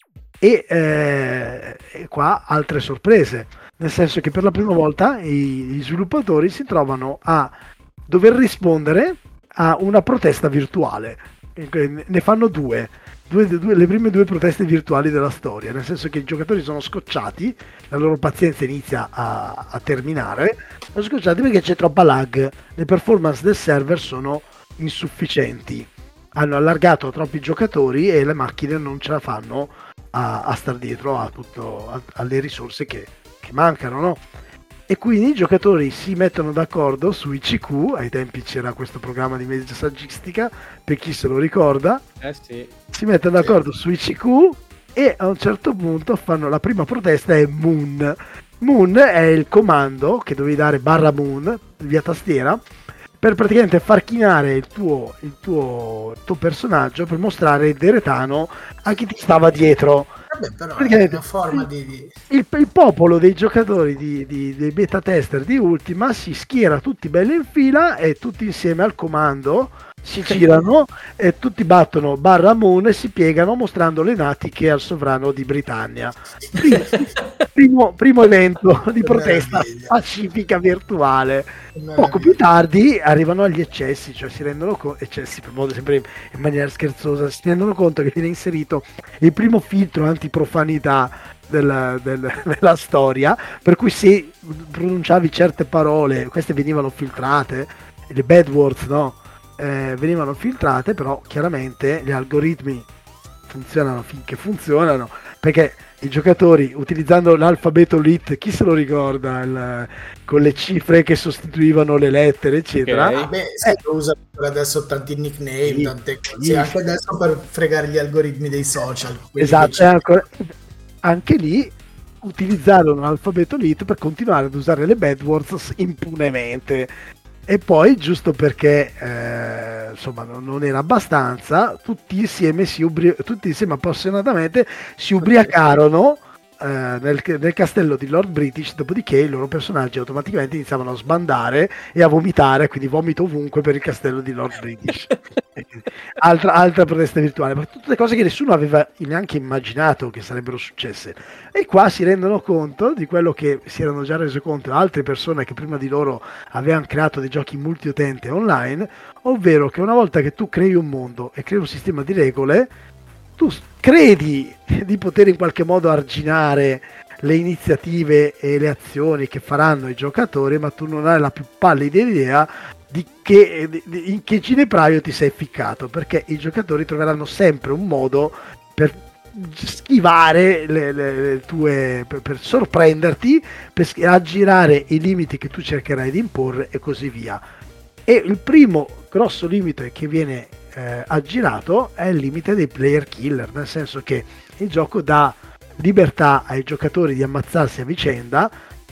E qua altre sorprese, nel senso che per la prima volta gli sviluppatori si trovano a dover rispondere a una protesta virtuale. Ne fanno due, le prime 2 proteste virtuali della storia, nel senso che i giocatori sono scocciati, la loro pazienza inizia a terminare, sono scocciati perché c'è troppa lag, le performance del server sono insufficienti, hanno allargato a troppi giocatori e le macchine non ce la fanno a star dietro alle risorse che mancano, no? E quindi i giocatori si mettono d'accordo su ICQ, ai tempi c'era questo programma di messaggistica, per chi se lo ricorda,
sì.
Si mettono d'accordo su ICQ e a un certo punto fanno la prima protesta, è Moon. Moon è il comando che dovevi dare /Moon via tastiera per praticamente far chinare il tuo personaggio per mostrare il deretano a chi ti stava dietro.
Vabbè, però è una forma
il popolo dei giocatori dei beta tester di Ultima si schiera tutti belli in fila e tutti insieme al comando si girano e tutti battono /Moon e si piegano mostrando le natiche al sovrano di Britannia. Primo evento di protesta pacifica virtuale. Poco più tardi arrivano agli eccessi, cioè si rendono conto, eccessi per modo sempre in maniera scherzosa, si rendono conto che viene inserito il primo filtro antiprofanità della storia, per cui se pronunciavi certe parole, queste venivano filtrate, le bad words, no? Venivano filtrate, però chiaramente gli algoritmi funzionano finché funzionano, perché i giocatori utilizzando l'alfabeto lit, chi se lo ricorda, con le cifre che sostituivano le lettere eccetera,
okay. Lo usano adesso tanti nickname, tante cose, anche adesso per fregare gli algoritmi dei social,
esatto, anche lì utilizzarono l'alfabeto lit per continuare ad usare le bad words impunemente. E poi, giusto perché insomma non era abbastanza, tutti insieme appassionatamente si ubriacarono nel castello di Lord British, dopodiché i loro personaggi automaticamente iniziavano a sbandare e a vomitare, quindi vomito ovunque per il castello di Lord British. altra protesta virtuale, ma tutte le cose che nessuno aveva neanche immaginato che sarebbero successe, e qua si rendono conto di quello che si erano già rese conto altre persone che prima di loro avevano creato dei giochi multiutente online, ovvero che una volta che tu crei un mondo e crei un sistema di regole, tu credi di poter in qualche modo arginare le iniziative e le azioni che faranno i giocatori, ma tu non hai la più pallida idea in che ginepraio ti sei ficcato, perché i giocatori troveranno sempre un modo per schivare le tue, per sorprenderti, per aggirare i limiti che tu cercherai di imporre e così via. E il primo grosso limite che viene aggirato è il limite dei player killer, nel senso che il gioco dà libertà ai giocatori di ammazzarsi a vicenda,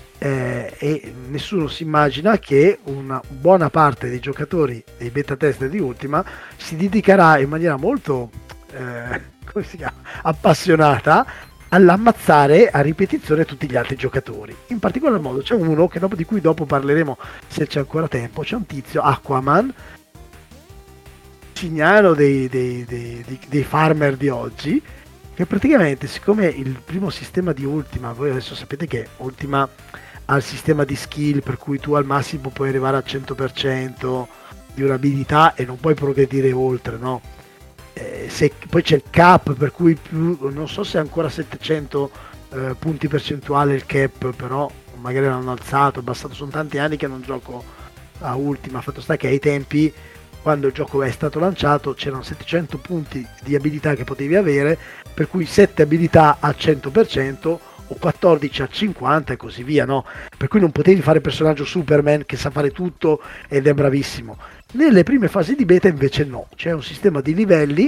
e nessuno si immagina che una buona parte dei giocatori dei beta tester di Ultima si dedicherà in maniera molto come si chiama, appassionata all'ammazzare a ripetizione tutti gli altri giocatori. In particolar modo c'è uno che di cui dopo parleremo se c'è ancora tempo, c'è un tizio, Aquaman, cignano dei farmer di oggi, che praticamente, siccome il primo sistema di Ultima, voi adesso sapete che Ultima ha il sistema di skill per cui tu al massimo puoi arrivare al 100% di un'abilità e non puoi progredire oltre, no? Poi c'è il cap per cui non so se è ancora 700 punti percentuali il cap, però magari l'hanno alzato, sono tanti anni che non gioco a Ultima, fatto sta che ai tempi, quando il gioco è stato lanciato, c'erano 700 punti di abilità che potevi avere, per cui 7 abilità al 100% o 14 al 50% e così via, no? Per cui non potevi fare il personaggio Superman che sa fare tutto ed è bravissimo. Nelle prime fasi di beta invece no, c'è un sistema di livelli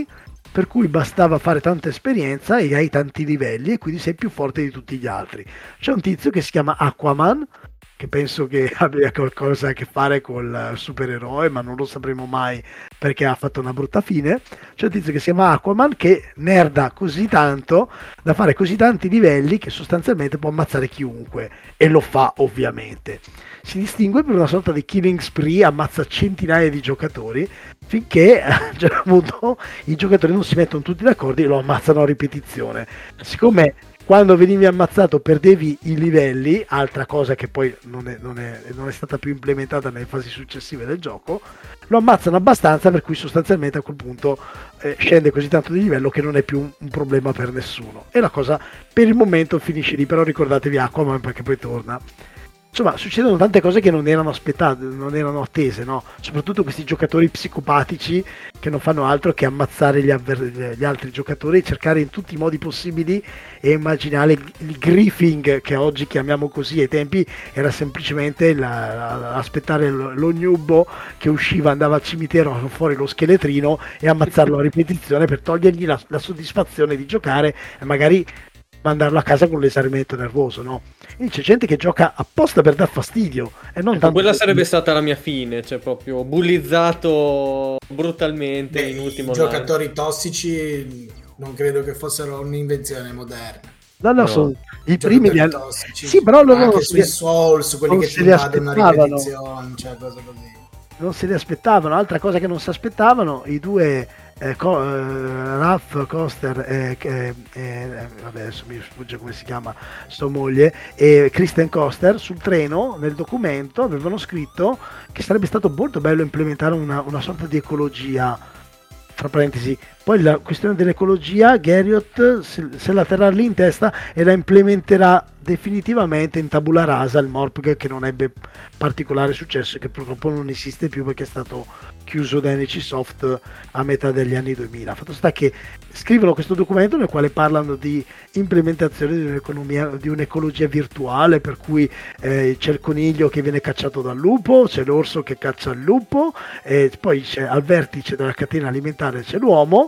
per cui bastava fare tanta esperienza e hai tanti livelli e quindi sei più forte di tutti gli altri. C'è un tizio che si chiama Aquaman, che penso che abbia qualcosa a che fare col supereroe, ma non lo sapremo mai perché ha fatto una brutta fine. C'è un tizio che si chiama Aquaman che nerda così tanto da fare così tanti livelli che sostanzialmente può ammazzare chiunque, e lo fa ovviamente. Si distingue per una sorta di killing spree, ammazza centinaia di giocatori finché a un certo punto i giocatori non si mettono tutti d'accordo e lo ammazzano a ripetizione. Siccome quando venivi ammazzato perdevi i livelli, altra cosa che poi non è stata più implementata nelle fasi successive del gioco, lo ammazzano abbastanza per cui sostanzialmente a quel punto scende così tanto di livello che non è più un problema per nessuno, e la cosa per il momento finisce lì. Però ricordatevi Aquaman perché poi torna. Insomma, succedono tante cose che non erano aspettate, non erano attese, no? Soprattutto questi giocatori psicopatici che non fanno altro che ammazzare gli altri giocatori e cercare in tutti i modi possibili e immaginare il griefing, che oggi chiamiamo così. Ai tempi era semplicemente aspettare lo nubbo che usciva, andava al cimitero, fuori lo scheletrino e ammazzarlo a ripetizione per togliergli la soddisfazione di giocare e magari mandarlo a casa con l'esaurimento nervoso, no? E c'è gente che gioca apposta per dar fastidio e non tanto.
Quella sarebbe stata la mia fine, cioè proprio bullizzato brutalmente.
In ultimo, i giocatori tossici non credo che fossero un'invenzione moderna.
No, sono i primi tossici. Sì, però loro
anche sui Souls, quelli che ti invadono a ripetizione, cioè cose così.
Non se li aspettavano. Altra cosa che non si aspettavano, i due Ralph Koster vabbè, adesso mi sfugge come si chiama sua moglie, e Kristen Koster, sul treno nel documento avevano scritto che sarebbe stato molto bello implementare una sorta di ecologia, tra parentesi. Poi la questione dell'ecologia Garriott se la terrà lì in testa e la implementerà definitivamente in tabula rasa il Morpg, che non ebbe particolare successo e che purtroppo non esiste più perché è stato chiuso da NCSoft a metà degli anni 2000. Fatto sta che scrivono questo documento nel quale parlano di implementazione di un'ecologia virtuale, per cui c'è il coniglio che viene cacciato dal lupo, c'è l'orso che caccia il lupo, e poi al vertice della catena alimentare c'è l'uomo,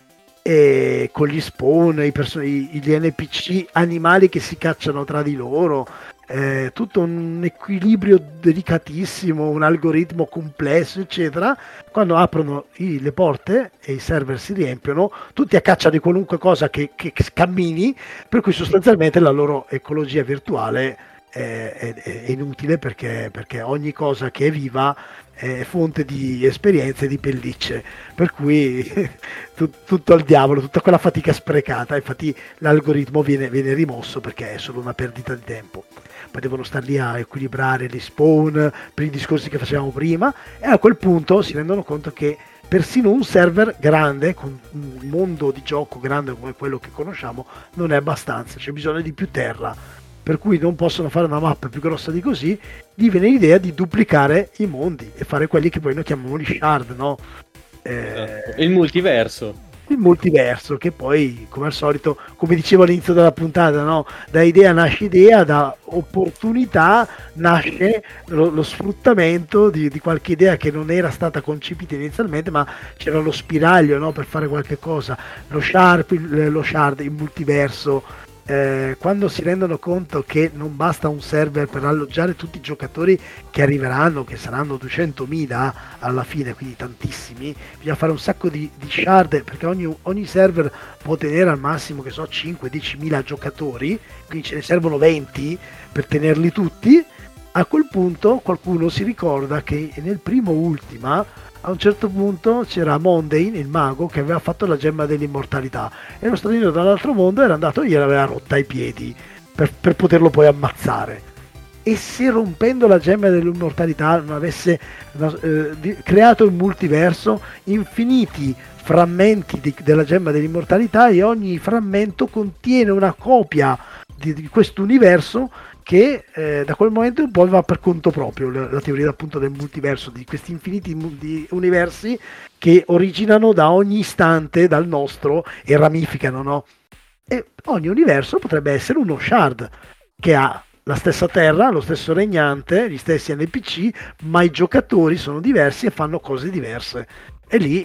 e con gli spawn, gli NPC animali che si cacciano tra di loro, tutto un equilibrio delicatissimo, un algoritmo complesso eccetera. Quando aprono le porte e i server si riempiono, tutti a caccia di qualunque cosa che cammini, per cui sostanzialmente la loro ecologia virtuale è inutile, perché ogni cosa che è viva è fonte di esperienze, di pellicce, per cui tutto al diavolo, tutta quella fatica sprecata. Infatti l'algoritmo viene rimosso perché è solo una perdita di tempo. Poi devono star lì a equilibrare gli spawn per i discorsi che facevamo prima, e a quel punto si rendono conto che persino un server grande, con un mondo di gioco grande come quello che conosciamo, non è abbastanza, c'è bisogno di più terra, per cui non possono fare una mappa più grossa di così. Gli viene l'idea di duplicare i mondi e fare quelli che poi noi chiamiamo gli shard, no?
Il multiverso, che poi, come al solito, come dicevo all'inizio della puntata, no? Da idea nasce idea, da opportunità nasce lo sfruttamento di qualche idea che non era stata concepita inizialmente, ma c'era lo spiraglio, no? Per fare qualche cosa, lo shard, il multiverso. Quando si rendono conto che non basta un server per alloggiare tutti i giocatori che arriveranno, che saranno 200.000 alla fine, quindi tantissimi, bisogna fare un sacco di shard, perché ogni server può tenere al massimo, che so, 5-10.000 giocatori, quindi ce ne servono 20 per tenerli tutti. A quel punto qualcuno si ricorda che nel primo Ultima a un certo punto c'era Mondain, il mago, che aveva fatto la gemma dell'immortalità, e lo straniero dall'altro mondo era andato e gliel'aveva rotta ai piedi per poterlo poi ammazzare. E se rompendo la gemma dell'immortalità non avesse creato il multiverso, infiniti frammenti della gemma dell'immortalità, e ogni frammento contiene una copia di questo universo, che da quel momento in poi va per conto proprio, la teoria appunto del multiverso, di questi infiniti universi che originano da ogni istante dal nostro e ramificano, no? E ogni universo potrebbe essere uno shard che ha la stessa terra, lo stesso regnante, gli stessi NPC, ma i giocatori sono diversi e fanno cose diverse, e lì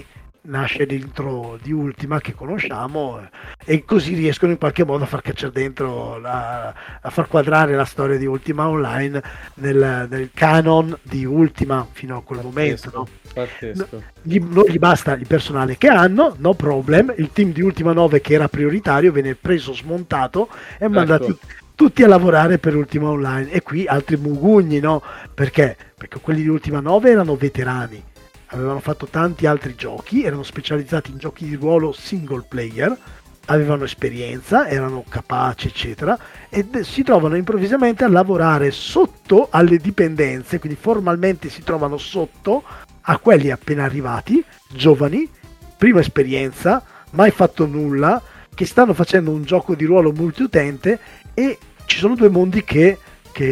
nasce l'intro di Ultima che conosciamo, e così riescono in qualche modo a far cacciare dentro, a far quadrare la storia di Ultima Online nel canon di Ultima fino a quel momento, no?
Pazzesco.
Non gli basta il personale che hanno, no problem. Il team di Ultima 9, che era prioritario, viene preso, smontato e mandati tutti a lavorare per Ultima Online. E qui altri mugugni, no? Perché quelli di Ultima 9 erano veterani, avevano fatto tanti altri giochi, erano specializzati in giochi di ruolo single player, avevano esperienza, erano capaci, eccetera, e si trovano improvvisamente a lavorare sotto alle dipendenze, quindi formalmente si trovano sotto a quelli appena arrivati, giovani, prima esperienza, mai fatto nulla, che stanno facendo un gioco di ruolo multiutente, e ci sono due mondi che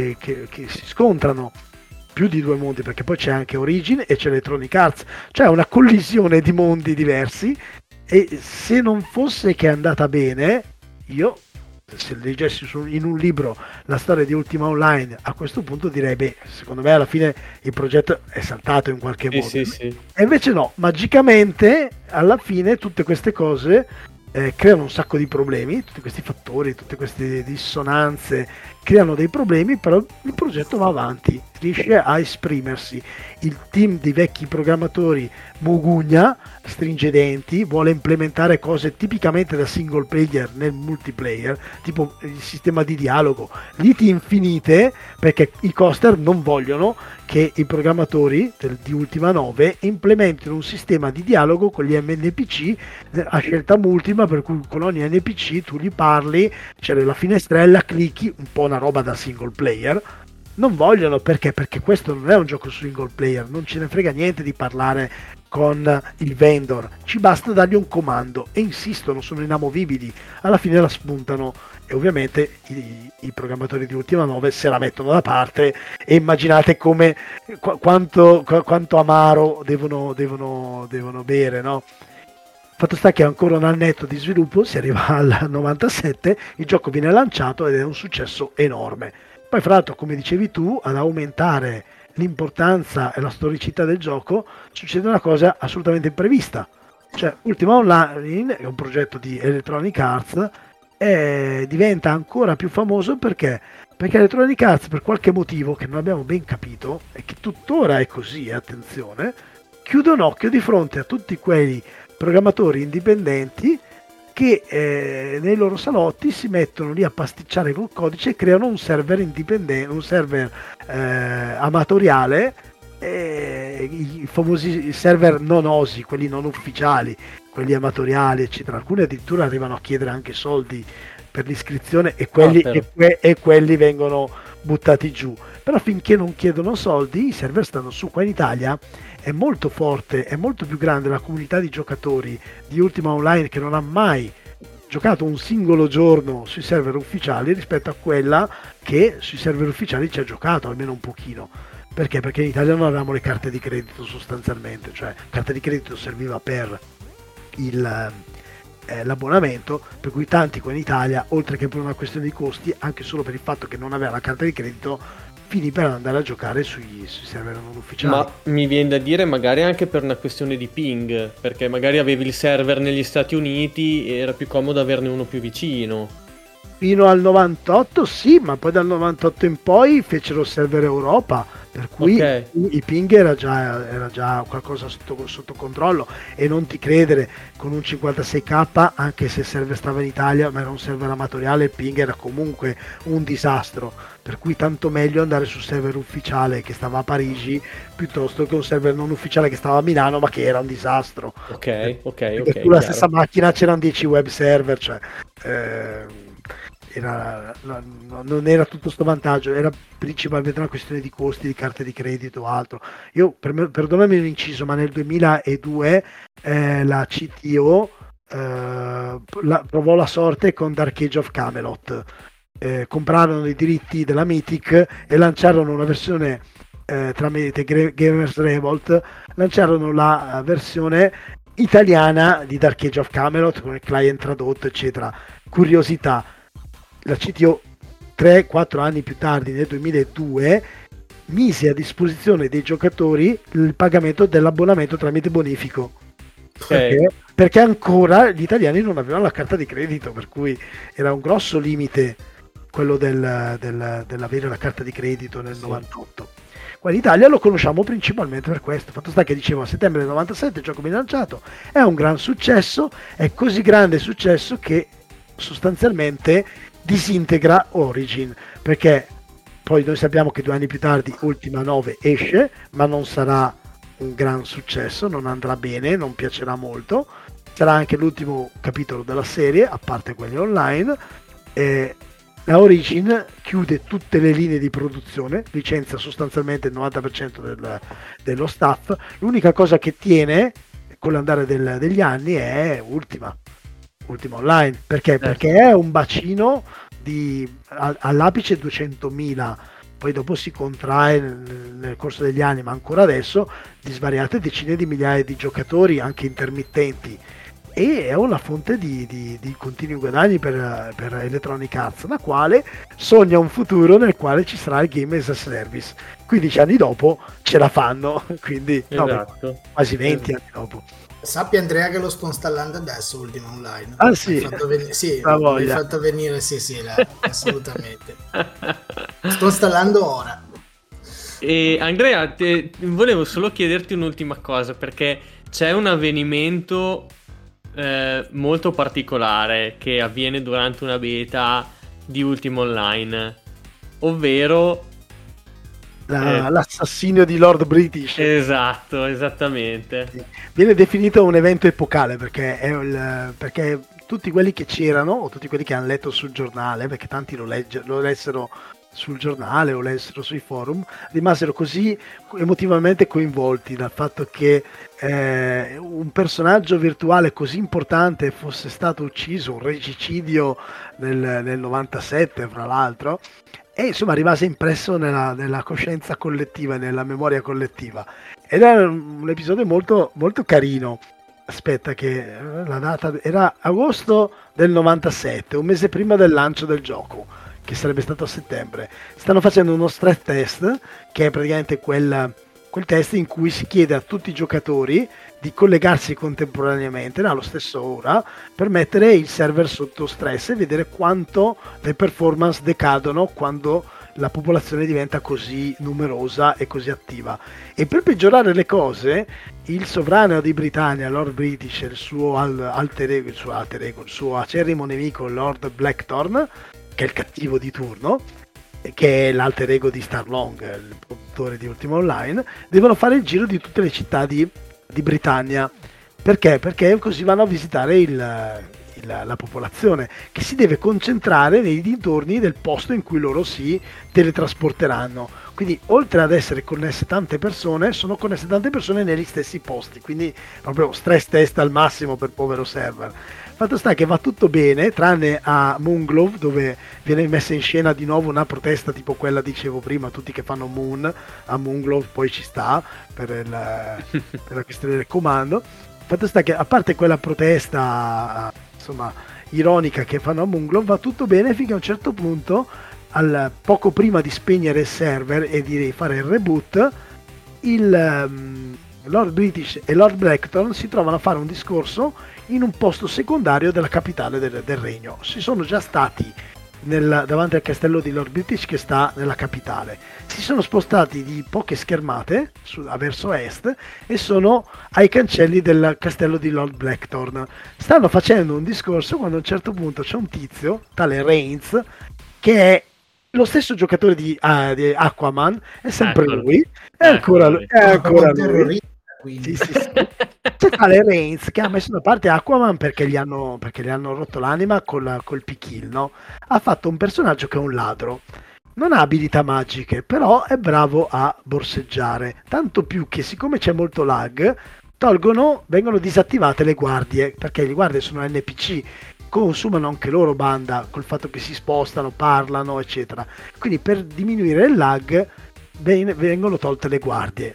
si scontrano, più di due mondi, perché poi c'è anche Origin e c'è Electronic Arts, cioè una collisione di mondi diversi. E se non fosse che è andata bene, io, se leggessi in un libro la storia di Ultima Online, a questo punto direi, beh, secondo me alla fine il progetto è saltato in qualche modo.
Sì.
E invece no, magicamente alla fine tutte queste cose creano un sacco di problemi, tutti questi fattori, tutte queste dissonanze creano dei problemi, però il progetto va avanti, riesce a esprimersi. Il team di vecchi programmatori mugugna, stringe i denti, vuole implementare cose tipicamente da single player nel multiplayer, tipo il sistema di dialogo, liti infinite, perché i coaster non vogliono che i programmatori di Ultima 9 implementino un sistema di dialogo con gli NPC a scelta multipla, per cui con ogni NPC tu gli parli, c'è la finestrella, clicchi, un po' una roba da single player. Non vogliono, perché questo non è un gioco single player, non ce ne frega niente di parlare con il vendor, ci basta dargli un comando, e insistono, sono inamovibili, alla fine la spuntano, e ovviamente i programmatori di Ultima 9 se la mettono da parte, e immaginate come quanto amaro devono bere, no? Fatto sta che ancora un annetto di sviluppo, si arriva al 97, il gioco viene lanciato ed è un successo enorme. Poi fra l'altro, come dicevi tu, ad aumentare l'importanza e la storicità del gioco succede una cosa assolutamente imprevista. Cioè Ultima Online è un progetto di Electronic Arts e diventa ancora più famoso perché Electronic Arts, per qualche motivo che non abbiamo ben capito e che tuttora è così, attenzione, chiude un occhio di fronte a tutti quei programmatori indipendenti che nei loro salotti si mettono lì a pasticciare col codice e creano un server indipendente, un server amatoriale, i famosi server non OSI, quelli non ufficiali, quelli amatoriali, eccetera. Alcuni addirittura arrivano a chiedere anche soldi per l'iscrizione, e quelli vengono buttati giù. Però finché non chiedono soldi, i server stanno su. Qua in Italia è molto forte, è molto più grande la comunità di giocatori di Ultima Online, che non ha mai giocato un singolo giorno sui server ufficiali, rispetto a quella che sui server ufficiali ci ha giocato almeno un pochino. Perché? Perché in Italia non avevamo le carte di credito sostanzialmente, cioè carta di credito serviva per l'abbonamento, per cui tanti qua in Italia, oltre che per una questione di costi, anche solo per il fatto che non aveva la carta di credito, finì per andare a giocare sui server non ufficiali.
Ma mi viene da dire magari anche per una questione di ping, perché magari avevi il server negli Stati Uniti e era più comodo averne uno più vicino.
Fino al 98 sì, ma poi dal 98 in poi fecero il server Europa, per cui il ping era già qualcosa sotto controllo. E non ti credere, con un 56k, anche se il server stava in Italia ma era un server amatoriale, il ping era comunque un disastro, per cui tanto meglio andare sul server ufficiale che stava a Parigi piuttosto che un server non ufficiale che stava a Milano ma che era un disastro.
Ok.
Sulla stessa macchina c'erano 10 web server, cioè non era tutto sto vantaggio, era principalmente una questione di costi, di carte di credito o altro. Io, perdonami l'inciso, ma nel 2002 la CTO provò la sorte con Dark Age of Camelot. Comprarono i diritti della Mythic e lanciarono una versione tramite Gamers Revolt, lanciarono la versione italiana di Dark Age of Camelot con il client tradotto, eccetera. Curiosità: la CTO 3-4 anni più tardi, nel 2002, mise a disposizione dei giocatori il pagamento dell'abbonamento tramite bonifico. Perché ancora gli italiani non avevano la carta di credito, per cui era un grosso limite quello dell'avere la carta di credito nel 98. Qua in Italia lo conosciamo principalmente per questo. Fatto sta che dicevo, a settembre del 97 il gioco viene lanciato, è un gran successo, è così grande successo che sostanzialmente disintegra Origin, perché poi noi sappiamo che 2 anni più tardi Ultima 9 esce, ma non sarà un gran successo, non andrà bene, non piacerà molto, sarà anche l'ultimo capitolo della serie, a parte quelli online. La Origin chiude tutte le linee di produzione, licenzia sostanzialmente il 90% dello staff. L'unica cosa che tiene con l'andare degli anni è Ultima Online, perché è un bacino all'apice 200.000, poi dopo si contrae nel corso degli anni, ma ancora adesso, di svariate decine di migliaia di giocatori, anche intermittenti, e è una fonte di continui guadagni per Electronic Arts, la quale sogna un futuro nel quale ci sarà il Game as a Service. 15 anni dopo ce la fanno, quindi quasi 20 anni dopo.
Sappi Andrea che lo sto installando adesso Ultima Online.
Ah sì?
L'hai fatto venire, assolutamente. Sto installando ora.
E Andrea, volevo solo chiederti un'ultima cosa, perché c'è un avvenimento molto particolare che avviene durante una beta di Ultima Online, ovvero
l'assassinio di Lord British.
Esatto, esattamente.
Viene definito un evento epocale perché perché tutti quelli che c'erano, o tutti quelli che hanno letto sul giornale, perché tanti lo lessero sul giornale o lessero sui forum, rimasero così emotivamente coinvolti dal fatto che un personaggio virtuale così importante fosse stato ucciso, un regicidio nel 97 fra l'altro, e insomma rimase impresso nella coscienza collettiva, nella memoria collettiva, ed era un episodio molto, molto carino. Aspetta che la data era agosto del 97, un mese prima del lancio del gioco, che sarebbe stato a settembre. Stanno facendo uno stress test, che è praticamente quel test in cui si chiede a tutti i giocatori di collegarsi contemporaneamente allo stesso ora per mettere il server sotto stress e vedere quanto le performance decadono quando la popolazione diventa così numerosa e così attiva. E per peggiorare le cose, il sovrano di Britannia, Lord British, il suo alter ego, il suo acerrimo nemico Lord Blackthorn, che è il cattivo di turno, che è l'alter ego di Starlong, il produttore di Ultima Online, devono fare il giro di tutte le città di Britannia. Perché? Perché così vanno a visitare la popolazione, che si deve concentrare nei dintorni del posto in cui loro si teletrasporteranno. Quindi oltre ad essere connesse tante persone, sono connesse tante persone negli stessi posti, quindi proprio stress test al massimo per povero server. Fatto sta che va tutto bene, tranne a Moonglove, dove viene messa in scena di nuovo una protesta tipo quella dicevo prima, tutti che fanno Moon a Moonglove, poi ci sta per la questione del comando. Fatto sta che a parte quella protesta insomma ironica che fanno a Moonglove, va tutto bene finché a un certo punto, poco prima di spegnere il server e di fare il reboot, Lord British e Lord Blackthorn si trovano a fare un discorso in un posto secondario della capitale del regno. Si sono già stati davanti al castello di Lord British, che sta nella capitale, si sono spostati di poche schermate verso est e sono ai cancelli del castello di Lord Blackthorn. Stanno facendo un discorso quando a un certo punto c'è un tizio, tale Reigns, che è lo stesso giocatore di Aquaman, è sempre lui, è ancora lui. Sì. C'è tale Reigns che ha messo da parte Aquaman perché gli hanno rotto l'anima col P-Kill, no? Ha fatto un personaggio che è un ladro, non ha abilità magiche, però è bravo a borseggiare, tanto più che siccome c'è molto lag vengono disattivate le guardie, perché le guardie sono NPC, consumano anche loro banda col fatto che si spostano, parlano eccetera, quindi per diminuire il lag vengono tolte le guardie,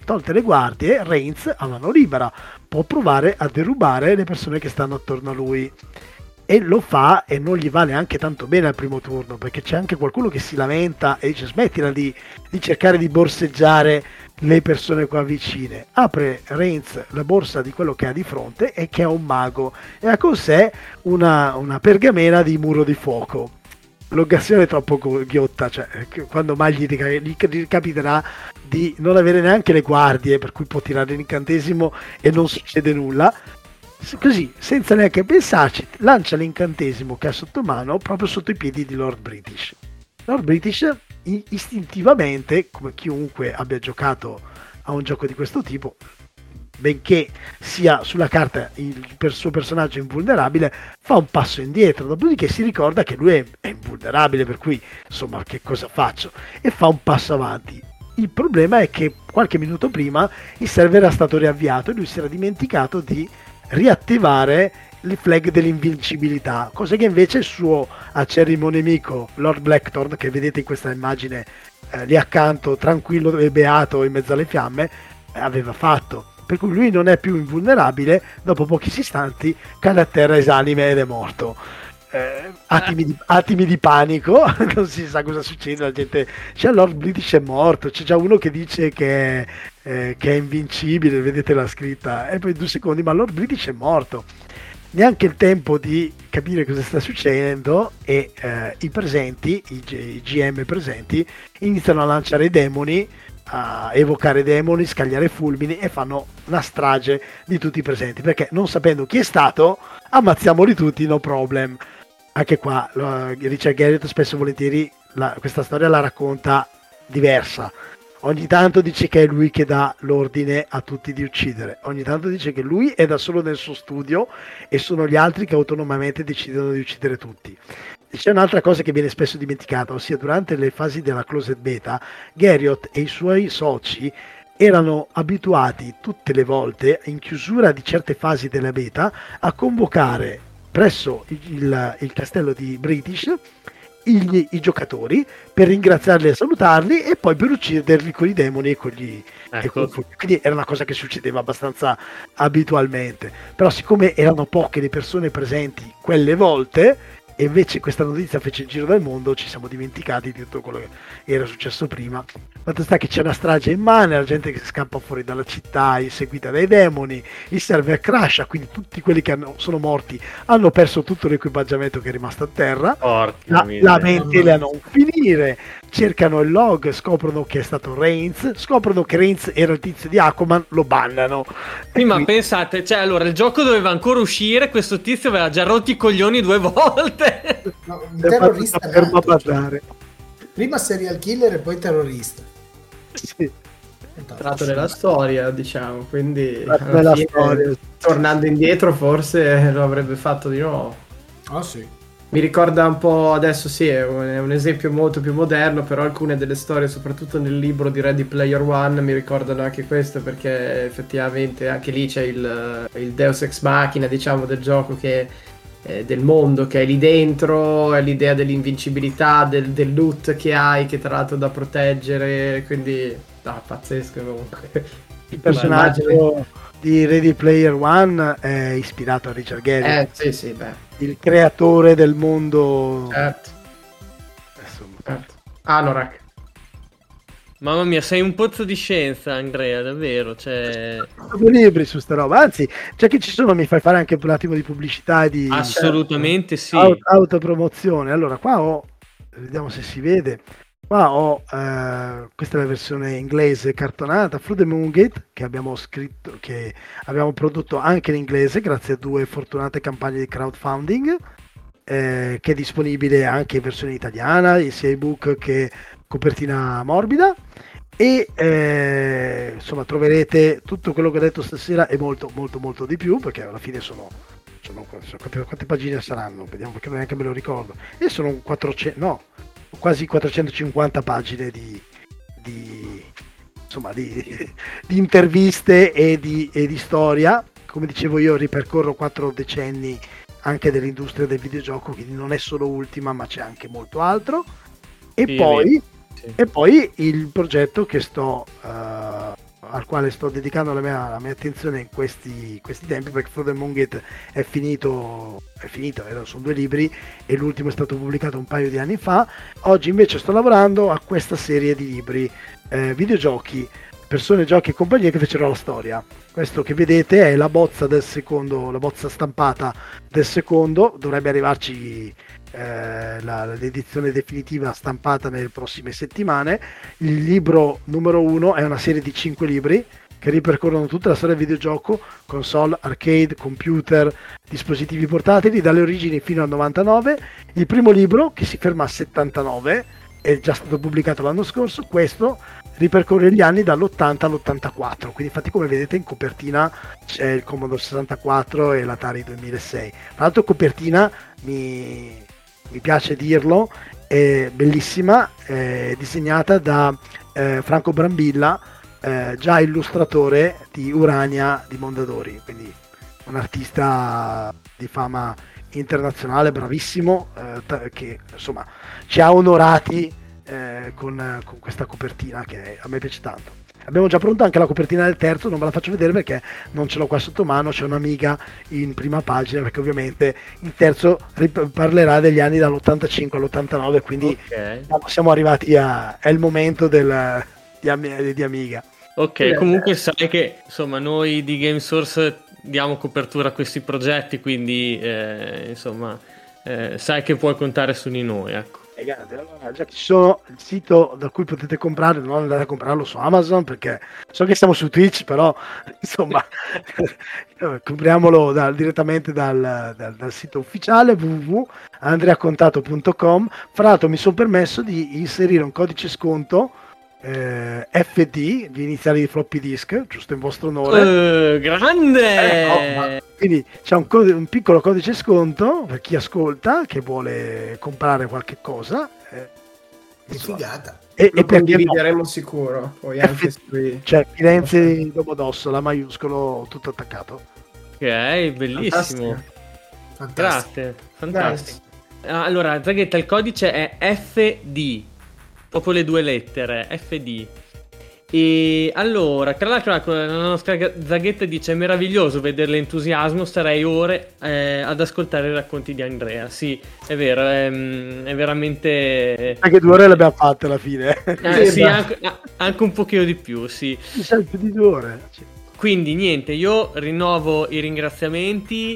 Reigns a mano libera può provare a derubare le persone che stanno attorno a lui, e lo fa e non gli va neanche tanto bene al primo turno, perché c'è anche qualcuno che si lamenta e dice smettila di cercare di borseggiare le persone qua vicine. Apre Reigns la borsa di quello che ha di fronte e che è un mago e ha con sé una pergamena di muro di fuoco. L'occasione è troppo ghiotta, cioè quando mai gli capiterà di non avere neanche le guardie per cui può tirare l'incantesimo e non succede nulla, così senza neanche pensarci lancia l'incantesimo che ha sotto mano proprio sotto i piedi di Lord British. Lord British istintivamente, come chiunque abbia giocato a un gioco di questo tipo, benché sia sulla carta il suo personaggio invulnerabile, fa un passo indietro, dopodiché si ricorda che lui è invulnerabile, per cui insomma che cosa faccio, e fa un passo avanti. Il problema è che qualche minuto prima il server era stato riavviato e lui si era dimenticato di riattivare il flag dell'invincibilità, cosa che invece il suo acerrimo nemico Lord Blackthorn, che vedete in questa immagine lì accanto, tranquillo e beato in mezzo alle fiamme, aveva fatto. Per cui lui non è più invulnerabile, dopo pochi istanti cade a terra esanime ed è morto. Attimi di panico, non si sa cosa succede, la gente, c'è Lord British è morto, c'è già uno che dice che è invincibile, vedete la scritta, e poi 2 secondi, ma Lord British è morto. Neanche il tempo di capire cosa sta succedendo e i presenti, i GM presenti, iniziano a lanciare demoni, a evocare demoni, scagliare fulmini e fanno una strage di tutti i presenti, perché non sapendo chi è stato ammazziamoli tutti, no problem. Anche qua Richard Garriott spesso e volentieri questa storia la racconta diversa. Ogni tanto dice che è lui che dà l'ordine a tutti di uccidere, ogni tanto dice che lui è da solo nel suo studio e sono gli altri che autonomamente decidono di uccidere tutti. C'è un'altra cosa che viene spesso dimenticata, ossia durante le fasi della closed beta, Garriott e i suoi soci erano abituati tutte le volte, in chiusura di certe fasi della beta, a convocare presso il castello di British i giocatori per ringraziarli e salutarli e poi per ucciderli con i demoni e con gli quindi era una cosa che succedeva abbastanza abitualmente, però siccome erano poche le persone presenti quelle volte e invece questa notizia fece il giro del mondo, ci siamo dimenticati di tutto quello che era successo prima. Fatto sta che c'è una strage immane, la gente che scappa fuori dalla città inseguita dai demoni, il server crasha, quindi tutti quelli che sono morti hanno perso tutto l'equipaggiamento che è rimasto a terra, lamentele a non finire, cercano il log, scoprono che è stato Reigns, scoprono che Reigns era il tizio di Aquaman, lo bannano.
Sì, ma pensate, cioè allora il gioco doveva ancora uscire, questo tizio aveva già rotto i coglioni 2 volte.
No, un terrorista
nato,
prima serial killer e poi terrorista.
Sì.
Entrato nella storia, diciamo, quindi
nella storia.
Tornando indietro forse lo avrebbe fatto di nuovo.
Ah sì.
Mi ricorda un po', adesso sì, è un esempio molto più moderno, però alcune delle storie, soprattutto nel libro di Ready Player One, mi ricordano anche questo, perché effettivamente anche lì c'è il Deus Ex Machina, diciamo, del gioco, che del mondo che è lì dentro, è l'idea dell'invincibilità, del loot che hai, che tra l'altro da proteggere, quindi pazzesco comunque.
Il personaggio di Ready Player One è ispirato a Richard Garriott,
sì, beh,
il creatore del mondo.
Certo. Anorak.
Mamma mia, sei un pozzo di scienza, Andrea, davvero, cioè...
Due libri su sta roba, anzi, già che ci sono mi fai fare anche un attimo di pubblicità e di...
Assolutamente sì.
Autopromozione. Allora, qua ho, vediamo se si vede, qua ho, questa è la versione inglese cartonata, Through the Moongate, che abbiamo scritto, che abbiamo prodotto anche in inglese, grazie a 2 fortunate campagne di crowdfunding, che è disponibile anche in versione italiana, sia ebook che copertina morbida, e insomma troverete tutto quello che ho detto stasera e molto molto molto di più, perché alla fine sono quante pagine saranno, vediamo, perché neanche me lo ricordo, e sono 400, no, quasi 450 pagine di interviste e di storia. Come dicevo io, ripercorro 4 decenni anche dell'industria del videogioco, quindi non è solo Ultima, ma c'è anche molto altro. E poi il progetto che sto al quale sto dedicando la mia attenzione in questi tempi, perché Frodo Moon Gate è finito, sono 2 libri e l'ultimo è stato pubblicato un paio di anni fa. Oggi invece sto lavorando a questa serie di libri, videogiochi, persone, giochi e compagnie che fecero la storia. Questo che vedete è la bozza del secondo, la bozza stampata del secondo, dovrebbe arrivarci l'edizione definitiva stampata nelle prossime settimane. Il libro numero 1 è una serie di 5 libri che ripercorrono tutta la storia del videogioco, console, arcade, computer, dispositivi portatili, dalle origini fino al 99. Il primo libro, che si ferma a 79, è già stato pubblicato l'anno scorso. Questo ripercorre gli anni dall'80 all'84, quindi infatti come vedete in copertina c'è il Commodore 64 e l'Atari 2006. Tra l'altro copertina mi piace dirlo, è bellissima, è disegnata da Franco Brambilla, già illustratore di Urania di Mondadori, quindi un artista di fama internazionale, bravissimo, che insomma ci ha onorati con questa copertina che a me piace tanto. Abbiamo già pronta anche la copertina del terzo, non ve la faccio vedere perché non ce l'ho qua sotto mano, c'è un'amiga in prima pagina, perché ovviamente il terzo parlerà degli anni dall'85 all'89, quindi siamo arrivati è il momento di Amiga.
Ok, comunque sai che insomma noi di GameSource diamo copertura a questi progetti, quindi insomma sai che puoi contare su di noi, ecco.
Allora, già che ci sono, il sito da cui potete comprare, non andate a comprarlo su Amazon perché so che siamo su Twitch, però insomma compriamolo direttamente dal sito ufficiale www.andreacontato.com. Fra l'altro mi sono permesso di inserire un codice sconto FD, gli iniziali di floppy disk, giusto in vostro onore.
Grande!
Quindi c'è un piccolo codice sconto per chi ascolta che vuole comprare qualche cosa.
Figata.
E condivideremo sicuro. Poi anche
cioè Firenze Domodossola, maiuscolo, tutto attaccato.
Ok, bellissimo.
Fantastico.
Grazie, fantastico. Allora, Zaghetta, il codice è FD. Dopo le 2 lettere, FD. E allora, tra l'altro la nostra Zaghetta dice: è meraviglioso vedere l'entusiasmo, starei ore ad ascoltare i racconti di Andrea. Sì, è vero, è veramente...
Anche 2 ore le abbiamo fatte alla fine.
Sì, anche un pochino di più, sì.
Più di 2 ore.
Quindi niente, io rinnovo i ringraziamenti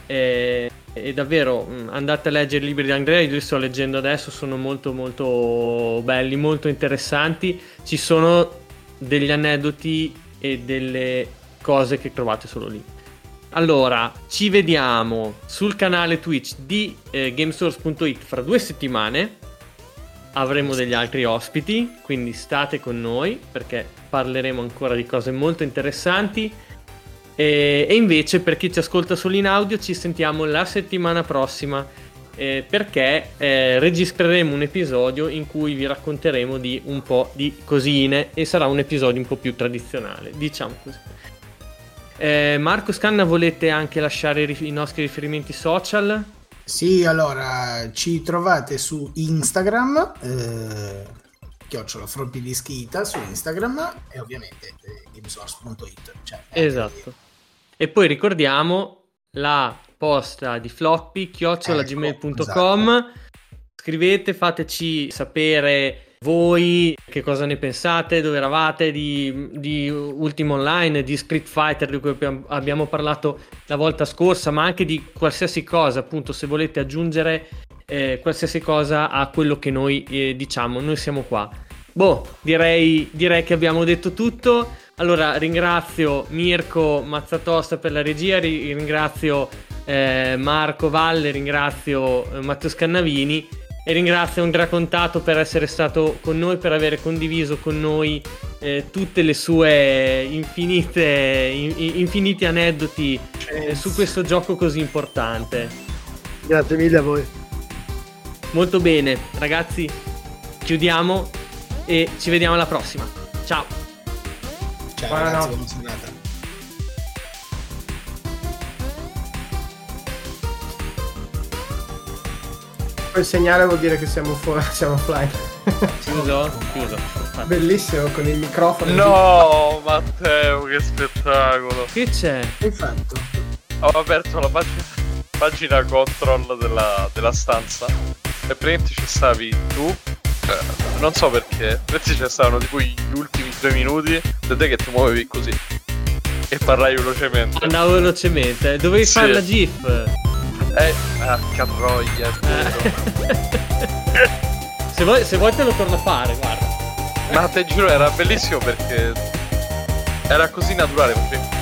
e davvero andate a leggere i libri di Andrea. Io li sto leggendo adesso, sono molto molto belli, molto interessanti. Ci sono degli aneddoti e delle cose che trovate solo lì. Allora, ci vediamo sul canale Twitch di Gamesource.it fra 2 settimane. Avremo degli altri ospiti, quindi state con noi perché parleremo ancora di cose molto interessanti. E invece per chi ci ascolta solo in audio ci sentiamo la settimana prossima, perché registreremo un episodio in cui vi racconteremo di un po' di cosine e sarà un episodio un po' più tradizionale, diciamo così. Marco Scanna, volete anche lasciare i nostri riferimenti social?
Sì, allora ci trovate su Instagram, @floppydiskita su Instagram, e ovviamente gamesource.it, cioè,
esatto. E poi ricordiamo la posta di floppy @gmail.com.
Esatto.
Scrivete, fateci sapere voi che cosa ne pensate, dove eravate di Ultima Online, di Street Fighter di cui abbiamo parlato la volta scorsa, ma anche di qualsiasi cosa, appunto, se volete aggiungere qualsiasi cosa a quello che noi diciamo, noi siamo qua. Direi che abbiamo detto tutto. Allora ringrazio Mirko Mazzatosta per la regia, ringrazio Marco Valle, ringrazio Matteo Scannavini e ringrazio Andrea Contato per essere stato con noi, per aver condiviso con noi tutte le sue infiniti aneddoti su questo gioco così importante.
Grazie mille a voi.
Molto bene, ragazzi, chiudiamo e ci vediamo alla prossima. Ciao.
Ciao ragazzi, buona giornata.
Quel segnale vuol dire che siamo offline.
Chiuso? Infatti.
Bellissimo con il microfono.
No, Matteo, che spettacolo.
Che c'è?
Che hai fatto?
Ho aperto la pagina control della stanza e praticamente ci stavi tu, non so perché, praticamente ci stavano tipo gli ultimi 3 minuti da te che ti muovevi così e parlai velocemente.
Andavo velocemente, dovevi
Sì.
fare la GIF.
Catroia,
Se vuoi te lo torno a fare, guarda.
ma te giuro era bellissimo perché era così naturale.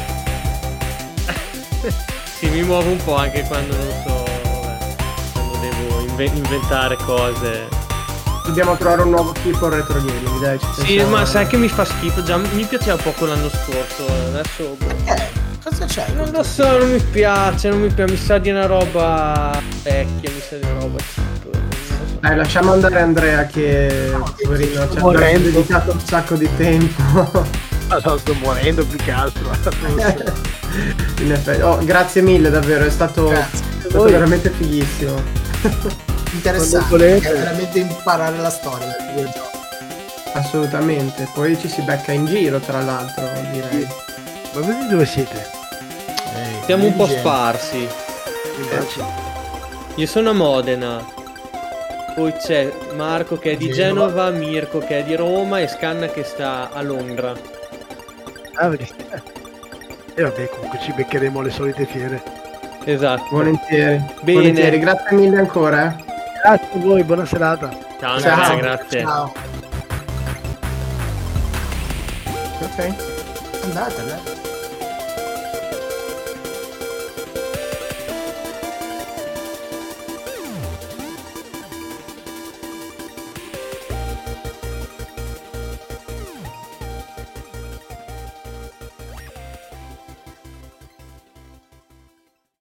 Sì, mi muovo un po' anche quando non so, vabbè, quando devo inventare cose.
Dobbiamo trovare un nuovo tipo al retro gaming, dai.
Sì, ma sai che mi fa schifo, già mi piaceva poco l'anno scorso, adesso
Cosa c'è?
non lo so, non mi piace, mi sa di una roba vecchia, mi sa di una roba cheap. Non lo so.
Dai, lasciamo andare Andrea che poverino ci ha
morendo.
dedicato un sacco di tempo.
Sto morendo più che altro.
In effetti. Oh, grazie mille davvero, è stato
Voi.
veramente fighissimo.
Interessante,
Quando volete.
perché veramente imparare la storia del videogioco.
Assolutamente. Poi ci si becca in giro, tra l'altro, direi.
Ma voi dove siete?
Siamo un po'
Gente.
sparsi.
Invece.
Io sono a Modena. Poi c'è Marco che è di Genova, Mirko che è di Roma e Scanna che sta a Londra.
Ah, perché... E vabbè, comunque ci beccheremo alle solite fiere.
Esatto.
Volentieri.
Bene.
Volentieri. Grazie mille ancora.
Grazie a voi, buona serata.
Ciao,
Ciao.
Andrea, grazie.
Ciao.
Ok.
Andate, dai.